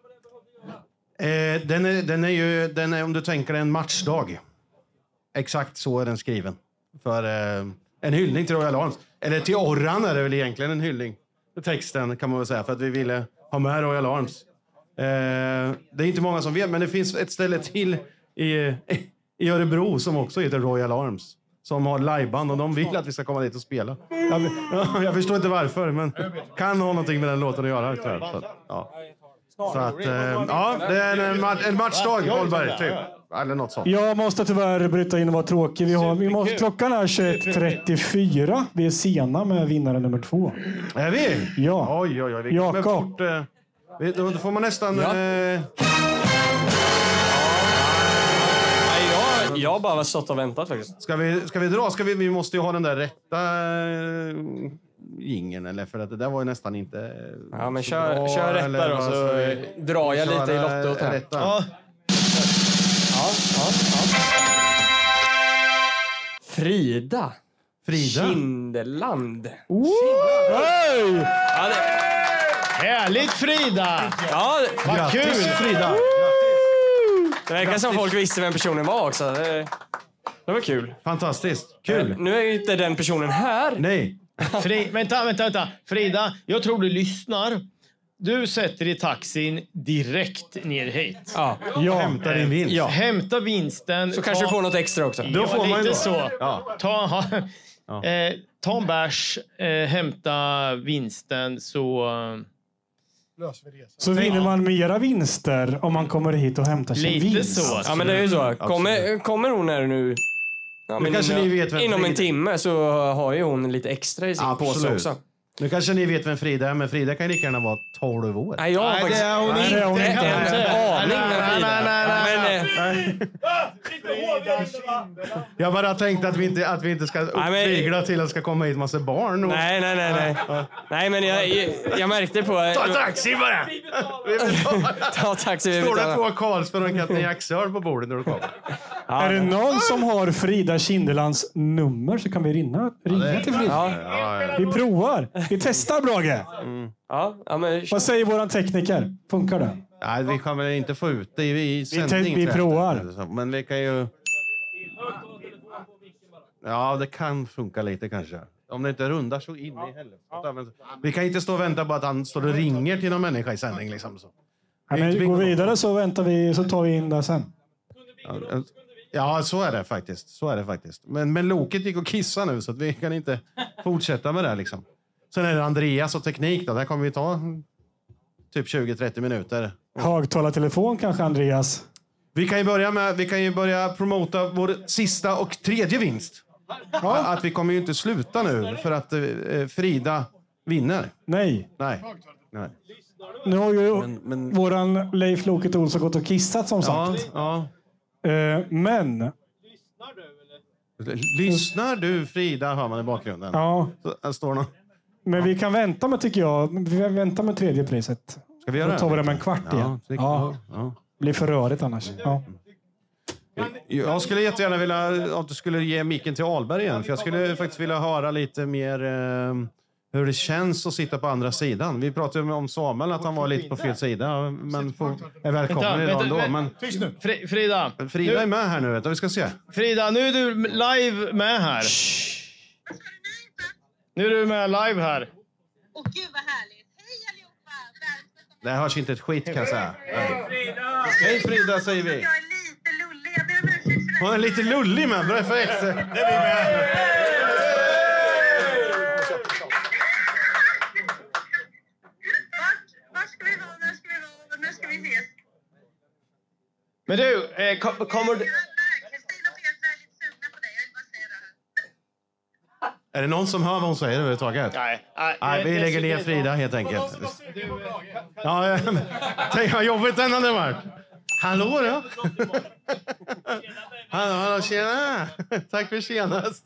S3: Den är om du tänker en matchdag. Exakt så är den skriven. För en hyllning till Royal Arms. Eller till Orran är det väl egentligen en hyllning. Texten kan man väl säga, för att vi ville ha med Royal Arms. Det är inte många som vet, men det finns ett ställe till i Örebro som också heter Royal Arms. Som har liveband och de vill att vi ska komma dit och spela. Jag förstår inte varför, men kan ha någonting med den låten att göra. Så att, det är en matchdag, Holberg, typ. Eller något sånt.
S6: Jag måste tyvärr bryta in och vara tråkig. Klockan är 21.34. Vi är sena med vinnare nummer 2.
S3: Är vi?
S6: Ja.
S3: Oj.
S6: Jakob.
S3: Då får man nästan...
S8: Jag har bara stått och väntat faktiskt.
S3: Ska vi dra? Vi måste ju ha den där rätta ingen, eller för att det där var ju nästan inte...
S8: Ja, men kör rätta då, så drar jag lite i lottot här. Ja. Frida Kindeland.
S4: Hey! Härligt, Frida!
S8: Ja,
S4: vad kul, Frida!
S8: Det verkar som folk visste vem personen var också. Det var kul.
S3: Fantastiskt. Kul.
S8: Nu är ju inte den personen här.
S3: Nej.
S4: Vänta. Frida, jag tror du lyssnar. Du sätter i taxin direkt ner hit.
S8: Ja.
S3: Hämta din vinst.
S4: Ja. Hämta vinsten.
S8: Så kanske du får något extra också.
S3: Då får man ju
S4: så.
S3: Ja.
S4: Ta en bärs, hämta vinsten,
S6: så vinner man mera vinster om man kommer hit och hämtar sin vinst.
S4: Lite så.
S8: Ja, men det är ju så. Kommer hon här nu? Ja, men
S3: kanske ni vet
S8: inom en timme så har ju hon lite extra i sin påse också.
S3: Nu kanske ni vet vem Frida är, men Frida kan lika gärna vara 12 år.
S8: Nej, det är hon inte.
S3: Jag bara tänkte att vi inte ska uppvigla till att det ska komma hit massa barn. Och...
S4: Nej. Nej, men jag märkte på...
S3: Ta taxi bara!
S4: Ta taxi.
S3: Står det 2 Carlsberg och en Captain Jack-öl på bordet när du kommer?
S6: Är det någon som har Frida Kindelands nummer så kan vi ringa till Frida.
S3: Ja.
S6: Vi provar. Vi testar, Brage. Vad säger våran tekniker? Funkar det?
S3: Nej, vi kan väl inte få ut det i sändning.
S6: Vi provar.
S3: Men vi kan ju... Ja, det kan funka lite kanske. Om det inte rundar så in i helvete. Vi kan inte stå och vänta på att han står och ringer till någon människa i sändning. Liksom så.
S6: Vi går vidare så väntar vi, så tar vi in det sen.
S3: Ja, så är det faktiskt. Men Loket gick och kissa nu så att vi kan inte fortsätta med det liksom. Sen är det Andreas och teknik då. Där kommer vi ta typ 20-30 minuter.
S6: Högtalartelefon kanske, Andreas.
S3: Vi kan ju börja promota vår sista och tredje vinst. Ja. Att vi kommer ju inte sluta nu för att Frida vinner.
S6: Nej. Nu har ju våran Leif Loket Olsson gått och kissat som sagt.
S3: Ja.
S6: Men...
S3: Lyssnar du, Frida, hör man i bakgrunden.
S6: Ja.
S3: Så, står någon.
S6: Men vi kan vänta med, tycker jag. Vi väntar med tredje priset.
S3: Ska vi göra det?
S6: Då tar vi det med en kvart igen.
S3: Ja.
S6: Blir för rörigt annars. Ja.
S3: Jag skulle jättegärna vilja att du skulle ge micken till Ahlberg igen. För jag skulle faktiskt vilja höra lite mer hur det känns att sitta på andra sidan. Vi pratade om Samuel, att han var lite på fel sida. Men är välkommen idag ändå. Men...
S4: Tyst nu. Frida.
S3: Frida är med här nu, vet du. Vi ska se.
S4: Frida, nu är du live med här. Nu är du med live här.
S20: Åh gud vad härligt. Hej allihopa.
S3: Det hörs inte ett skit kan jag säga.
S20: Hej Frida.
S3: Hej Frida säger vi.
S20: Jag är lite lullig. Jag ber om ursäkt.
S3: Hon är lite lullig med. Bra för extra. Det är vi med.
S20: Var ska vi vara? När ska vi ses?
S4: Men du, kommer du...
S20: Kristina och Petra är lite sugna på dig. Jag vill bara säga det här.
S3: Är det någon som hör vad hon säger överhuvudtaget? Nej, vi lägger ner Frida helt enkelt. Ja, tänk vad jobbigt den hade varit. Hallå då? Hallå, tjena. Tack för senast.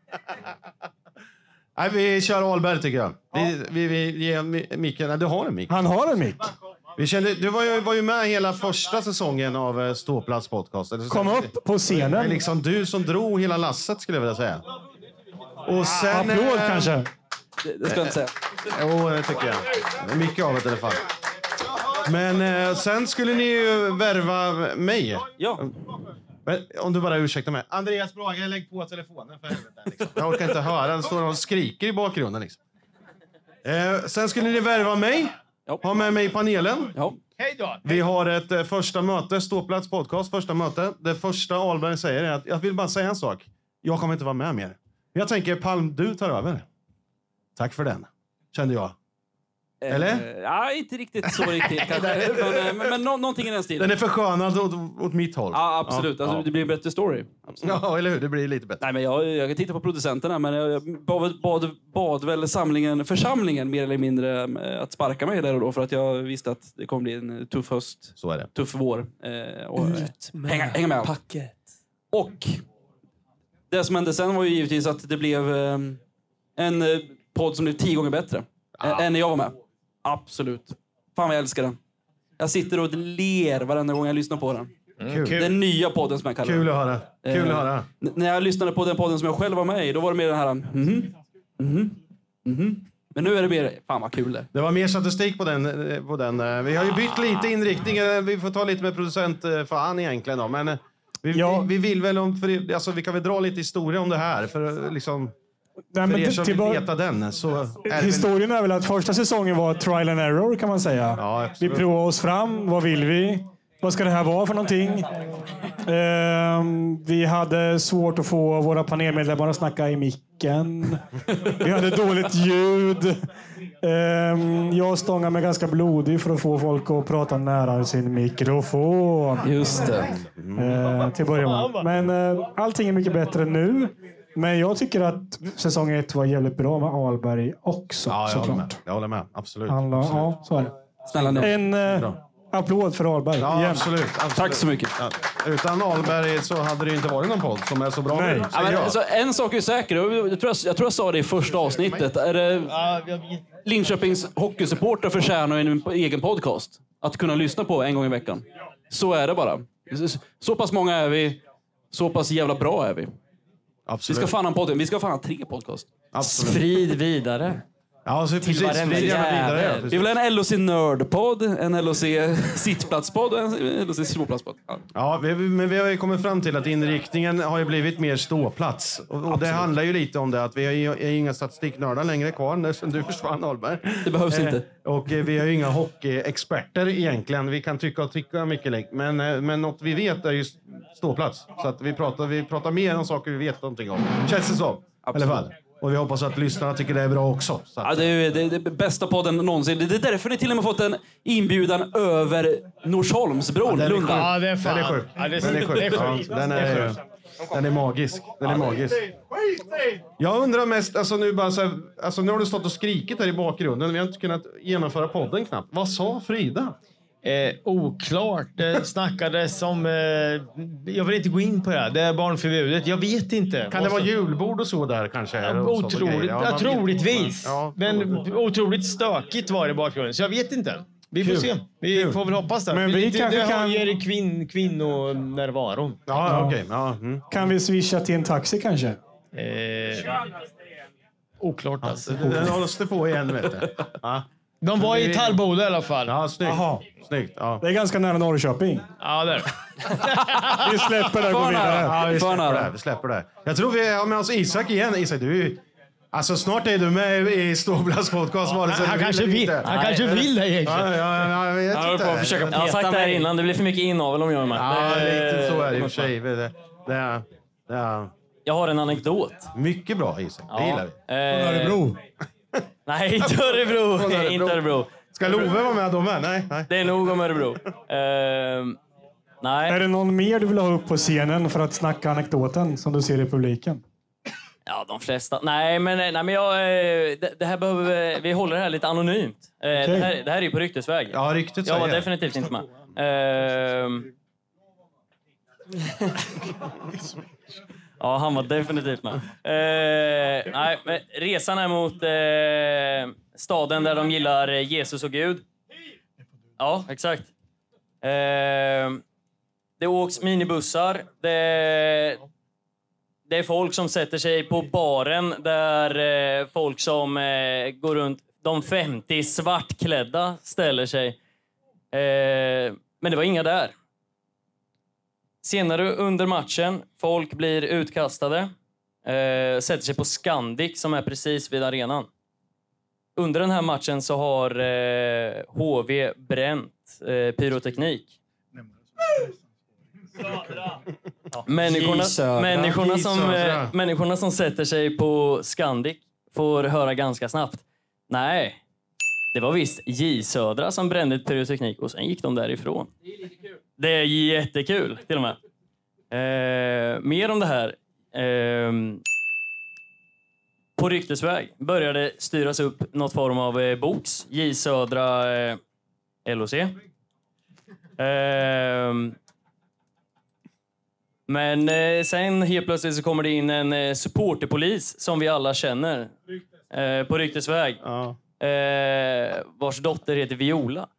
S3: Nej, vi kör Ahlberg tycker jag. Vi ger micken. Du har en mick.
S6: Han har en mick.
S3: Du var ju med hela första säsongen av Ståplats podcast.
S6: Kom upp på scenen.
S3: Det är liksom du som drog hela lasset skulle jag vilja säga. Och sen...
S6: Applåd kanske.
S10: Det ska jag inte säga.
S3: Jo, det tycker jag. Mycket av det i alla fall. Men sen skulle ni ju värva mig.
S10: Ja.
S3: Men, om du bara ursäktar mig. Andreas Brage, lägg på telefonen för helvete. Liksom. Jag orkar inte höra. Den står och skriker i bakgrunden. Liksom. Sen skulle ni värva mig. Ha med mig i panelen.
S10: Ja.
S4: Hej då.
S3: Vi har ett första möte. Ståplats podcast, första möte. Det första Ahlberg säger är att jag vill bara säga en sak. Jag kommer inte vara med mer. Jag tänker, Palm, du tar över. Tack för den, kände jag. Eller?
S10: Ja, inte riktigt så riktigt kanske. Men någonting i den stilen.
S3: Den är förskönad åt mitt håll.
S10: Ja, absolut. Alltså, det blir en bättre story. Absolut.
S3: Ja, eller hur? Det blir lite bättre.
S10: Nej, men jag kan titta på producenterna, men jag bad väl församlingen mer eller mindre att sparka mig där och då, för att jag visste att det kommer bli en tuff höst.
S3: Så är det.
S10: Tuff vår. Hänga med.
S4: Packet.
S10: Och det som hände sen var ju givetvis att det blev en podd som blev 10 gånger bättre än när jag var med. Absolut. Fan vad jag älskar den. Jag sitter och ler varenda gång jag lyssnar på den.
S3: Kul.
S10: Den nya podden som jag kallar den.
S3: Kul att höra.
S10: När jag lyssnade på den podden som jag själv var med i, då var det mer den här... Men nu är det mer... Fan vad kul det.
S3: Det var mer statistik på den. Vi har ju bytt lite inriktning. Vi får ta lite med producent fan egentligen då. Men vi vill väl alltså vi kan väl dra lite historia om det här. För liksom...
S6: Nej,
S3: för er som vill veta den. Så
S6: historien är väl att första säsongen var trial and error kan man säga.
S3: Ja,
S6: vi provade oss fram. Vad vill vi? Vad ska det här vara för någonting? Vi hade svårt att få våra panelmedlemmar att snacka i micken. Vi hade dåligt ljud. Jag stångade mig ganska blodig för att få folk att prata nära sin mikrofon.
S10: Just det.
S6: Till början. Men allting är mycket bättre nu. Men jag tycker att säsong 1 var jävligt bra med Ahlberg också.
S3: Ja, jag håller med. Absolut.
S6: Ja, så är det.
S10: Snälla nu.
S6: Applåd för Ahlberg.
S3: Ja,
S6: igen.
S3: absolut.
S10: Tack så mycket.
S3: Ja. Utan Ahlberg så hade det inte varit någon podd som är så bra nu.
S10: Ja, men, alltså, en sak är säker. Jag tror jag sa det i första avsnittet. Är det Linköpings hockeysupporter förtjänar en egen podcast att kunna lyssna på en gång i veckan. Så är det bara. Så pass många är vi. Så pass jävla bra är vi.
S3: Absolut.
S10: Vi ska fan ha en podd. Vi ska fan ha 3 podcast.
S3: Absolut.
S11: Sprid vidare.
S3: Ja, så precis.
S11: varenda jävel.
S3: Ja,
S10: Vi vill ha en LOC Nördpodd, en LOC Sittplatspodd och en LOC Ståplatspodd.
S3: Ja, men vi har ju kommit fram till att inriktningen har ju blivit mer ståplats. Och det handlar ju lite om det att vi är inga statistiknördar längre kvar sen du försvann, Ahlberg.
S10: Det behövs inte.
S3: Och vi har ju inga hockeyexperter egentligen. Vi kan tycka mycket längre. Men något vi vet är ju ståplats. Så att vi pratar mer om saker vi vet någonting om. Känns det så? I alla fall. Och vi hoppas att lyssnarna tycker det är bra också. Så att...
S10: Ja, det är det bästa podden någonsin. Det är därför ni till och med fått en inbjudan över Norsholmsbron.
S3: Ja,
S10: Lunda.
S4: Ja, det är fan.
S3: Den är sjuk.
S4: Ja, det är
S3: Den är sjuk. Ja, den är magisk. Den är magisk. Jag undrar mest, alltså nu bara så här, alltså nu har du stått och skrikit här i bakgrunden. Vi har inte kunnat genomföra podden knappt. Vad sa Frida?
S4: Oklart. Det snackades om... jag vill inte gå in på det här. Det är barnförbudet. Jag vet inte.
S3: Kan det vara julbord och så där kanske?
S4: Ja, otroligt. Ja, troligtvis.
S3: Ja.
S4: Men otroligt stökigt var det i bakgrunden. Så jag vet inte. Vi får se. Vi får väl hoppas det.
S6: Men vi kanske
S4: det
S6: kan...
S4: ger kvinnonärvaron.
S3: Ja, okej. Ja.
S6: Kan vi swisha till en taxi kanske?
S4: Oklart alltså.
S3: Den hålls det på igen, vet du. Ja.
S4: De var i Tallboda i alla fall.
S3: Ja, snyggt.
S6: Aha.
S3: Snyggt. Ja.
S6: Det är ganska nära Norrköping.
S4: Ja, där.
S6: Vi släpper det och går vidare.
S3: Ja, vi släpper det. Jag tror vi har med oss Isak igen. Isak, du... Alltså snart är du med i Ståblas podcast.
S4: Han kanske vill. Han kanske vill det egentligen.
S3: Jag vet inte.
S11: Jag har sagt det här innan. Det blir för mycket inavel om jag är med.
S3: Ja, lite så är det i och för sig.
S11: Jag har en anekdot.
S3: Mycket bra, Isak. Det gillar vi.
S5: Från Örebro.
S11: Nej, inte Örebro. Inte Örebro.
S3: Ska Love vara med då med? Nej.
S11: Det är nog om Örebro. Nej.
S6: Är det någon mer du vill ha upp på scenen för att snacka anekdoten som du ser i publiken?
S11: Ja, de flesta. Nej, men jag, det här behöver vi håller det här lite anonymt.
S6: Okay.
S11: Det här är ju på ryktesväg.
S3: Ja, ryktet
S11: jag var definitivt inte med. Ja, han var definitivt med. Nej, men resan är mot staden där de gillar Jesus och Gud. Ja, exakt. Det åks minibussar. Det är folk som sätter sig på baren där folk som går runt, de 50 svartklädda ställer sig. Men det var inga där. Senare under matchen, folk blir utkastade. Sätter sig på Scandic som är precis vid arenan. Under den här matchen så har HV bränt pyroteknik. Människorna som sätter sig på Scandic får höra ganska snabbt. Nej, det var visst J Södra som brände pyroteknik och sen gick de därifrån. Det är jättekul till och med. Mer om det här. På ryktesväg började styras upp något form av box. J Södra LOC. Men sen helt plötsligt så kommer det in en supporterpolis som vi alla känner. På ryktesväg.
S3: Ja.
S11: Vars dotter heter Viola.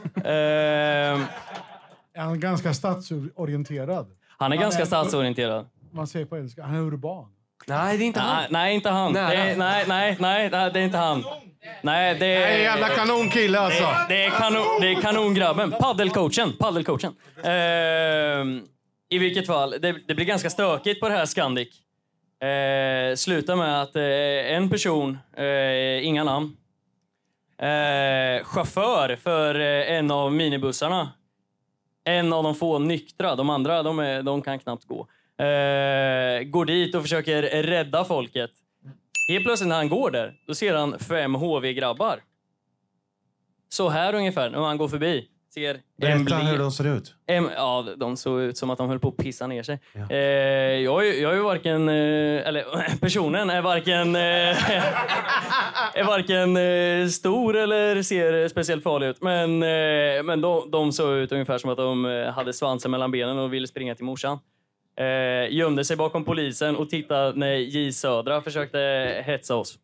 S5: Är han ganska stadsorienterad?
S11: Han är ganska stadsorienterad.
S5: Man säger på engelska. Han är urban.
S11: Nej, det är inte han. Nej, inte han. Nej, det är inte han. Nej, det är...
S3: Nej, jävla kanonkille alltså.
S11: Det är kanongrabben. Paddelcoachen. I vilket fall, det blir ganska stökigt på det här Scandic. Slutar med att en person, inga namn, chaufför för en av minibussarna, en av de få nyktra, de andra de kan knappt gå, går dit och försöker rädda folket. Helt plötsligt när han går där, då ser han 5 HV-grabbar. Så här ungefär, när han går förbi. ser
S3: Berätta hur de ser ut.
S11: Ja, de såg ut som att de höll på att pissa ner sig. Ja. Jag är ju varken... eller personen är varken stor eller ser speciellt farlig ut. Men de såg ut ungefär som att de hade svansen mellan benen och ville springa till morsan. Gömde sig bakom polisen och tittade när J Södra försökte hetsa oss.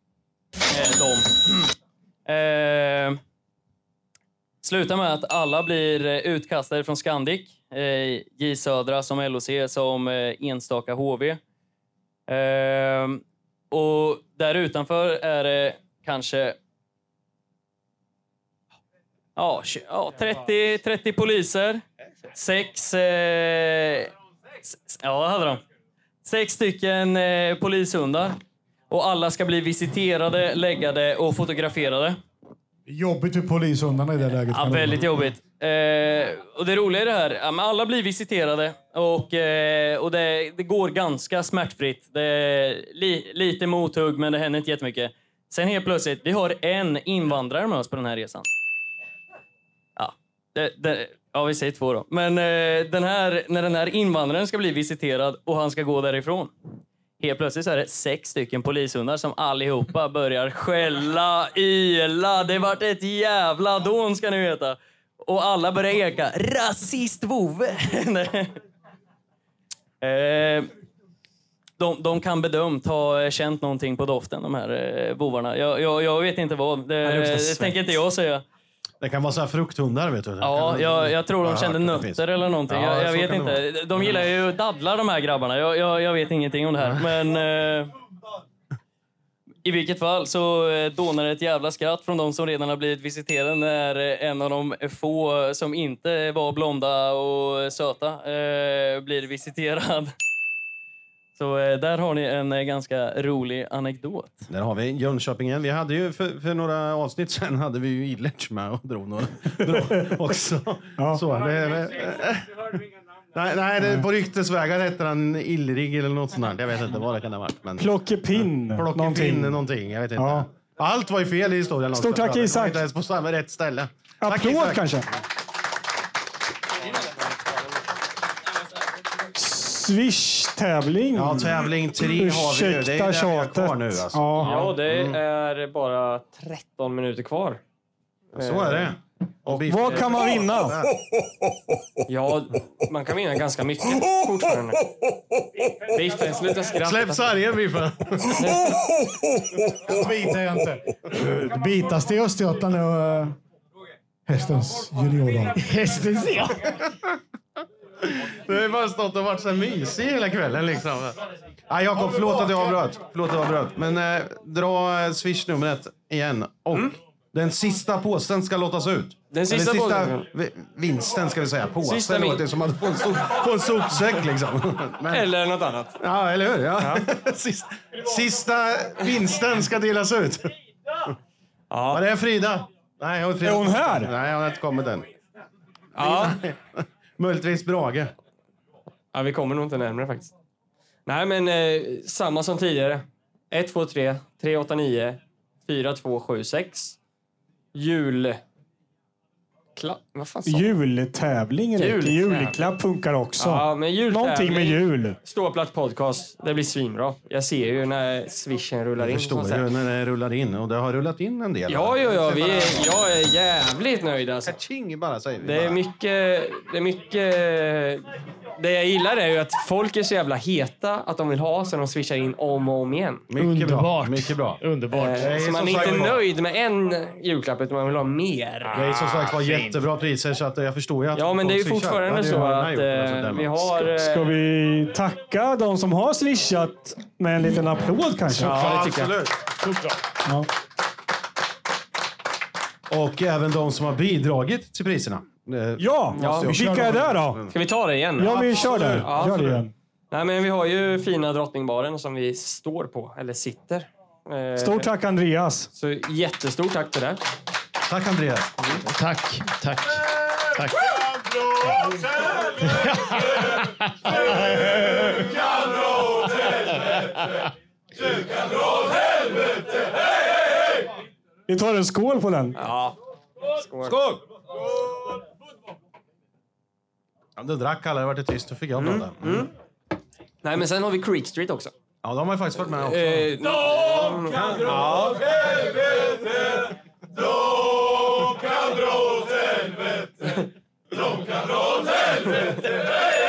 S11: Slutar med att alla blir utkastade från Scandic. J Södra som LOC som enstaka HV. Och där utanför är det kanske 30 poliser. 6 stycken polishundar. Och alla ska bli visiterade, läggade och fotograferade.
S5: Jobbigt för polishundarna i det läget.
S11: Ja, väldigt jobbigt. Och det roliga är det här, alla blir visiterade och det går ganska smärtfritt. Det är lite mothugg, men det händer inte jättemycket. Sen helt plötsligt, vi har en invandrare med oss på den här resan. Ja, vi säger 2 då. Men när den här invandraren ska bli visiterad och han ska gå därifrån. Helt plötsligt så är det 6 stycken polishundar som allihopa börjar skälla, yla. Det vart ett jävla dån, ska ni veta. Och alla börjar eka, rasist vove. De kan bedömt ha känt någonting på doften, de här bovarna. Jag vet inte vad. Det tänker inte jag säga.
S3: Det kan vara så här frukthundar, vet du.
S11: Ja, jag tror de kände nötter eller någonting. Jag vet inte. De gillar ju dadlar, de här grabbarna. Jag vet ingenting om det här. Men i vilket fall så dånar det ett jävla skratt från de som redan har blivit visiterade när en av de få som inte var blonda och söta blir visiterad. Så där har ni en ganska rolig anekdot.
S3: Där har vi Jönköpingen. Vi hade ju för några avsnitt sen hade vi ju Illerts med och drog också. Ja. Så, nej, det på ryktesvägar heter han Illrig eller något sånt där. Jag vet inte vad det kan ha varit. Men...
S6: Plockepinn.
S3: Någonting. Jag vet inte. Ja. Allt var ju fel i historien.
S6: Stort tack, Isak.
S3: Inte ens på samma rätt ställe.
S6: Applåd
S3: tack,
S6: kanske. Swish-tävling.
S3: Ja, tävling 3 har vi nu. Det är
S6: tjatet.
S3: Nu, alltså.
S8: Ja, det är bara 13 minuter kvar.
S3: Så är det.
S6: Och vad kan man vinna?
S8: Ja, man kan vinna ganska mycket fortfarande. Biffen, sluta skratta.
S3: Släpp sargen, Biffen.
S5: Bitar jag inte. Det bitaste i Östergötland är hästens juniordag.
S3: Hästens, ja. Det har bara stått och varit så mysig hela kvällen liksom. Ja, Jakob, förlåt att jag avbröt. Men dra Swish-numret igen. Och den sista påsen ska låtas ut.
S8: Den sista
S3: vinsten ska vi säga. Påsen låter som att få en sopsäck liksom. Men,
S8: eller något annat.
S3: Ja, eller hur? Ja. Sista vinsten ska delas ut. Ja. Var det är Frida? Nej,
S6: är hon här?
S3: Nej, hon har inte kommit än.
S8: Ja.
S3: Möjligtvis Brage.
S8: Ja, vi kommer nog inte närmare faktiskt. Nej, men samma som tidigare. 1, 2, 3, 3, 8, 9, 4, 2, 7, 6.
S6: Jultävling. Julklapp funkar också.
S8: Ja, men jultävling.
S6: Någonting med jul.
S8: Ståplats podcast. Det blir svinbra. Jag ser ju när swishen rullar in.
S3: Jag förstår ju när det rullar in. Och det har rullat in en del.
S8: Ja. Jag är jävligt nöjd. Alltså.
S3: Bara, säger vi
S8: det är mycket... Det jag gillar är ju att folk är så jävla heta att de vill ha så de swishar in om och om igen.
S3: Mycket bra.
S11: Underbart.
S8: Så man är inte nöjd med en julklapp utan man vill ha mer.
S3: Det är som sagt var jättebra priser så att jag förstår ju att...
S8: Ja, men det är ju fortfarande så att vi har...
S6: Ska vi tacka de som har swishat med en liten applåd kanske?
S3: Ja, absolut.
S6: Ja.
S3: Och även de som har bidragit till priserna.
S6: Ja, vilka är det då?
S8: Ska vi ta det igen?
S6: Ja, vi kör det. Gör det igen.
S8: Nej, men vi har ju fina Drottningbaren som vi står på, eller sitter.
S6: Stort tack, Andreas.
S8: Så jättestort tack för det.
S3: Tack, Andreas.
S4: Tack.
S14: Du kan dra åt helvete. Hej!
S6: Vi tar en skål på den.
S8: Ja.
S3: Skål! Ja, det drack alla, det var tyst. Då fick jag prata.
S8: Nej, men sen har vi Creek Street också.
S3: Ja, de har ju faktiskt varit med också.
S14: De kan dra åt helvete. De kan dra åt helvete. De kan dra åt helvete.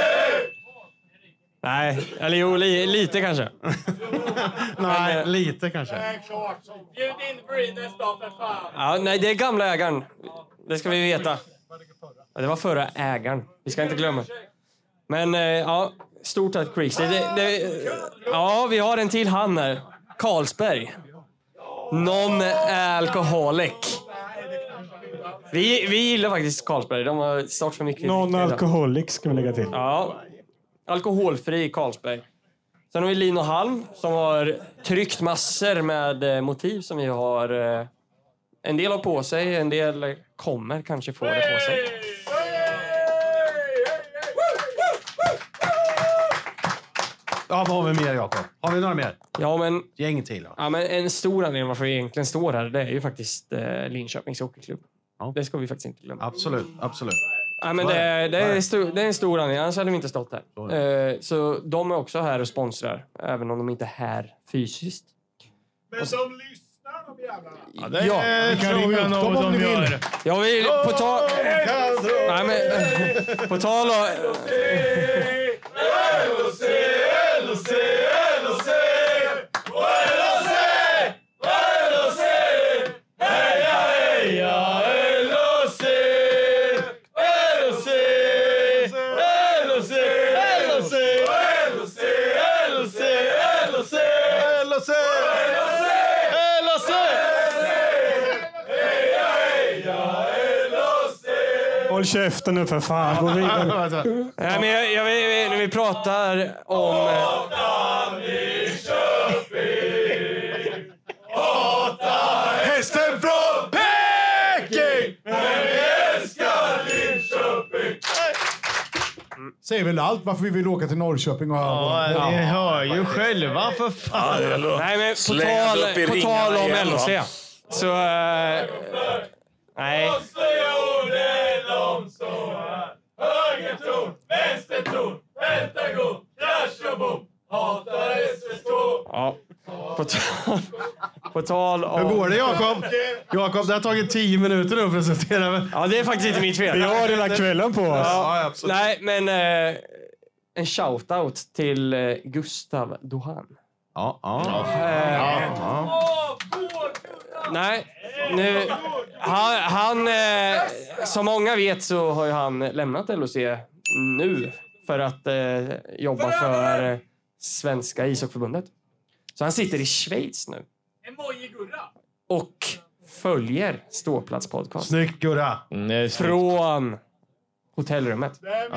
S19: Nej, eller jo, lite kanske.
S3: Nej, lite kanske.
S14: Bjud in Breeders då för fan.
S19: Ja, nej, det är gamla ägaren. Det ska vi veta. Ja, det var förra ägaren. Vi ska inte glömma. Men ja, stort tack Creeks. Ja, vi har en till han här. Carlsberg. Non-alcoholic. Vi gillar faktiskt Carlsberg. De har start för mycket.
S6: Non-alcoholic ska vi lägga till.
S19: Ja. Alkoholfri Carlsberg. Sen har vi Lino Halm som har tryckt massor med motiv som vi har. En del har på sig, en del kommer kanske få det på sig.
S3: Ja, vad har vi mer, Jakob? Har vi några mer?
S19: Ja, men...
S3: Gäng till då.
S19: Ja, men en stor anledning varför vi egentligen står här, det är ju faktiskt Linköpings hockeyklubb. Ja. Det ska vi faktiskt inte glömma.
S3: Absolut.
S19: Ja, men det är en stor anledning, annars hade vi inte stått här. Så de är också här och sponsrar, även om de inte är här fysiskt.
S14: Men som lyssnar de jävlarna.
S19: Ja, det tror jag nog de gör. Jag vill på tal... Nej, men... På tal och...
S14: LOC, LOC, LOC. LOC, LOC. Heja, heja, LOC. LOC, LOC, LOC. LOC, LOC, LOC. LOC, LOC. Heja, heja, LOC.
S6: Håll käften nu för fan. Gå vidare.
S19: Nej, men jag när vi pratar om...
S14: Hästen från Peking, men vi älskar Linköping.
S5: Säger väl allt varför vi vill åka till Norrköping och
S4: ja, ni hör ju själva för fan.
S19: Nej, men på tal om LOC. Så... nej.
S14: Högerton, vänsterton, pentagon, krasch och bom. Hatar SVK.
S19: Ja. På tal om...
S3: Hur går det, Jakob? Jakob, det har tagit 10 minuter nu att presentera.
S19: Ja, det är faktiskt inte mitt fel.
S6: Vi har hela kvällen på oss.
S19: Ja, absolut. Nej, men en shoutout till Gustav Dohan. Nej, nu... Han som många vet så har ju han lämnat LOC nu för att jobba för Svenska ishockeyförbundet. Så han sitter i Schweiz nu. Och följer Ståplats podcast.
S3: Snyggt, Gurra.
S19: Från hotellrummet.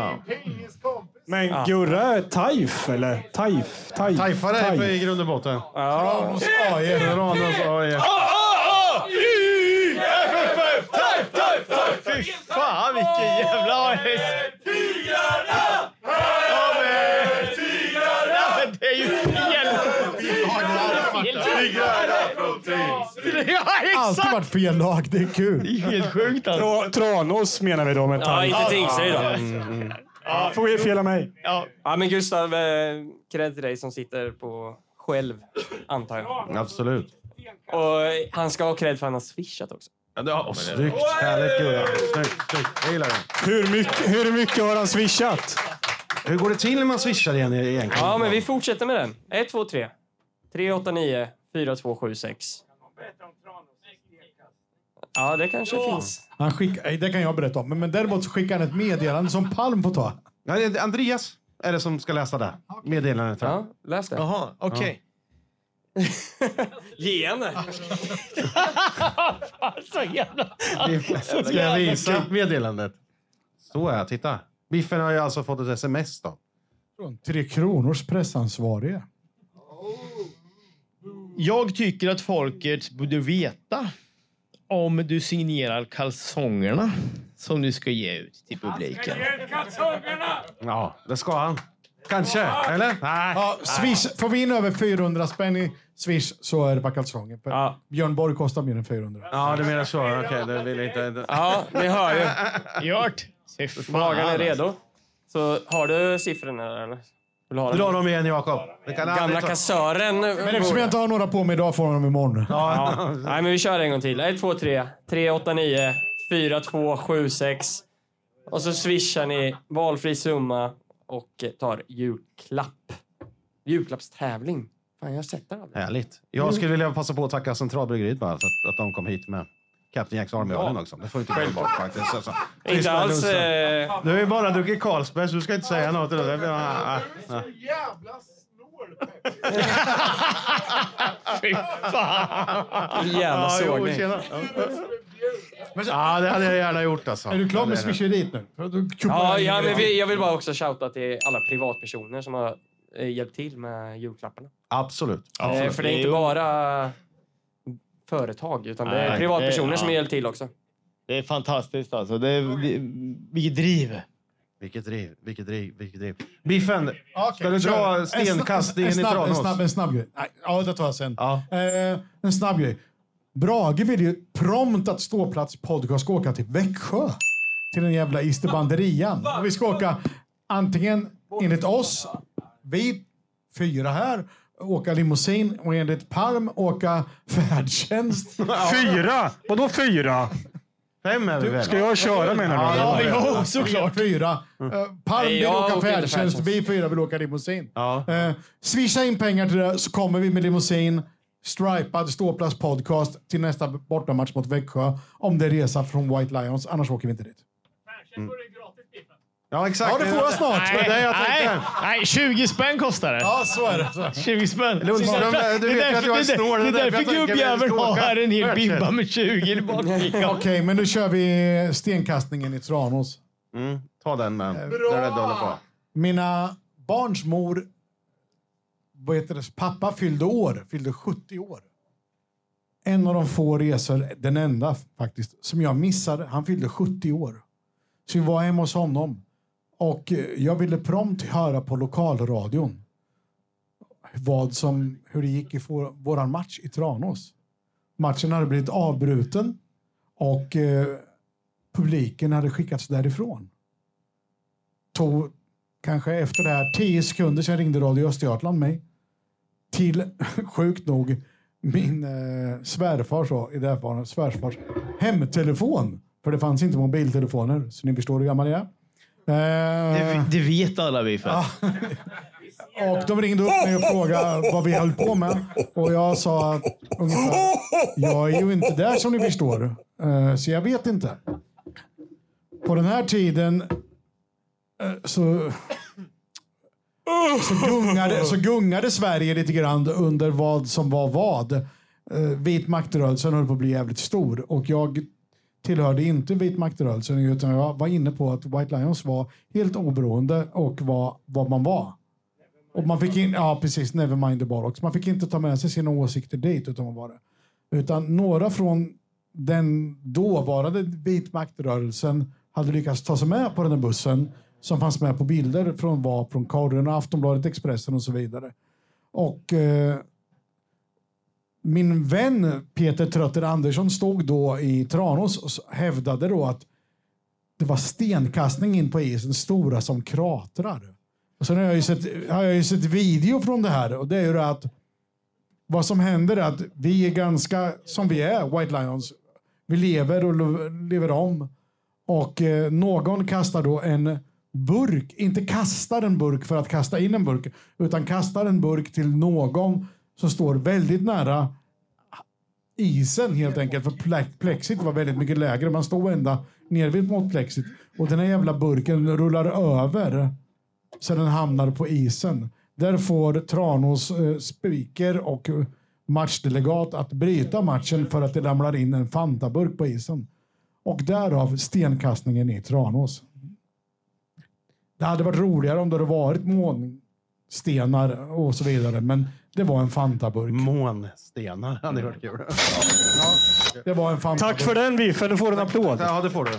S6: Men Gurra är Taif, eller?
S3: Taifare är i grund och botten.
S19: Ja.
S3: Ranås AIF.
S4: Fy fan, vilken jävla AIF.
S14: Tigrarna! Här tigrarna!
S4: Det är ju fel.
S14: Tigrarna från Tigrarna.
S4: Ja,
S5: alltid varit fel lag, det är kul.
S4: Det är helt sjukt alltså.
S6: Tranås menar vi då med
S19: ja, inte Tingsryd då.
S6: Ja, får vi fela mig.
S19: Ja, men Gustav, cred till dig som sitter på själv, antar jag.
S3: Absolut.
S19: Och han ska ha cred för att han har swishat också.
S3: Ja, snyggt. Härligt, Gurra. Snyggt. Jag gillar det.
S6: Hur mycket har han swishat?
S3: Hur går det till när man swishar igen egentligen?
S19: Ja, men vi fortsätter med den. 1, 2, 3. 389 4276. Ja, det kanske finns.
S5: Det kan jag berätta om. Men däremot så skickar han ett meddelande som Palm får ta.
S3: Nej, Andreas är det som ska läsa det. Meddelandet.
S19: Ja, läs det.
S4: Jaha, okej.
S19: Ge henne.
S4: Så jävla...
S3: Ska jag visa meddelandet? Så är jag, titta. Biffen har ju alltså fått ett sms då.
S5: Från 3 Kronors pressansvarige.
S4: Jag tycker att folket borde veta om du signerar kalsongerna som du ska ge ut till publiken.
S3: Ja, det ska han. Kanske, eller? Nej.
S5: Ja, Swish. Får vi in över 400 spänn i Swish så är det bara kalsonger.
S19: Ja.
S5: Björn Borg kostar mer än 400.
S3: Ja, det menar så. Okej, det vill inte...
S19: Ja, ni hör ju.
S4: Gjort.
S19: Magen är redo.
S8: Så har du siffrorna eller?
S3: Dra dem igen, Jakob.
S8: Gamla kassören.
S5: Men eftersom jag inte har några på mig idag får de imorgon.
S8: Ja. Nej, men vi kör en gång till. 1, 2, 3. 3, 8, 9. 4, 2, 7, 6. Och så swishar ni valfri summa och tar julklapp. Julklappstävling. Fan, jag sätter aldrig.
S3: Härligt. Jag skulle vilja passa på att tacka Centralbryggeriet bara för att de kom hit med Captain Jacks Army-ölen också. Det får inte glömma bort faktiskt. Alltså.
S8: Inte alls...
S3: Du har ju bara druckit Carlsberg så du ska inte säga något.
S14: Så jävla
S3: Fy fan!
S8: Jävla sågning.
S3: Ja, det hade jag gärna gjort alltså.
S5: Är du klar med swisheriet nu?
S8: Ja, men jag vill bara också shouta till alla privatpersoner som har hjälpt till med julklapparna.
S3: Absolut.
S8: För det är inte bara företag, utan det är privatpersoner som har hjälpt till också.
S4: Det är fantastiskt alltså. Vilket driv.
S3: Vilket driv. Biffen, ska du dra stenkastningen i Tranås?
S5: En snabb grej. Ja, det tar jag sen. Ja. En snabb grej. Brage vill ju prompt att Ståplats podcast ska åka till Växjö. Till den jävla Isterbanderian. Och vi ska åka antingen enligt oss, vi 4 här, åka limousin och enligt Palm åka färdtjänst.
S6: 4? Vadå 4?
S3: 5 är vi väl?
S6: Ska jag köra med någon?
S5: Ja, såklart. 4. Palm vill åka färdtjänst, vi 4 vill åka limousin.
S3: Ja.
S5: Swisha in pengar till det så kommer vi med limousin. Stripad Ståplats podcast till nästa bortamatch mot Växjö. Om det är resa från White Lions. Annars åker vi inte dit.
S3: Ja, exakt.
S5: Ja, det får jag snart.
S4: Nej, 20 spänn kostar det.
S5: Ja, så är det.
S4: 20 spänn.
S3: Lundström, du vet att jag är snål.
S4: Det är därför gubbjäveln har en hel bibba med 20 bakfickan.
S5: Okej, men nu kör vi stenkastningen i Tranås.
S3: Ta den, men. Där är det på.
S5: Mina barns mor, pappa fyllde 70 år. En av de få resor, den enda faktiskt, som jag missade. Han fyllde 70 år. Så vi var hemma hos honom. Och jag ville prompt höra på lokalradion hur det gick i våran match i Tranås. Matchen hade blivit avbruten och publiken hade skickats därifrån. Tog kanske efter det här 10 sekunder sedan ringde Radio Östergötland mig till, sjukt nog, min svärfars hemtelefon. För det fanns inte mobiltelefoner, så ni förstår hur gammal jag är.
S4: Det vet alla vi för.
S5: Ja. Och de ringde upp mig och frågade vad vi höll på med. Och jag sa ungefär, jag är ju inte där som ni förstår. Så jag vet inte. På den här tiden så gungade Sverige lite grann under vad som var vad. Vit maktrörelsen höll på att bli jävligt stor. Och jag tillhörde inte vit maktrörelsen, utan jag var inne på att White Lions var helt oberoende och vad man var. Och man fick precis, never mind the bollocks. Man fick inte ta med sig sina åsikter dit, utan man var det. Utan några från den dåvarande vit maktrörelsen hade lyckats ta sig med på den här bussen som fanns med på bilder från Vapen, Korren, Aftonbladet, Expressen och så vidare. Och min vän Peter Trötter Andersson stod då i Tranås och hävdade då att det var stenkastning in på isen, stora som kratrar. Och sen har jag ju sett video från det här, och det är ju det att vad som händer är att vi är ganska som vi är, White Lions. Vi lever och lever om. Och någon kastar då en burk, inte kastar en burk för att kasta in en burk, utan kastar en burk till någon som står väldigt nära isen helt enkelt. För plexit var väldigt mycket lägre. Man stod ända nervitt mot plexit. Och den här jävla burken rullar över så den hamnar på isen. Där får Tranås speaker och matchdelegat att bryta matchen för att det ramlar in en Fanta-burk på isen. Och därav stenkastningen i Tranås. Det hade varit roligare om det hade varit månstenar och så vidare, men det var en Fanta-burk.
S3: Månstenar hade varit kul.
S5: Ja, det var en Fanta-burk.
S6: Tack för den, Biffen. Du får en applåd.
S3: Ja, det får du.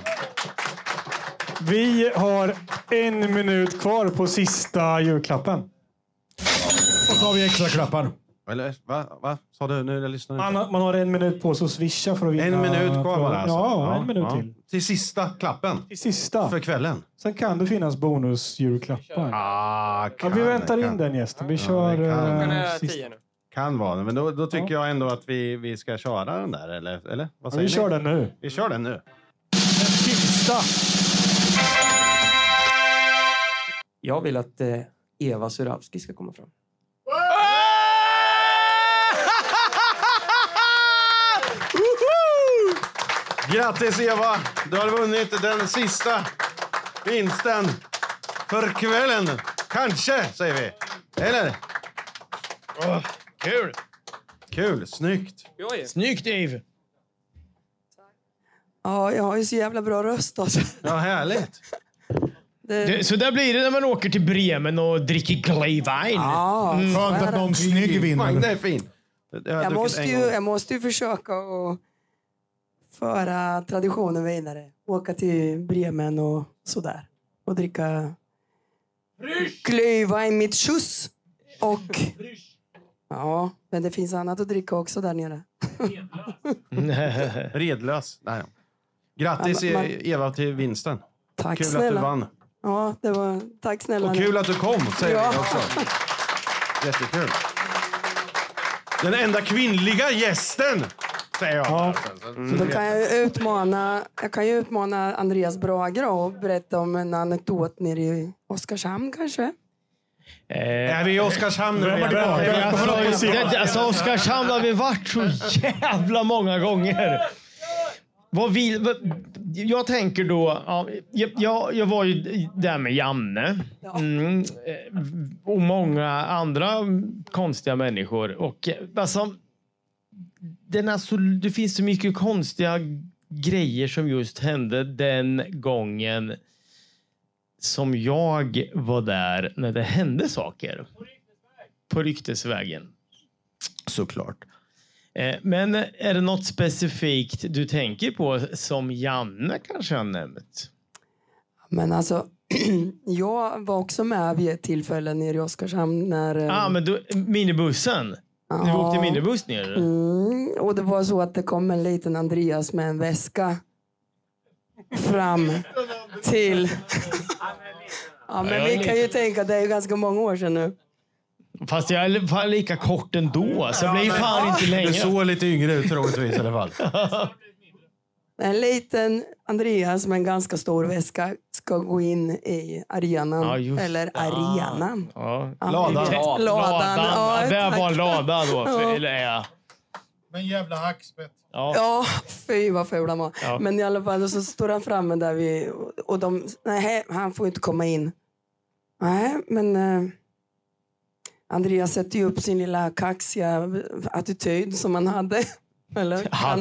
S6: Vi har 1 minut kvar på sista julklappen.
S5: Och så har vi extra klappar.
S3: Eller va? Sa du nu? Jag lyssnar inte.
S6: Man har 1 minut på sig att swisha för att vinna.
S3: 1 minut kvar bara alltså.
S6: Ja, 1 minut till.
S3: Till sista klappen.
S6: Till sista.
S3: För kvällen.
S6: Sen kan det finnas bonus-julklappar. Vi väntar in den gästen. Vi kör...
S8: Klockan är 10 nu.
S3: Kan vara det, men då tycker jag ändå att vi ska köra den där, eller? Vad säger
S6: vi kör den nu.
S3: Vi kör den nu.
S6: Den sista.
S8: Jag vill att Eva Suravski ska komma fram.
S3: Grattis Eva! Du har vunnit den sista vinsten för kvällen. Kanske, säger vi. Eller?
S4: Kul!
S3: Kul, snyggt.
S4: Snyggt, Dave!
S21: Ja, jag har ju så jävla bra röst alltså.
S3: Ja, härligt.
S4: Så där blir det när man åker till Bremen och dricker Glühwein.
S21: Ja,
S5: Skönt att någon snygg vinner.
S3: Det är fint.
S21: Jag måste ju försöka att föra traditionen vidare. Åka till Bremen och sådär. Och dricka Glühwein mit Schuss. Och... Ja, men det finns annat att dricka också där nere.
S3: Redlös. Nej. Grattis Eva till vinsten.
S21: Tack
S3: kul
S21: snälla.
S3: Att du vann.
S21: Ja, det var... Tack snälla.
S3: Och kul att du kom, säger vi också. Jättekul. Den enda kvinnliga gästen, säger jag.
S21: Ja. Så då kan jag utmana Andreas Brager och berätta om en anekdot nere i Oskarshamn kanske.
S3: Är vi i Oskarshamn nu?
S4: Alltså Oskarshamn har vi varit så jävla många gånger. Jag tänker då, jag var ju där med Janne och många andra konstiga människor. Och alltså, det finns så mycket konstiga grejer som just hände den gången som jag var där när det hände saker. På Ryktesvägen. Såklart. Men är det något specifikt du tänker på som Janne kanske har nämnt?
S21: Men alltså, jag var också med vid ett tillfälle nere i Oskarshamn när...
S4: men minibussen? Du åkte minibuss ner?
S21: Och det var så att det kom en liten Andreas med en väska fram till... men vi kan ju tänka att det är ganska många år sedan nu.
S4: Fast jag är lika kort ändå, så jag blir fan inte länge.
S3: Du såg lite yngre ut troligtvis i alla fall.
S21: En liten Andreas med en ganska stor väska ska gå in i arenan. Eller arenan.
S3: Ladan.
S4: Det var en lada då.
S5: Men jävla hackspett.
S21: Ja, fy vad ful han var. Ja. Men i alla fall så står han framme där och nej, han får inte komma in. Nej, men Andreas sätter ju upp sin lilla kaxiga attityd som han hade. Eller?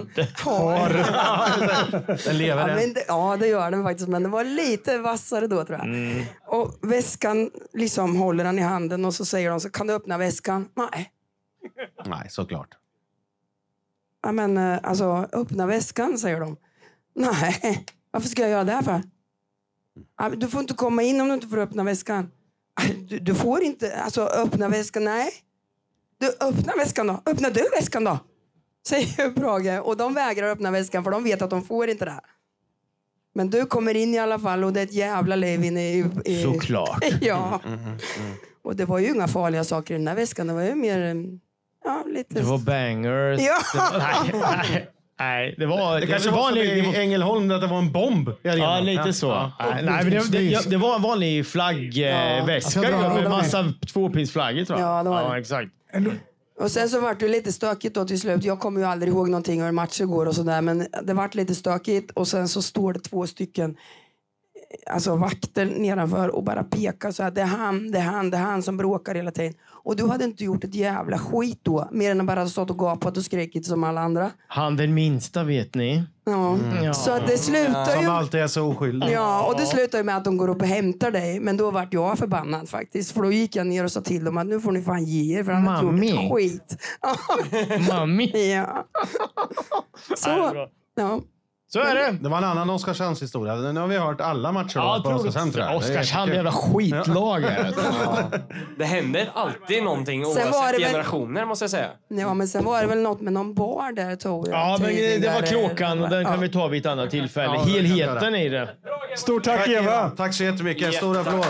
S3: Den lever den.
S21: Ja, det gör den faktiskt. Men det var lite vassare då, tror jag. Och väskan liksom håller han i handen och så säger de så kan du öppna väskan?
S3: Nej, såklart.
S21: Ja, men alltså öppna väskan, säger de. Nej, varför ska jag göra det här för? Du får inte komma in om du inte får öppna väskan. Du får inte, alltså öppna väskan, nej. Du öppna väskan då. Öppna du väskan då? Säger Brage. Och de vägrar öppna väskan för de vet att de får inte det här. Men du kommer in i alla fall och det är ett jävla liv inne i...
S4: Såklart.
S21: Ja. Och det var ju inga farliga saker i den här väskan. Det var ju mer... Ja, lite...
S4: Det var bangers.
S21: Ja.
S4: Nej,
S3: det kanske var som i Ängelholm att det var en bomb.
S4: Ja, lite så. Nej, men det var en vanlig flaggväska med massa tvåpinsflaggor, tror jag.
S21: Ja, det var det.
S4: Exakt.
S21: Och sen så var det lite stökigt då till slut. Jag kommer ju aldrig ihåg någonting hur matchen går och sådär. Men det var lite stökigt. Och sen så står det 2 stycken vakter nedanför och bara pekar så här. Det är han som bråkar hela tiden. Och du hade inte gjort ett jävla skit då. Mer än att bara stått och gapat och skrikit som alla andra.
S4: Han den minsta, vet ni.
S21: Ja. Så att det slutar ju...
S3: Som alltid är så oskyldig.
S21: Ja, och det slutar ju med att de går upp och hämtar dig. Men då vart jag förbannad faktiskt. För då gick jag ner och sa till dem att nu får ni fan ge er. För han har inte gjort ett skit.
S4: Mami.
S21: Ja. Så. Ja.
S4: Så är det.
S3: Det var en annan Oskarshamns historia. Nu har vi hört alla matcher på Oskarshamn.
S4: Oskarshamn är jävla skitlag.
S8: Det händer alltid någonting oavsett generationer, måste jag säga.
S21: Ja, men sen var det väl något med någon bar där, tror jag.
S4: Ja, men det var Kråkan och den kan vi ta vid ett annat tillfälle. Helheten i det.
S6: Stort tack Eva.
S3: Tack så jättemycket. Stor applåd.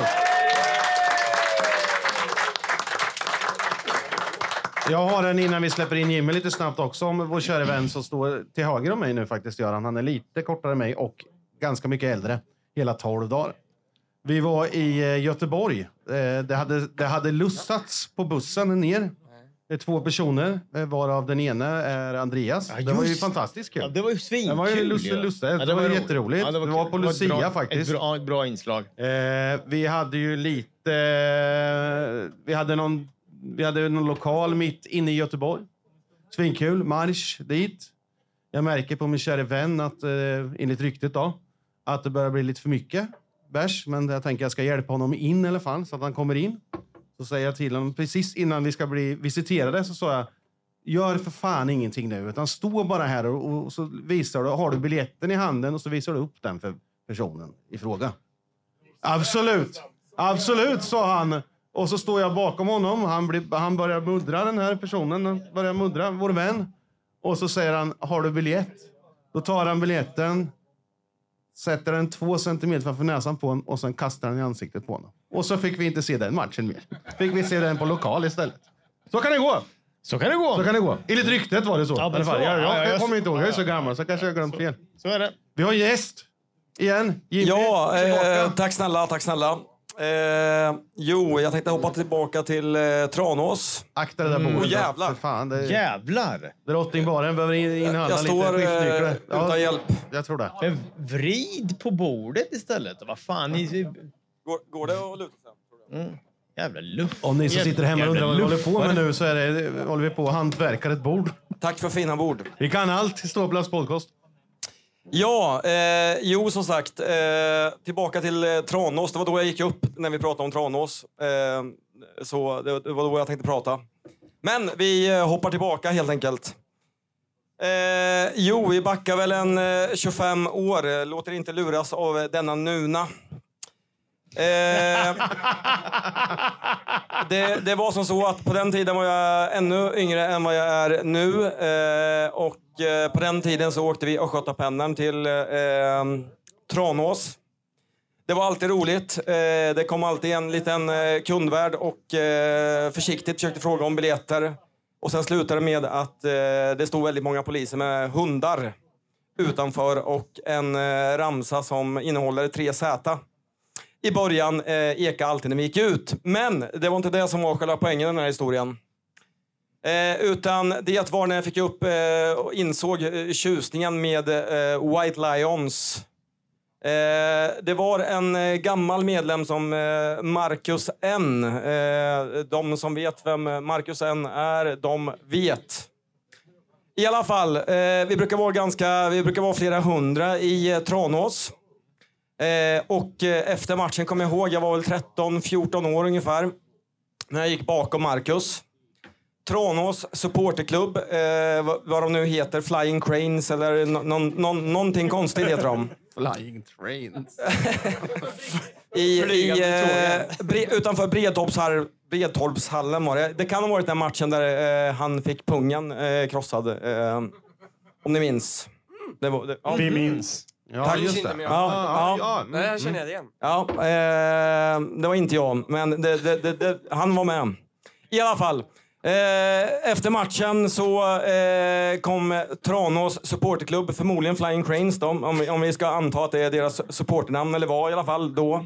S3: Jag har en innan vi släpper in Jimmy lite snabbt också om vår kära vän som står till höger om mig nu faktiskt, Göran. Han är lite kortare än mig och ganska mycket äldre. Hela 12 dagar. Vi var i Göteborg. Det hade lussats på bussen ner. Det är 2 personer, varav den ena är Andreas.
S4: Ja,
S3: det var ju fantastiskt kul.
S4: Ja, det var ju svinkul.
S3: Det var ju lustigt. Det var ju jätteroligt.
S4: Ja,
S3: det var på Lucia faktiskt.
S4: Ett bra inslag.
S3: Vi hade ju lite... Vi hade någon lokal mitt inne i Göteborg. Svinkul. Marsch dit. Jag märker på min kära vän att enligt ryktet då att det börjar bli lite för mycket bärs. Men jag tänker att jag ska hjälpa honom in i alla fall så att han kommer in. Så säger jag till honom precis innan vi ska bli visiterade så sa jag: gör för fan ingenting nu utan stå bara här och så visar du, har du biljetten i handen och så visar du upp den för personen i fråga. Absolut, sa han. Och så står jag bakom honom. Han börjar muddra den här personen. Vår vän. Och så säger han: har du biljett? Då tar han biljetten. Sätter den 2 centimeter framför näsan på honom. Och sen kastar han i ansiktet på honom. Och så fick vi inte se den matchen mer. Fick vi se den på lokal istället. Så kan det gå. Enligt ryktet var det så.
S4: Ja,
S3: I alla fall. Jag kommer inte ihåg. Jag är så gammal så kanske jag har glömt fel.
S4: Så är det.
S3: Vi har gäst. Igen. Jimmy.
S2: Ja, tack snälla. Jag tänkte hoppa tillbaka till Tranås.
S3: Akta det där bordet.
S2: Jävlar.
S3: Fan,
S4: Jävlar.
S3: Drottningbaren behöver inhandla
S2: jag står
S3: lite
S2: utan hjälp.
S3: Jag tror det.
S4: Men vrid på bordet istället. Vad fan.
S2: Går det att luta sig?
S4: Jävla luft.
S3: Om ni som sitter hemma och undrar vad vi håller på med nu så håller vi på att hantverka ett bord.
S2: Tack för fina bord.
S3: Vi kan allt. Ståplats podcast.
S2: Ja, som sagt. Tillbaka till Tranås. Det var då jag gick upp när vi pratade om Tranås. Så det var då jag tänkte prata. Men vi hoppar tillbaka helt enkelt. Vi backar väl en 25 år. Låter inte luras av denna nuna. Det var som så att på den tiden var jag ännu yngre än vad jag är nu. Och på den tiden så åkte vi Östgötapendeln till Tranås. Det var alltid roligt. Det kom alltid en liten kundvärd och försiktigt försökte fråga om biljetter. Och sen slutade det med att det stod väldigt många poliser med hundar utanför och en ramsa som innehåller 3Z. I början ekade alltid när vi gick ut. Men det var inte det som var själva poängen i den här historien. Utan det var när jag fick upp och insåg tjusningen med White Lions. Det var en gammal medlem som Marcus N. De som vet vem Marcus N är, de vet. I alla fall, vi brukar vara flera hundra i Tranås. Och efter matchen kom jag ihåg, jag var väl 13-14 år ungefär, när jag gick bakom Marcus. Tranås supporterklubb, vad de nu heter, Flying Cranes eller någonting konstigt heter de.
S3: Flying Trains.
S2: Utanför Bredtorpshallen var det. Det kan ha varit den matchen där han fick pungen krossad. Om ni minns.
S6: Vi minns.
S2: Ja, just det.
S8: Nej, jag känner det igen.
S2: Ja, det var inte jag, men han var med. I alla fall. Efter matchen så kom Tranås supporterklubb, förmodligen Flying Cranes då, om vi ska anta att det är deras supporternamn, eller var i alla fall då.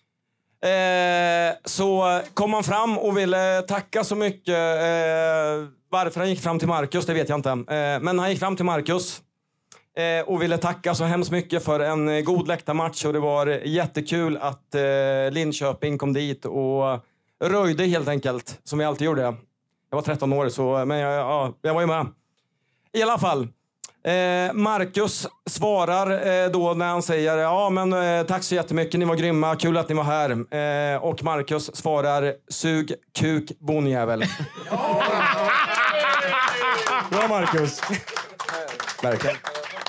S2: Så kom han fram och ville tacka så mycket. Varför han gick fram till Marcus, det vet jag inte. Men han gick fram till Marcus och ville tacka så hemskt mycket för en god läktarmatch. Och det var jättekul att Linköping kom dit och röjde helt enkelt, som vi alltid gjorde. Jag var 13 år, så, men jag var ju med. I alla fall. Marcus svarar då när han säger tack så jättemycket, ni var grymma, kul att ni var här. Och Marcus svarar: sug kuk, bonjävel.
S6: Bra Marcus.
S2: Verkligen.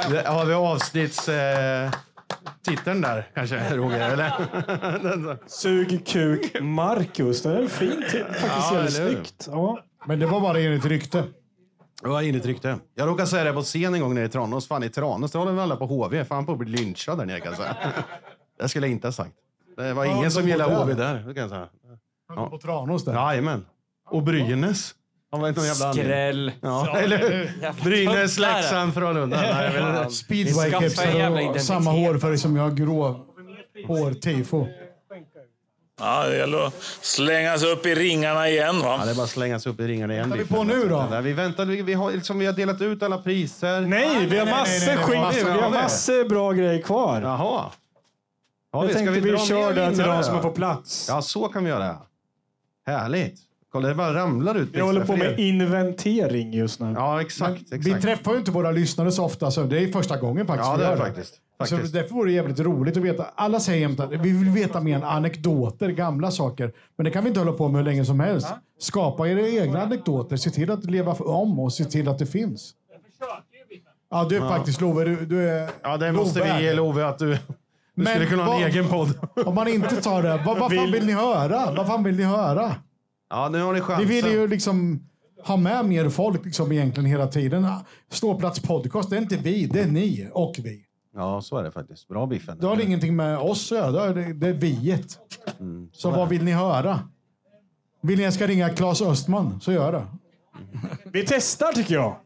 S3: Har vi avsnittstiteln där kanske, Roger? Eller?
S6: Sug kuk Marcus. Det är fint. Faktiskt väldigt snyggt. Ja.
S5: Men det var bara enligt rykte.
S3: Det var enligt rykte. Jag råkade säga det på scen en gång nere i Tranås. Fan, i Tranås, det håller väl alla på HV. Fan på att bli lynchad där nere, kan jag säga. Det skulle jag inte ha sagt. Det var ingen som gillade HV där, kan jag säga.
S5: Ja. På Tranås där.
S3: Jajamän. Och Brynäs. Han var inte någon jävla
S8: Skräll.
S3: Ja, eller Brynäs, Leksand, Frölunda.
S5: Speedway-kepsar och samma hårfärg som jag, grå hår, tifo.
S14: Ja, det gäller att slängas upp i ringarna igen, va?
S3: Ja, det är bara att slängas upp i ringarna igen.
S5: Vad är vi på nu då?
S3: Vi väntar, vi har delat ut alla priser.
S6: Nej, vi har massor skit. Vi har massor bra grejer kvar.
S3: Jaha.
S6: Jag tänkte vi kör det till de som är på plats.
S3: Ja, så kan vi göra. Härligt. Kolla, det bara ramlar ut.
S6: Vi håller på med inventering just nu.
S3: Ja, exakt.
S5: Vi träffar ju inte våra lyssnare så ofta, så det är första gången faktiskt.
S3: Ja, det är faktiskt.
S5: Så därför vore det jävligt roligt att veta. Alla säger jämt att vi vill veta mer än anekdoter, gamla saker. Men det kan vi inte hålla på med hur länge som helst. Skapa era egna anekdoter. Se till att leva om och se till att det finns. Ja, du är faktiskt Love. Du är
S3: ja, det måste vi ge Love att du skulle kunna ha en egen podd.
S5: Om man inte tar det, vad fan vill ni höra? Vad fan vill ni höra?
S3: Ja, nu har ni chansen.
S5: Vi vill ju liksom ha med mer folk liksom egentligen hela tiden. Ståplats podcast, det är inte vi, det är ni och vi.
S3: Ja, så är det faktiskt. Bra Biffen.
S5: Det har ingenting med oss att göra, det är viet. Så vad vill ni höra? Vill ni jag ska ringa Claes Östman, så gör det.
S6: Vi testar tycker jag.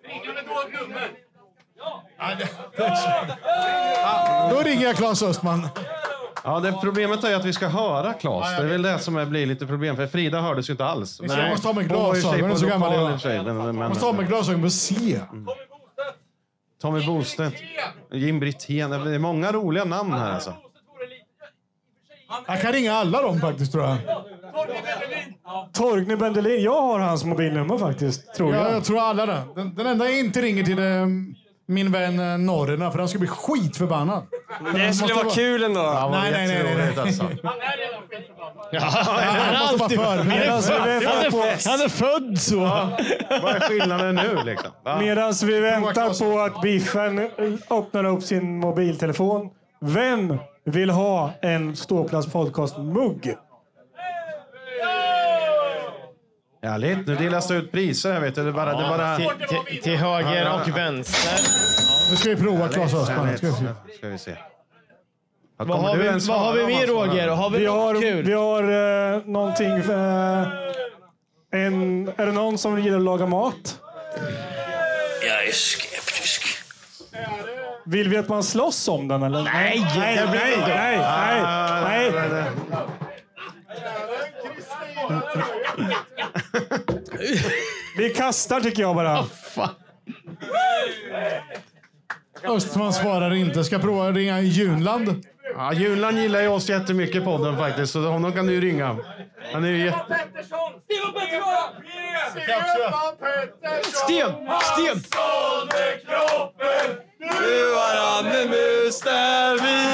S5: Då ringer jag Claes Östman.
S3: Ja, det problemet är att vi ska höra Claes. Det är väl det som blir lite problem. För Frida hördes ju inte alls.
S5: Jag måste ha med glasögon, så gammal jag är. Måste ha med glasögon och se.
S3: Tommy Bostedt, Jim Brithén. Det är många roliga namn här alltså.
S5: Jag kan ringa alla dem faktiskt, tror jag.
S6: Torgny Bendelin. Jag har hans mobilnummer faktiskt, tror jag.
S5: Ja, jag tror alla det. Den enda jag inte ringer till min vän Norrena, för han ska bli skitförbannad.
S8: Det skulle vara kul ändå.
S5: Ja, nej. Alltså.
S6: Han är född så.
S3: Vad är skillnaden nu liksom?
S6: Medan vi väntar på att Biffen öppnar upp sin mobiltelefon. Vem vill ha en Ståplats podcast-mugg?
S3: Härligt, nu delas det ut priser här, vet du. Det bara...
S4: Till höger och vänster.
S5: Nu ska vi prova Claes Östman.
S3: Ska vi se.
S4: Vad har vi mer, Roger? Har vi något kul?
S6: Vi har någonting... är det någon som gillar att laga mat?
S14: Jag är skeptisk.
S6: Vill vi att man slåss om den, eller?
S4: Nej.
S6: Vi kastar tycker jag bara.
S5: Östman svarar inte. Ska prova att ringa Junland.
S3: Ja, Junland gillar ju oss jättemycket på podden faktiskt. Så honom kan du ju ringa. Han är ju jätte...
S4: Sten!
S8: Nu har han en mus där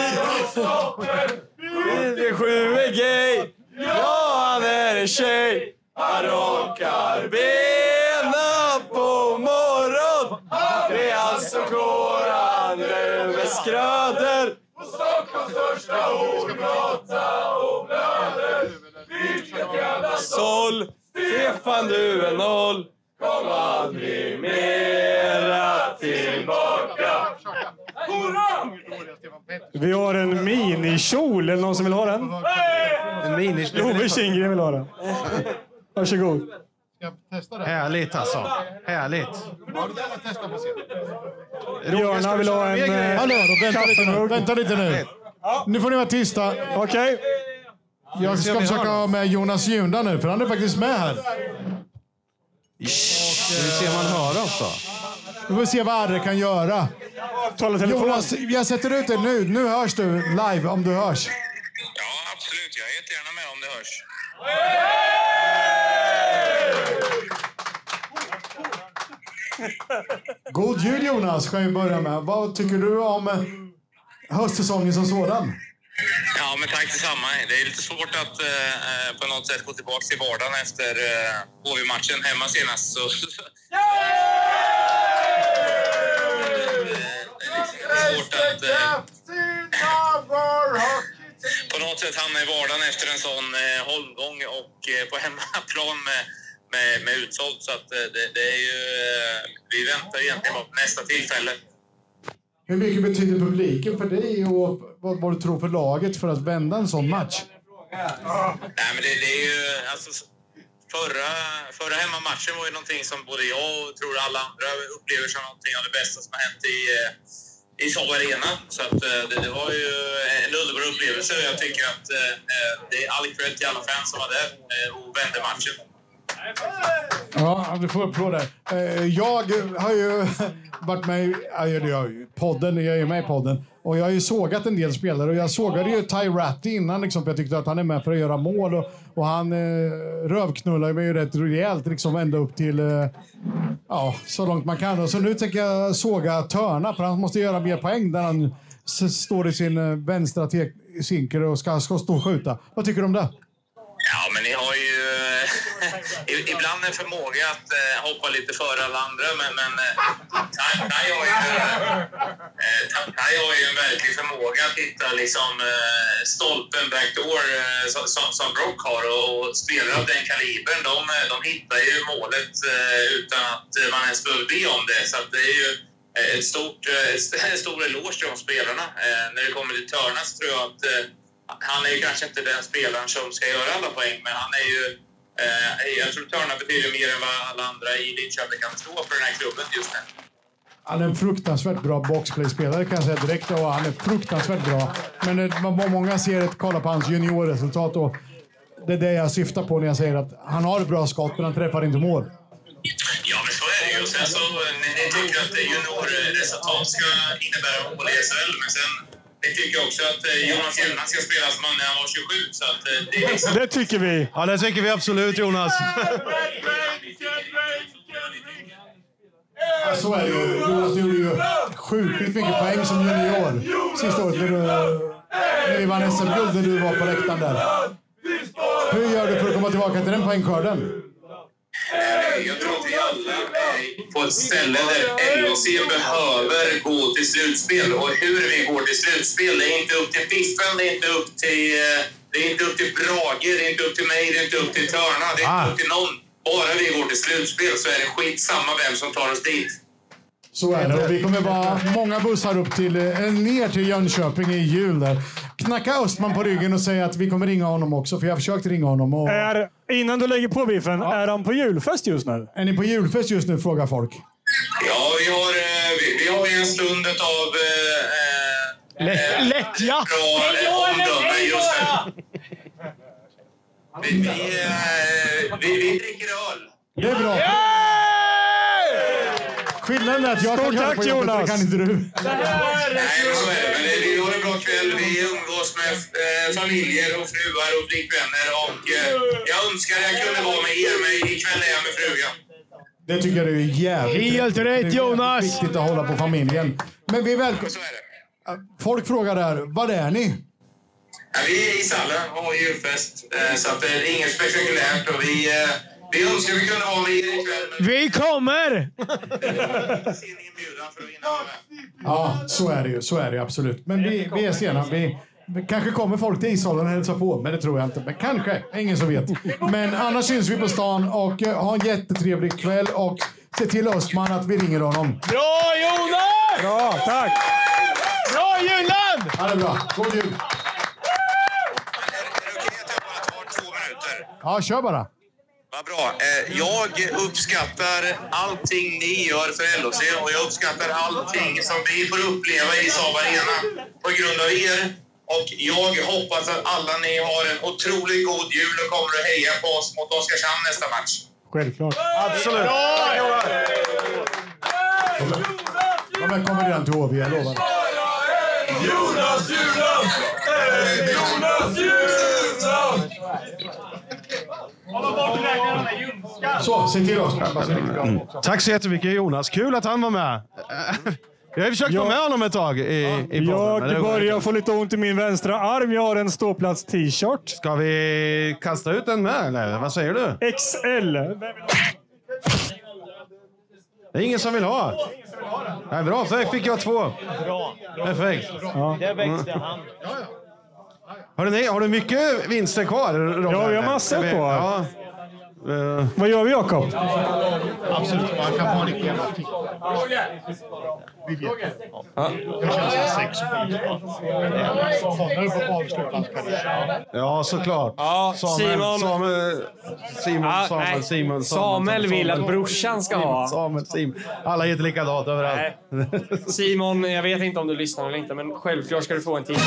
S8: vi 7 är gay. Ja, han är en tjej. Han rockar benen på morgon. Det är han som går han över skröder. På Stockholms största ordgata och blöder. Vilket jävla såll. Stefan, du är noll. Kom aldrig mera tillbaka.
S6: Vi har en minikjol. Är det någon som vill ha den?
S3: En minikjol.
S6: Love Kindgren vill ha den. Varsågod.
S3: Härligt alltså. Härligt.
S6: Björna vill ha en...
S5: Hallå, vänta lite nu. Nu får ni vara tysta.
S6: Okej.
S5: Jag ska försöka ha med Jonas Junda nu, för han är faktiskt med här.
S3: Hur ser man höra oss då?
S5: Vi får se vad Arre kan göra. Jonas, jag sätter ut det nu. Nu hörs du live om du hörs.
S1: Ja, absolut. Jag är jättegärna med om det hörs.
S5: God jul Jonas, ska vi börja med. Vad tycker du om höstsäsongen som sådan?
S1: Ja, men tack detsamma. Det är lite svårt att på något sätt gå tillbaka till vardagen efter HV-matchen hemma senast. Så. svårt att på något sätt hamna i vardagen efter en sån holmgång och på hemmaplan med utsålt. Så att det är ju, vi väntar egentligen på nästa tillfälle.
S5: Hur mycket betyder publiken för dig och vad du tror för laget för att vända en sån match?
S1: Nej, men det är ju alltså, förra hemmamatchen var ju någonting som både jag och tror alla andra upplever som någonting av det bästa som har hänt i Saab Arena. Så att det var ju en underbar upplevelse. Jag tycker att det är all cred till alla fans som var där och vände matchen.
S5: Ja, du får applåd där. Jag har ju varit med i podden, jag är med i podden. Och jag har ju sågat en del spelare. Och jag sågade ju Ty Ratty innan liksom, för jag tyckte att han är med för att göra mål. Och han rövknullar mig ju rätt rejält liksom, ända upp till så långt man kan. Och så nu tänker jag såga Törna, för han måste göra mer poäng där han står i sin vänstra sinker och ska stå och skjuta. Vad tycker du om det?
S1: Ja, men ni har ju ibland en förmåga att hoppa lite före alla andra, men Tai har ju en verklig förmåga att hitta liksom, stolpen backdoor som Brock har, och spelare av den kalibern, de hittar ju målet utan att man ens behöver be om det. Så att det är ju en stor eloge till de spelarna. När det kommer till Törna så tror jag att han är ju kanske inte den spelaren som ska göra alla poäng, men han är ju... jag tror Törna betyder mer än vad alla andra i Linköping kan stå för den här klubben just nu.
S5: Han är en fruktansvärt bra boxplay-spelare kan jag säga direkt, och han är fruktansvärt bra. Men många kollar på hans juniorresultat, och det är det jag syftar på när jag säger att han har ett bra skott men han träffar inte mål.
S1: Ja, men så är det ju. Och sen så ni tycker att juniorresultat ska innebära mål i SHL, men sen jag tycker också att Jonas Hjelman ska spela som han när han var 27. Så att, det är liksom...
S3: Det tycker vi. Ja, det tycker vi absolut, Jonas.
S5: Ja, så är det ju. Jonas gjorde ju sjukt mycket poäng som junior. Sista året när vi vann SM-guld när du var på läktaren där. Hur gör du för att komma tillbaka till den poängskörden?
S1: Jag tror att vi alla är på ett ställe där LHC behöver gå till slutspel. Och hur vi går till slutspel, det är inte upp till Piffen, det är inte upp till Brage, det är inte upp till mig, det är inte upp till Törna, det är inte upp till någon. Bara vi går till slutspel så är det skitsamma vem som tar oss dit.
S5: Så är det. Vi kommer vara många bussar upp ner till Jönköping i jul där. Knacka Östman på ryggen och säga att vi kommer ringa honom också, för jag har försökt ringa honom. Och...
S6: Innan du lägger på biffen, är han på julfest just nu?
S5: Är ni på julfest just nu, frågar folk.
S1: Ja, vi har en stund av
S4: lättja.
S1: Bra omdöme just nu. Vi dricker öl.
S5: Det är bra. Skillnaden är att jag kan göra på jobbet, det kan inte du.
S1: Nej, men så är det. Men vi har en bra kväll. Vi umgås med familjer och fruar och flickvänner. Och jag önskar att jag kunde vara med er, men ikväll är jag med frugan.
S5: Det tycker jag är jävligt.
S4: Helt rätt, Jonas!
S5: Det är viktigt att hålla på familjen. Men vi är välkomna. Folk frågar där, vad är ni?
S1: Ja, vi är i Sallen och har julfest. Så att det är inget spektakulärt. Och vi önskar vi kunde vara med er ikväll.
S4: Vi kommer!
S5: Ja, så är det absolut. Men vi är sena. Vi kanske kommer folk till Ishallen och hälsar på, men det tror jag inte. Men kanske, ingen som vet. Men annars syns vi på stan och ha en jättetrevlig kväll och se till Östman att vi ringer honom.
S4: Bra, Jonas!
S5: Bra, tack!
S4: Bra, Jylland!
S5: Ja, det är bra. God jul! Ja, kör bara.
S1: Vad bra. Jag uppskattar allting ni gör för LHC och jag uppskattar allting som vi får uppleva i Saab Arena på grund av er. Och jag hoppas att alla ni har en otroligt god jul och kommer att heja på oss mot Oskarshamn nästa match.
S5: Självklart.
S3: Absolut.
S5: De kommer redan till HV, jag lovar.
S14: Jonas Julas! Jonas Julas!
S5: Så, se till oss.
S3: Tack så jättemycket, Jonas. Kul att han var med. Jag har försökt få med honom ett tag i podden.
S6: Jag börjar få lite ont i min vänstra arm. Jag har en ståplats t-shirt.
S3: Ska vi kasta ut den med, eller vad säger du?
S6: XL.
S3: Det är ingen som vill ha. Ja, bra, så fick jag 2.
S4: Bra.
S3: Perfekt.
S4: Ja. Där växte han.
S3: Har du mycket vinster kvar, Robert?
S6: Ja, vi har massor kvar.
S3: Ja.
S6: Vad gör vi, Jakob?
S5: Absolut, man kan ha lite jävla fick. Vi vet. Jag känns 6 kommer på avslutans karriär.
S3: Ja, såklart.
S8: Ja, Samuel vill att brorsan ska ha.
S3: Simon. Alla heter likadant överallt.
S8: Simon, jag vet inte om du lyssnar eller inte, men självklart ska du få en tid.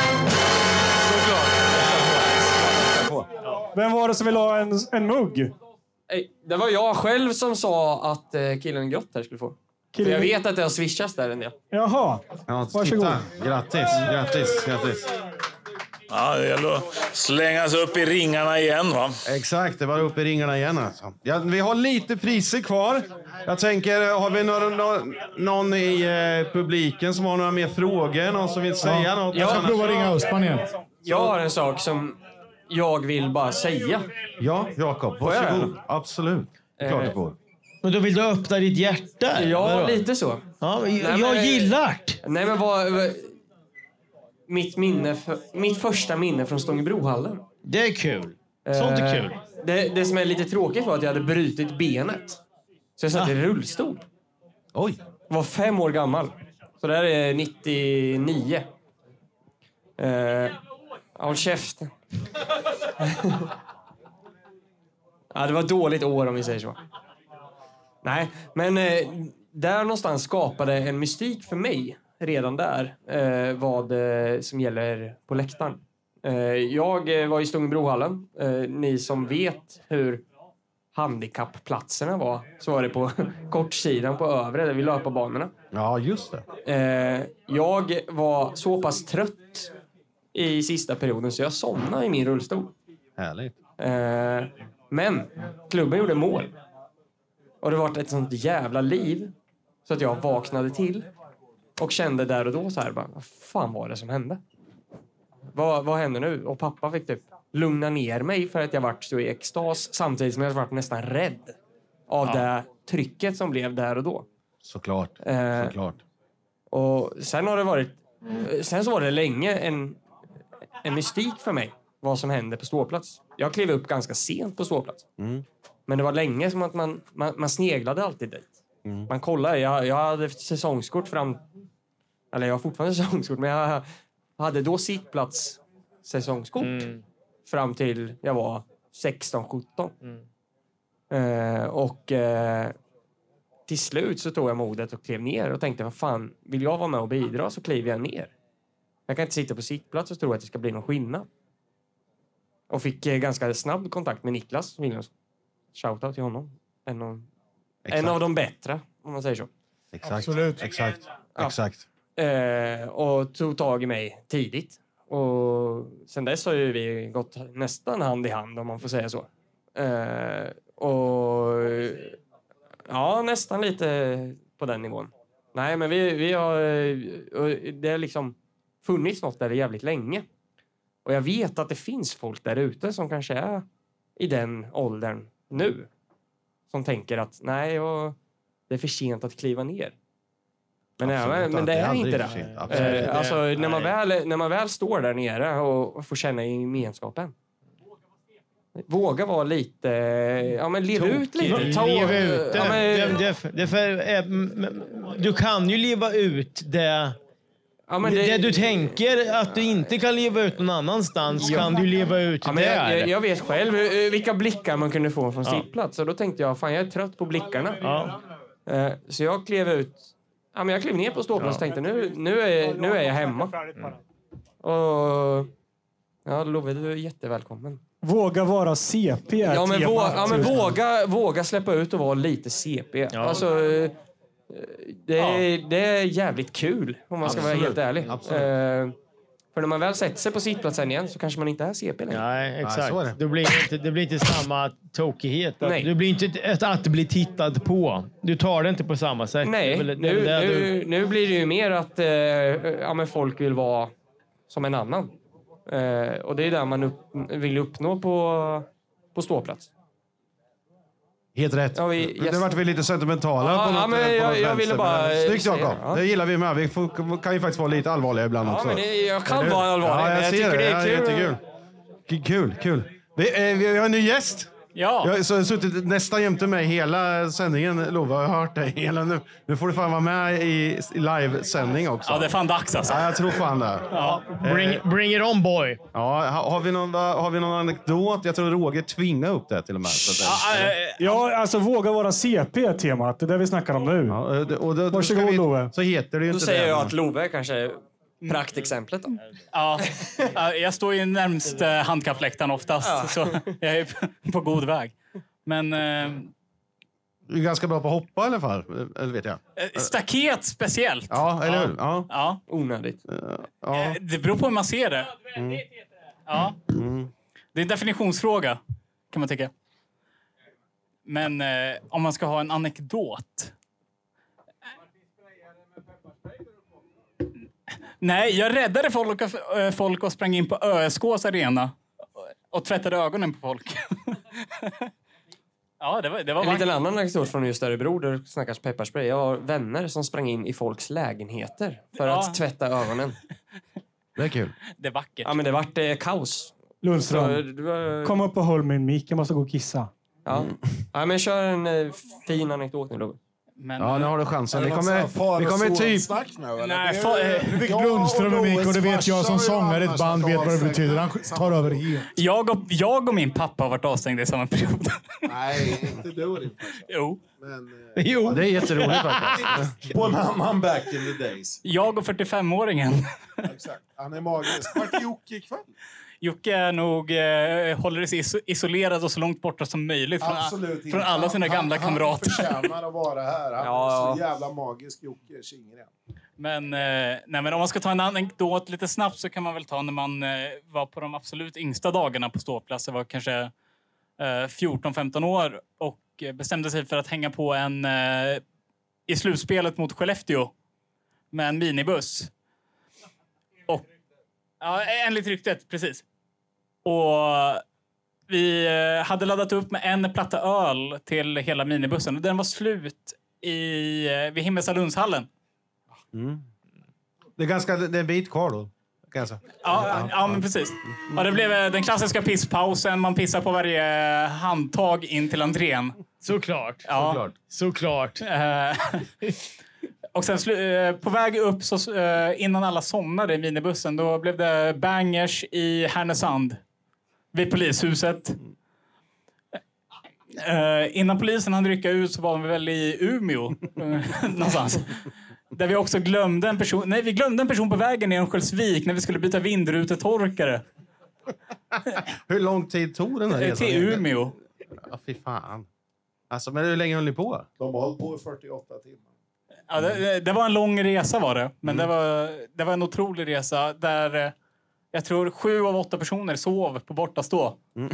S6: Vem var det som ville ha en mugg?
S8: Det var jag själv som sa att killen i grått här skulle få. För jag vet att det har swishats där en del.
S6: Jaha.
S3: Ja,
S6: varsågod.
S3: Grattis.
S14: Ja, det gäller att slänga sig upp i ringarna igen, va?
S3: Exakt, det var upp i ringarna igen alltså. Ja, vi har lite priser kvar. Jag tänker, har vi någon i publiken som har några mer frågor? Någon som vill säga något?
S5: Jag ska prova ringa Östman igen.
S8: Jag har en sak som jag vill bara säga.
S3: Ja, Jakob, varsågod. Absolut. Klart du får.
S4: Men då vill du öppna ditt hjärta?
S8: Ja, lite så.
S4: Ja, jag gillar det.
S8: Nej, men mitt första minne från Stångebrohallen.
S4: Det är kul. Sånt är kul.
S8: Det som är lite tråkigt var att jag hade brutit benet. Så jag satt i rullstol.
S3: Oj.
S8: Jag var 5 år gammal. Så det här är 99. Håll käften. Ja, det var ett dåligt år om vi säger så. Nej, men där någonstans skapade en mystik för mig redan där vad som gäller på läktaren. Jag var i Stångebrohallen. Ni som vet hur handikappplatserna var, så var det på kortsidan på övre där vi löper banorna.
S3: Ja, just det.
S8: Jag var så pass trött i sista perioden så jag somnade i min rullstol.
S3: Härligt.
S8: Men klubben gjorde mål. Och det var ett sånt jävla liv så att jag vaknade till och kände där och då så här bara, vad fan var det som hände? Vad hände nu? Och pappa fick typ lugna ner mig för att jag varit så i extas samtidigt som jag varit nästan rädd av det trycket som blev där och då.
S3: Såklart.
S8: Och sen har det varit sen så var det länge en mystik för mig vad som hände på ståplats. Jag klev upp ganska sent på ståplats. Men det var länge som att man sneglade alltid dit. Man kollade, jag hade säsongskort fram, eller jag har fortfarande säsongskort, men jag hade då sittplats säsongskort fram till jag var 16-17. Till slut så tog jag modet och klev ner och tänkte, vad fan, vill jag vara med och bidra så kliver jag ner. Jag kan inte sitta på sittplats och tro att det ska bli någon skillnad. Och fick ganska snabb kontakt med Niklas Williams. Shoutout till honom. En av de bättre, om man säger så.
S3: Exakt.
S5: Absolut.
S3: Exakt.
S8: Och tog tag i mig tidigt. Och sen dess har ju vi gått nästan hand i hand, om man får säga så. Och ja, nästan lite på den nivån. Nej, men vi har... Det har liksom funnits något där jävligt länge. Och jag vet att det finns folk där ute som kanske är i den åldern nu. Som tänker att nej, det är för sent att kliva ner. Men det är inte det. Alltså, när man väl står där nere och får känna gemenskapen. Våga vara lite... Ja, men leva ut lite.
S4: Leva ut det. Du kan ju leva ut det... Ja, men det du tänker att du inte kan leva ut någon annanstans kan du leva ut där.
S8: Jag vet själv vilka blickar man kunde få från sittplats. Och då tänkte jag, fan jag är trött på blickarna. Så jag klev ut... Ja, men jag klev ner på ståplats och tänkte, nu är jag hemma. Och... Ja, Love, du är jättevälkommen.
S6: Våga vara CP.
S8: Våga släppa ut och vara lite CP. Ja. Alltså... Det är jävligt kul, om man ska vara helt ärlig. För när man väl sätter sig på sittplatsen igen så kanske man inte är CP längre.
S4: Nej, exakt. Det blir inte samma tokighet. Det blir inte att bli tittad på. Du tar det inte på samma sätt.
S8: Nej, nu blir det ju mer att men folk vill vara som en annan. Och det är där man vill uppnå på ståplats.
S3: Helt rätt.
S8: Ja,
S3: Det vart vi lite sentimentala på något,
S8: men jag ville bara...
S3: Snyggt, Jakob. Ja. Det gillar vi med. Vi kan ju faktiskt vara lite allvarliga ibland också.
S8: Men jag kan vara allvarlig.
S3: Ja, jag ser det. Det är jättekul. Kul. Vi har en ny gäst.
S12: Ja.
S3: Jag har suttit nästan jämte mig hela sändningen, Lova. Jag har hört dig hela nu. Nu får du fan vara med i livesändning också.
S12: Ja, det är fan dags alltså.
S3: Ja, jag tror fan det.
S12: Ja.
S4: Bring it on, boy.
S3: Ja, har vi någon anekdot? Jag tror Roger tvingar upp det till och med.
S6: Ja, alltså våga vara CP-temat. Det är det vi snackar om nu.
S3: Ja,
S6: varsågod, Love.
S3: Så heter det ju
S8: Då
S3: inte
S8: säger
S3: det.
S8: jag att Love är kanske praktexemplet då.
S12: Ja, jag står ju närmst handkappläktaren oftast, så jag är på god väg. Men...
S3: Du är ganska bra på att hoppa i alla fall, eller vet jag.
S12: Staket speciellt.
S3: Ja, eller hur?
S8: Ja. Onödigt.
S3: Ja.
S12: Det beror på hur man ser det. Ja. Det är en definitionsfråga, kan man tycka. Men om man ska ha en anekdot... Nej, jag räddade folk och sprang in på ÖSKs arena och tvättade ögonen på folk. Ja, det var
S8: en liten annan anekdot från just Örebro där det snackas pepparspray. Jag har vänner som sprang in i folks lägenheter för att tvätta ögonen.
S3: Det är kul.
S12: Det är vackert.
S8: Ja, men det vart kaos.
S6: Lundström, kom upp och håll min mick. Jag måste gå och kissa.
S8: Ja, men kör en fin anekdot nu då.
S12: Men,
S3: ja, nu har du chansen. Vi kommer typ...
S5: Nu fick Lundström och Mik, och det vet jag som sångare ett band vet vad det betyder. Han tar över helt.
S12: Jag och min pappa har varit avstängda i samma period.
S7: Nej, inte du och din pappa.
S12: Jo.
S7: Men,
S3: jo. Det är jätteroligt faktiskt.
S7: På en annan back in the days.
S12: Jag och 45-åringen.
S7: Exakt. Han är magisk. Vart är Jocke ikväll?
S12: Jocke är nog håller sig isolerad och så långt borta som möjligt från alla sina gamla kamrater.
S7: Han förtjänar att vara här. Han är så jävla magisk, Jocke Kingren.
S12: Men om man ska ta en anekdot lite snabbt så kan man väl ta när man var på de absolut yngsta dagarna på ståplats. Det var kanske 14-15 år och bestämde sig för att hänga på i slutspelet mot Skellefteå med en minibuss. Och ja, enligt ryktet, precis. Och vi hade laddat upp med en platta öl till hela minibussen. Och den var slut vid Himmelstalundshallen.
S3: Det är en bit kvar då. Kanske.
S12: Ja, men precis. Ja, det blev den klassiska pisspausen. Man pissar på varje handtag in till entrén.
S4: Såklart.
S12: Ja.
S4: Såklart.
S12: Och sen på väg upp innan alla somnade i minibussen, då blev det bangers i Härnösand vid polishuset. Innan polisen hann rycka ut så var vi väl i Umeå någonstans. Där vi också glömde en person. Nej, vi glömde en person på vägen i Örnsköldsvik när vi skulle byta vindrutetorkare.
S3: Hur lång tid tog den här resan?
S12: Till Umeå.
S3: Ja, fy fan. Alltså, men hur länge höll ni på?
S7: De har hållit på i 48 timmar.
S12: Ja, det var en lång resa var det. Men det var en otrolig resa där jag tror 7 av 8 personer sov på bortastå.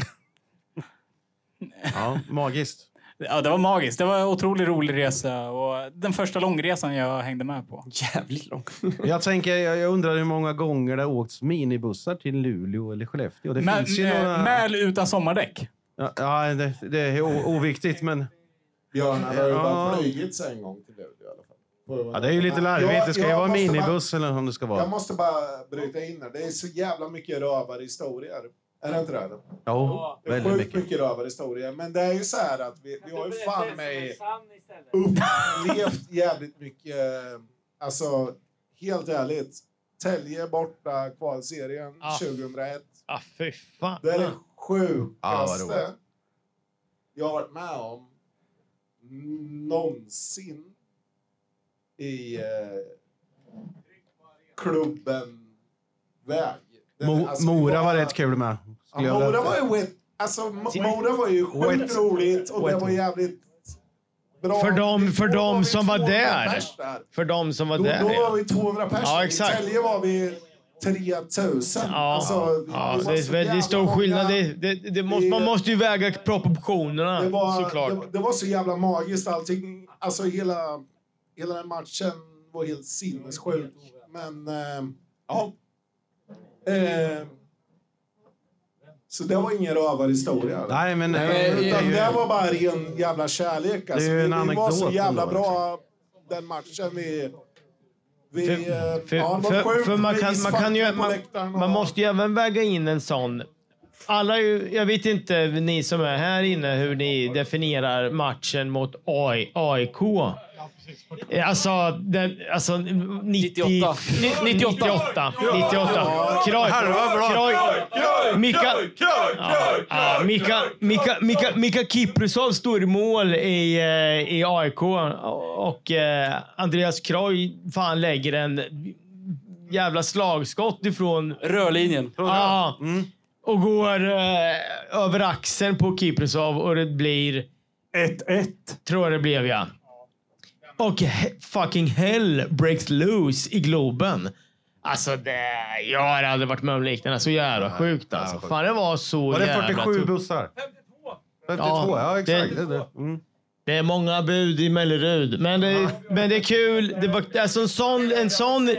S3: Ja, magiskt.
S12: Ja, det var magiskt. Det var en otroligt rolig resa. Och den första långresan jag hängde med på.
S8: Jävligt lång.
S3: Jag undrar hur många gånger det åkts minibussar till Luleå eller Skellefteå. Det finns ju några...
S12: Med eller utan sommardäck?
S3: Ja, det är oviktigt, men...
S7: Björn, han har ju bara flygit sig en gång till Luleå i alla fall.
S3: Ja, det är ju lite larvigt. Det ska ju vara minibuss eller om det ska vara.
S7: Jag måste bara bryta in här. Det är så jävla mycket rövarhistorier. Är det inte det?
S3: Jo,
S7: det är sjukt mycket rövarhistorier. Men det är ju så här att vi har ju fan mig upplevt jävligt mycket. Alltså, helt ärligt. Tälje borta kvalserien 2001.
S4: Fy fan.
S7: Det är det sjukaste jag har varit med om någonsin i klubben väg.
S3: Mora var rätt kul med.
S7: Mora var ju sjukt roligt och det var jävligt bra.
S4: För dem som var där. För dem som var där.
S7: Då var vi 200 personer.
S4: Ja, exakt.
S7: I Tälje var vi 3000.
S4: Ja, det är stor skillnad. Man måste ju väga proportionerna, såklart.
S7: Det var så jävla magiskt allting. Alltså hela den matchen var helt sinnessjuk. Men ja. Så det var ingen rövarhistoria.
S3: Nej, men...
S7: Utan det var bara ren jävla kärlek. Alltså.
S3: Det är ju en
S7: vi var så
S3: anekdot
S7: jävla
S3: ändå,
S7: bra den matchen.
S4: Man måste ju även väga in en sån. Alla jag vet inte, ni som är här inne, hur ni definierar matchen mot AIK. Alltså 98. Mika Kiprusov står i mål i AIK och Andreas Kroj fan lägger en jävla slagskott ifrån
S10: rörlinjen.
S4: Ja. Och går över axeln på Kiprusov och det blir
S6: 1-1.
S4: Tror det blev, ja. Och fucking hell breaks loose i Globen. Alltså jag har aldrig varit med om liknande. Så jävla sjukt alltså. Fan, det var så
S3: var det
S4: jävla...
S3: 47 bussar? 52, ja exakt.
S4: Det är många bud i Mellerud. Men det är kul. Det var alltså en sån...
S9: Det var mer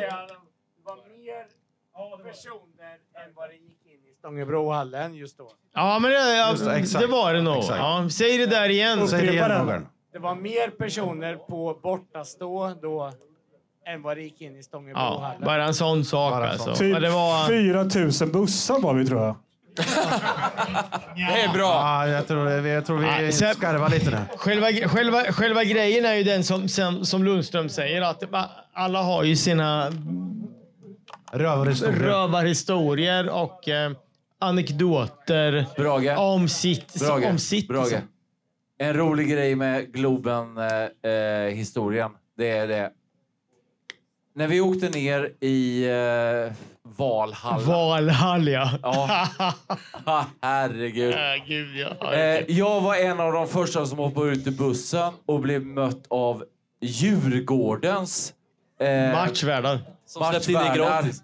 S9: personer än vad det gick in i Stångebrohallen just då.
S4: Ja, men det var det nog. Ja, säg det där igen.
S3: Säg det igen.
S9: Det var mer personer på bortastå då än vad det gick in i Stångebrohallen.
S4: Ja, bara en sån sak alltså.
S6: Typ
S4: det var
S6: 4000 bussar var vi, tror jag.
S4: Det är bra.
S3: Ja, jag tror vi skarvar lite där.
S4: Själva grejen är ju den som Lundström säger, att alla har ju sina rövarhistorier och anekdoter om sitt.
S22: Brage. En rolig grej med Globen-historien, det är det. När vi åkte ner i
S4: Valhall, ja.
S22: Herregud.
S4: Gud, ja.
S22: Jag var en av de första som hoppade ut i bussen och blev mött av Djurgårdens
S4: matchvärdar.
S22: Som släppte in det gratis.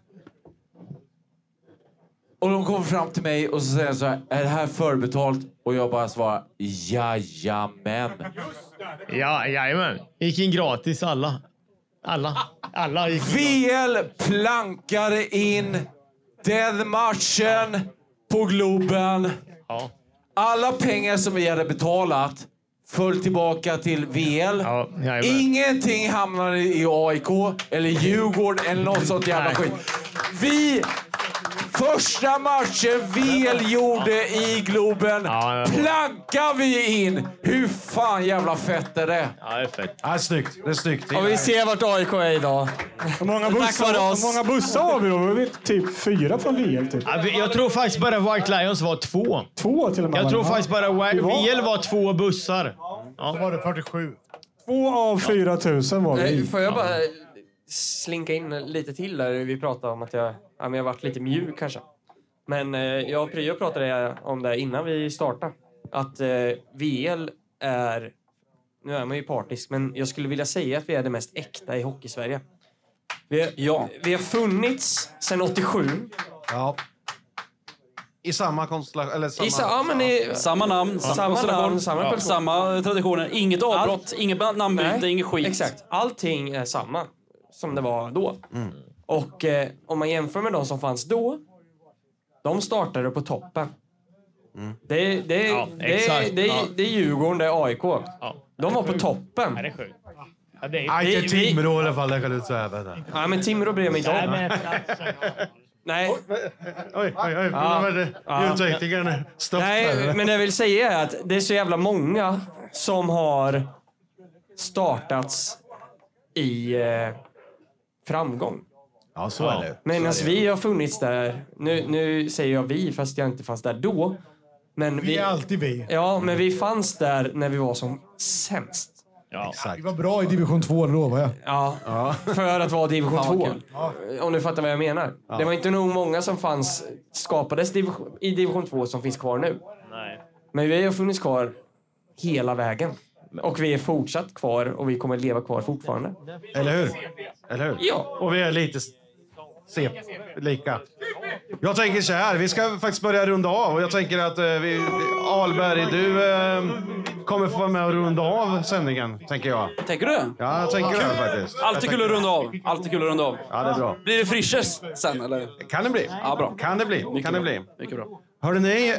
S22: Och de kommer fram till mig och så säger så här: är det här förbetalt? Och jag bara svarar: jajamän.
S4: Ja, jajamän. Gick in gratis alla gick in.
S22: VL plankade in den matchen på Globen.
S4: Ja.
S22: Alla pengar som vi hade betalat föll tillbaka till VL.
S4: Ja,
S22: ingenting hamnade i AIK eller Djurgården eller något sånt jävla skit. Första matchen VL gjorde i Globen plankar vi in. Hur fan jävla fett är det?
S4: Ja, det är fett.
S3: Ja, snyggt. Det är snyggt.
S11: Och vi ser vart AIK är idag.
S6: Hur många bussar har vi då? Vi vet typ 4 från VL. Typ.
S4: Jag tror faktiskt bara White Lions var 2.
S6: 2 till och med.
S4: Jag tror faktiskt bara VL var 2 bussar.
S5: Ja, var det 47.
S6: 2 av 4000 var vi.
S8: Får jag bara slinka in lite till där vi pratade om att jag har varit lite mjuk kanske. Men jag och Pryo pratade om det innan vi startade. Att VL är... Nu är man ju partisk, men jag skulle vilja säga att vi är det mest äkta i Hockeysverige. Vi har funnits sedan 87.
S3: Ja. I samma konstellation? Eller
S10: samma namn, samma traditioner. Inget avbrott, inget namnbyte, inget skit.
S8: Exakt. Allting är samma som det var då. Och om man jämför med de som fanns då, de startade på toppen. Det är Djurgården, det är AIK. Ja. De var på toppen.
S4: Ja, det är sjukt.
S3: Inte Timrå i alla fall, det kan du säga.
S8: Ja, men Timrå bryr mig inte om. Nej.
S3: Oj. Utvecklingen stopp.
S8: Nej, men det jag vill säga är att det är så jävla många som har startats i framgång.
S3: Ja, så är det.
S8: Men vi har funnits där. Nu säger jag vi, fast jag inte fanns där då. Men
S5: vi är alltid vi.
S8: Ja, men vi fanns där när vi var som sämst.
S5: Ja, exakt. Vi var bra i division 2, lovar jag.
S8: Ja, för att vara division 2. Ja. Om du fattar vad jag menar. Ja. Det var inte nog många som skapades i division 2 som finns kvar nu.
S4: Nej.
S8: Men vi har funnits kvar hela vägen. Och vi är fortsatt kvar och vi kommer leva kvar fortfarande.
S3: Eller hur?
S8: Ja.
S3: Och vi är lite Se, lika. Jag tänker så här, vi ska faktiskt börja runda av. Och jag tänker att Ahlberg, du kommer få vara med och runda av sändningen, tänker jag.
S10: Tänker du?
S3: Ja, jag tänker det faktiskt.
S10: Alltid kul att runda av. Alltid kul att runda av.
S3: Ja, det är bra.
S10: Blir det Frischers sen, eller?
S3: Kan det bli.
S10: Ja, bra.
S3: Kan det bli.
S10: Mycket
S3: kan
S10: bra.
S3: det bli.
S10: Mycket bra.
S3: Hörde ni,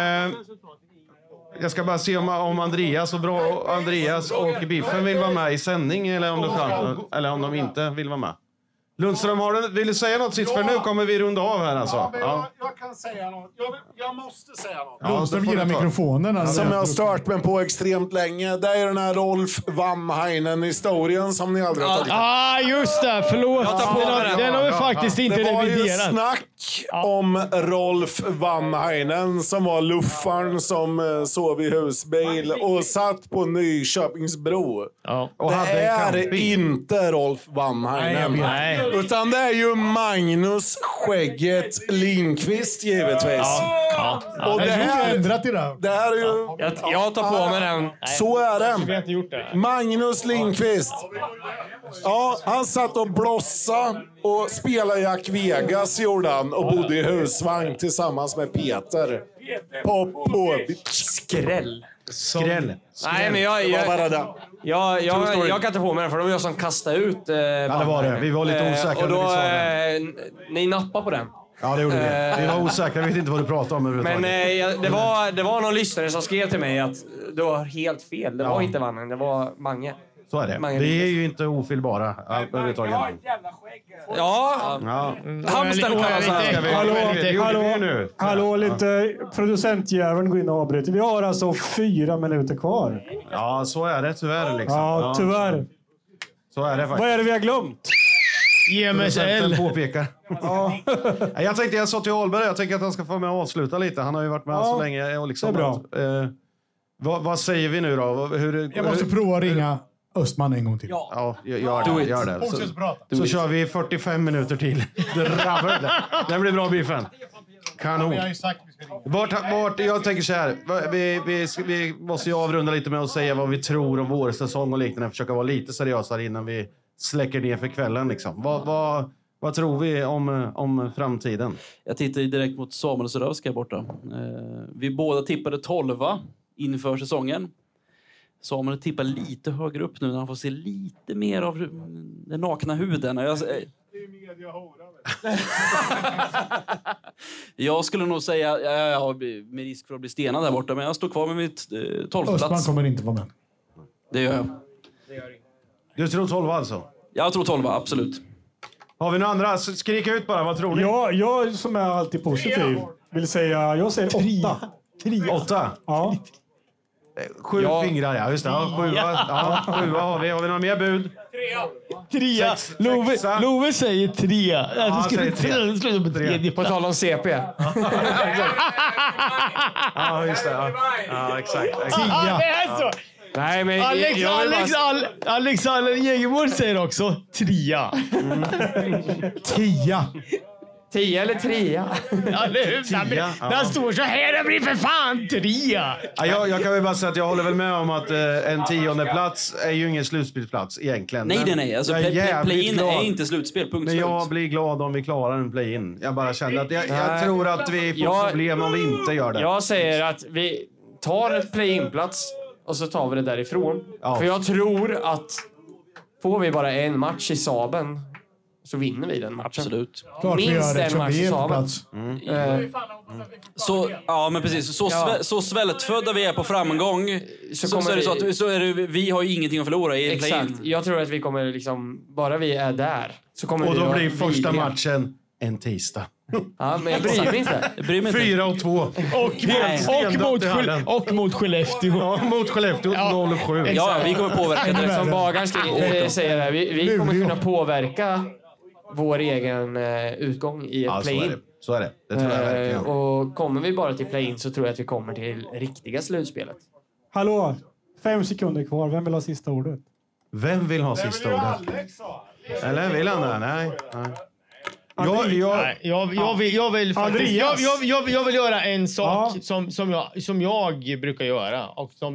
S3: jag ska bara se om Andreas och Biffen vill vara med i sändning eller om de inte vill vara med. Lundström, vill du säga något sist? För nu kommer vi runda av här alltså.
S7: Ja. Jag kan säga något. Jag måste säga något.
S5: Lundström gillar mikrofonen.
S7: Som jag har stört mig på extremt länge. Det är den här Rolf Vanhainen-historien som ni aldrig har tagit.
S4: Just det. Förlåt. Den har vi faktiskt inte reviderat.
S7: Det var ju snack om Rolf Vanhainen som var luffaren som sov i husbil och satt på Nyköpingsbro.
S3: Och
S7: det
S3: hade
S7: är inte Rolf Vanhainen.
S4: Nej.
S7: Utan det är ju Magnus Skägget Lindqvist givetvis. Och det här
S5: ändrat i det.
S7: Det här är ju...
S8: Jag tar på mig den.
S7: Så är det.
S4: Vi har inte gjort det.
S7: Magnus Lindqvist. Ja, han satt och blossa och spelade Jack Vegas gjorde han och bodde i husvagn tillsammans med Peter.
S8: Skräll.
S3: Nej,
S8: men jag kan ta på mig den för det var jag som kastade ut.
S3: Ja, det var det. Vi var lite osäkra.
S8: Och då, ni nappade på den.
S3: Ja, det gjorde vi. Vi var osäkra. Vi vet inte vad du pratar om överhuvudtaget.
S8: Men det var någon lyssnare som skrev till mig att du har helt fel. Det var inte Vannen, det var Mange.
S3: Så är det. Vi är ju inte ofyllbara överhuvudtaget.
S8: Ja.
S10: Hamsten kallas
S6: här. Hallå, lite producentjäveln går in och avbryter. Vi har alltså 4 minuter kvar.
S3: Ja, så är det tyvärr liksom.
S6: Ja, tyvärr.
S3: Så är det faktiskt.
S6: Vad är det vi har glömt?
S3: Producenten påpekar. Jag sa till Ahlberg, jag tänker att han ska få med och avsluta lite. Han har ju varit med så länge. Och liksom
S6: det är bra.
S3: Vad säger vi nu då?
S5: Jag måste prova att ringa Östman en gång till.
S3: Ja, gör det. Så kör vi 45 minuter till. Det blir bra, Biffen. Kanon. Jag tänker så här. Vi måste ju avrunda lite med att säga vad vi tror om vår säsong och liknande. Försöka vara lite seriösare innan vi släcker ner för kvällen. Liksom. Vad tror vi om framtiden?
S10: Jag tittar direkt mot Samuel Sörövska borta. Vi båda tippade 12 inför säsongen. Samuel tippar lite högre upp nu när han får se lite mer av den nakna huden. Jag skulle nog säga, med risk för att bli stenad där borta, men jag står kvar med mitt 12:e plats.
S5: Östman kommer inte vara med.
S10: Det gör jag.
S3: Du tror 12 alltså?
S10: Jag tror 12, absolut.
S3: Har vi några andra? Skrika ut bara, vad tror ni?
S6: Jag som är alltid positiv vill säga, jag säger 8.
S3: 8?
S6: Ja.
S3: 7 fingrar, ja. Just det. 7 har vi. Har vi några mer bud?
S4: 3. Love säger 3.
S8: På tal om CP.
S3: Ja, just det. Ja, exakt.
S4: 10. Nej, men Alexander Jägerborg säger också 3.
S5: 10.
S8: 10 eller 3?
S4: Den står så här, det blir för fan 3.
S3: Jag kan väl bara säga att jag håller väl med om att en 10:e plats är ju ingen slutspelsplats egentligen.
S10: Nej. Alltså, play-in är inte slutspel.
S3: Men jag blir glad om vi klarar en play-in. Jag bara känner att jag tror att vi får problem om vi inte gör det.
S8: Jag säger att vi tar ett play-in-plats och så tar vi det därifrån. Ja. För jag tror att får vi bara en match i Saben så vinner vi den matchen.
S10: Absolut.
S8: Minst en match i Saben.
S10: Så, ja, men precis. Så svältfödda vi är på framgång så är det, vi har ju ingenting att förlora i
S8: exakt. Jag tror att vi kommer liksom, bara vi är där så kommer
S3: och då blir första matchen en tisdag.
S8: Ja, men jag bryr mig inte.
S3: 4-2.
S4: Och mot Skellefteå.
S3: Ja, mot Skellefteå 0-7.
S10: Ja, vi kommer påverka det.
S8: Som Bagaren säger här, vi kommer kunna påverka vår egen utgång i ett play-in.
S3: Så är det. Det tror jag verkligen.
S8: Och kommer vi bara till play-in så tror jag att vi kommer till riktiga slutspelet.
S6: Hallå, 5 sekunder kvar. Vem vill ha sista ordet?
S3: Vem vill ha sista ordet? Eller vill han det? Nej.
S4: Jag vill göra en sak som jag brukar göra och som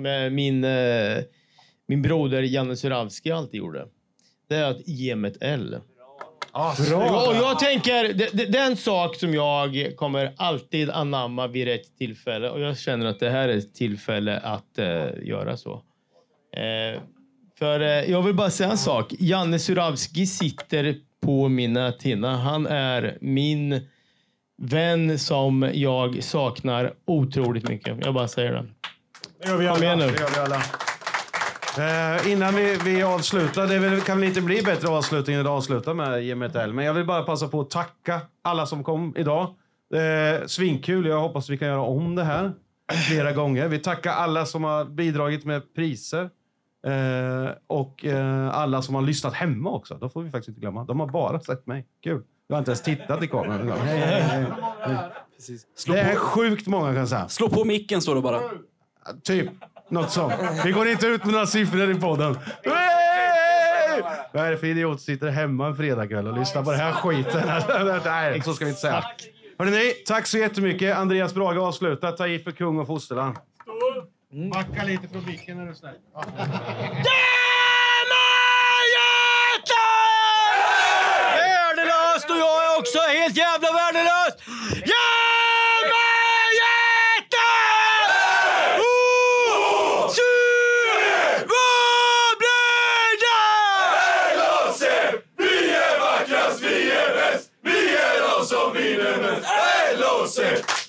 S4: min broder Janne Suravski alltid gjorde. Det är att ge mig ett L. Bra. Och jag tänker, det är en sak som jag kommer alltid anamma vid rätt tillfälle. Och jag känner att det här är ett tillfälle att göra så. För jag vill bara säga en sak. Janne Suravski sitter på min näthinna. Han är min vän som jag saknar otroligt mycket. Jag bara säger det.
S3: Det gör vi alla. Innan vi avslutar, det kan väl inte bli bättre avslutning än att avsluta med GMTL. Men jag vill bara passa på att tacka alla som kom idag. Svinkul, jag hoppas vi kan göra om det här flera gånger. Vi tackar alla som har bidragit med priser. Och alla som har lyssnat hemma också. Då får vi faktiskt inte glömma. De har bara sett mig. Kul. Jag har inte ens tittat i kameran. Precis. Det är sjukt många kan jag säga.
S10: Slå på micken står det bara.
S3: Typ. Något sånt. Vi går inte ut med några siffror i podden. Vad är det för idiot som sitter hemma en fredagkväll och lyssnar på det här skiten? Nej, så ska vi inte säga. Hörrni, tack så jättemycket. Andreas Brage avslutar. Ta i för kung och fosterland. Backa lite från micken när du är snäll.
S4: Värdelöst och jag är också helt jävla värdelöst!
S14: Vi är vackrast, vi är bäst, vi är de som vinner mest. LHC!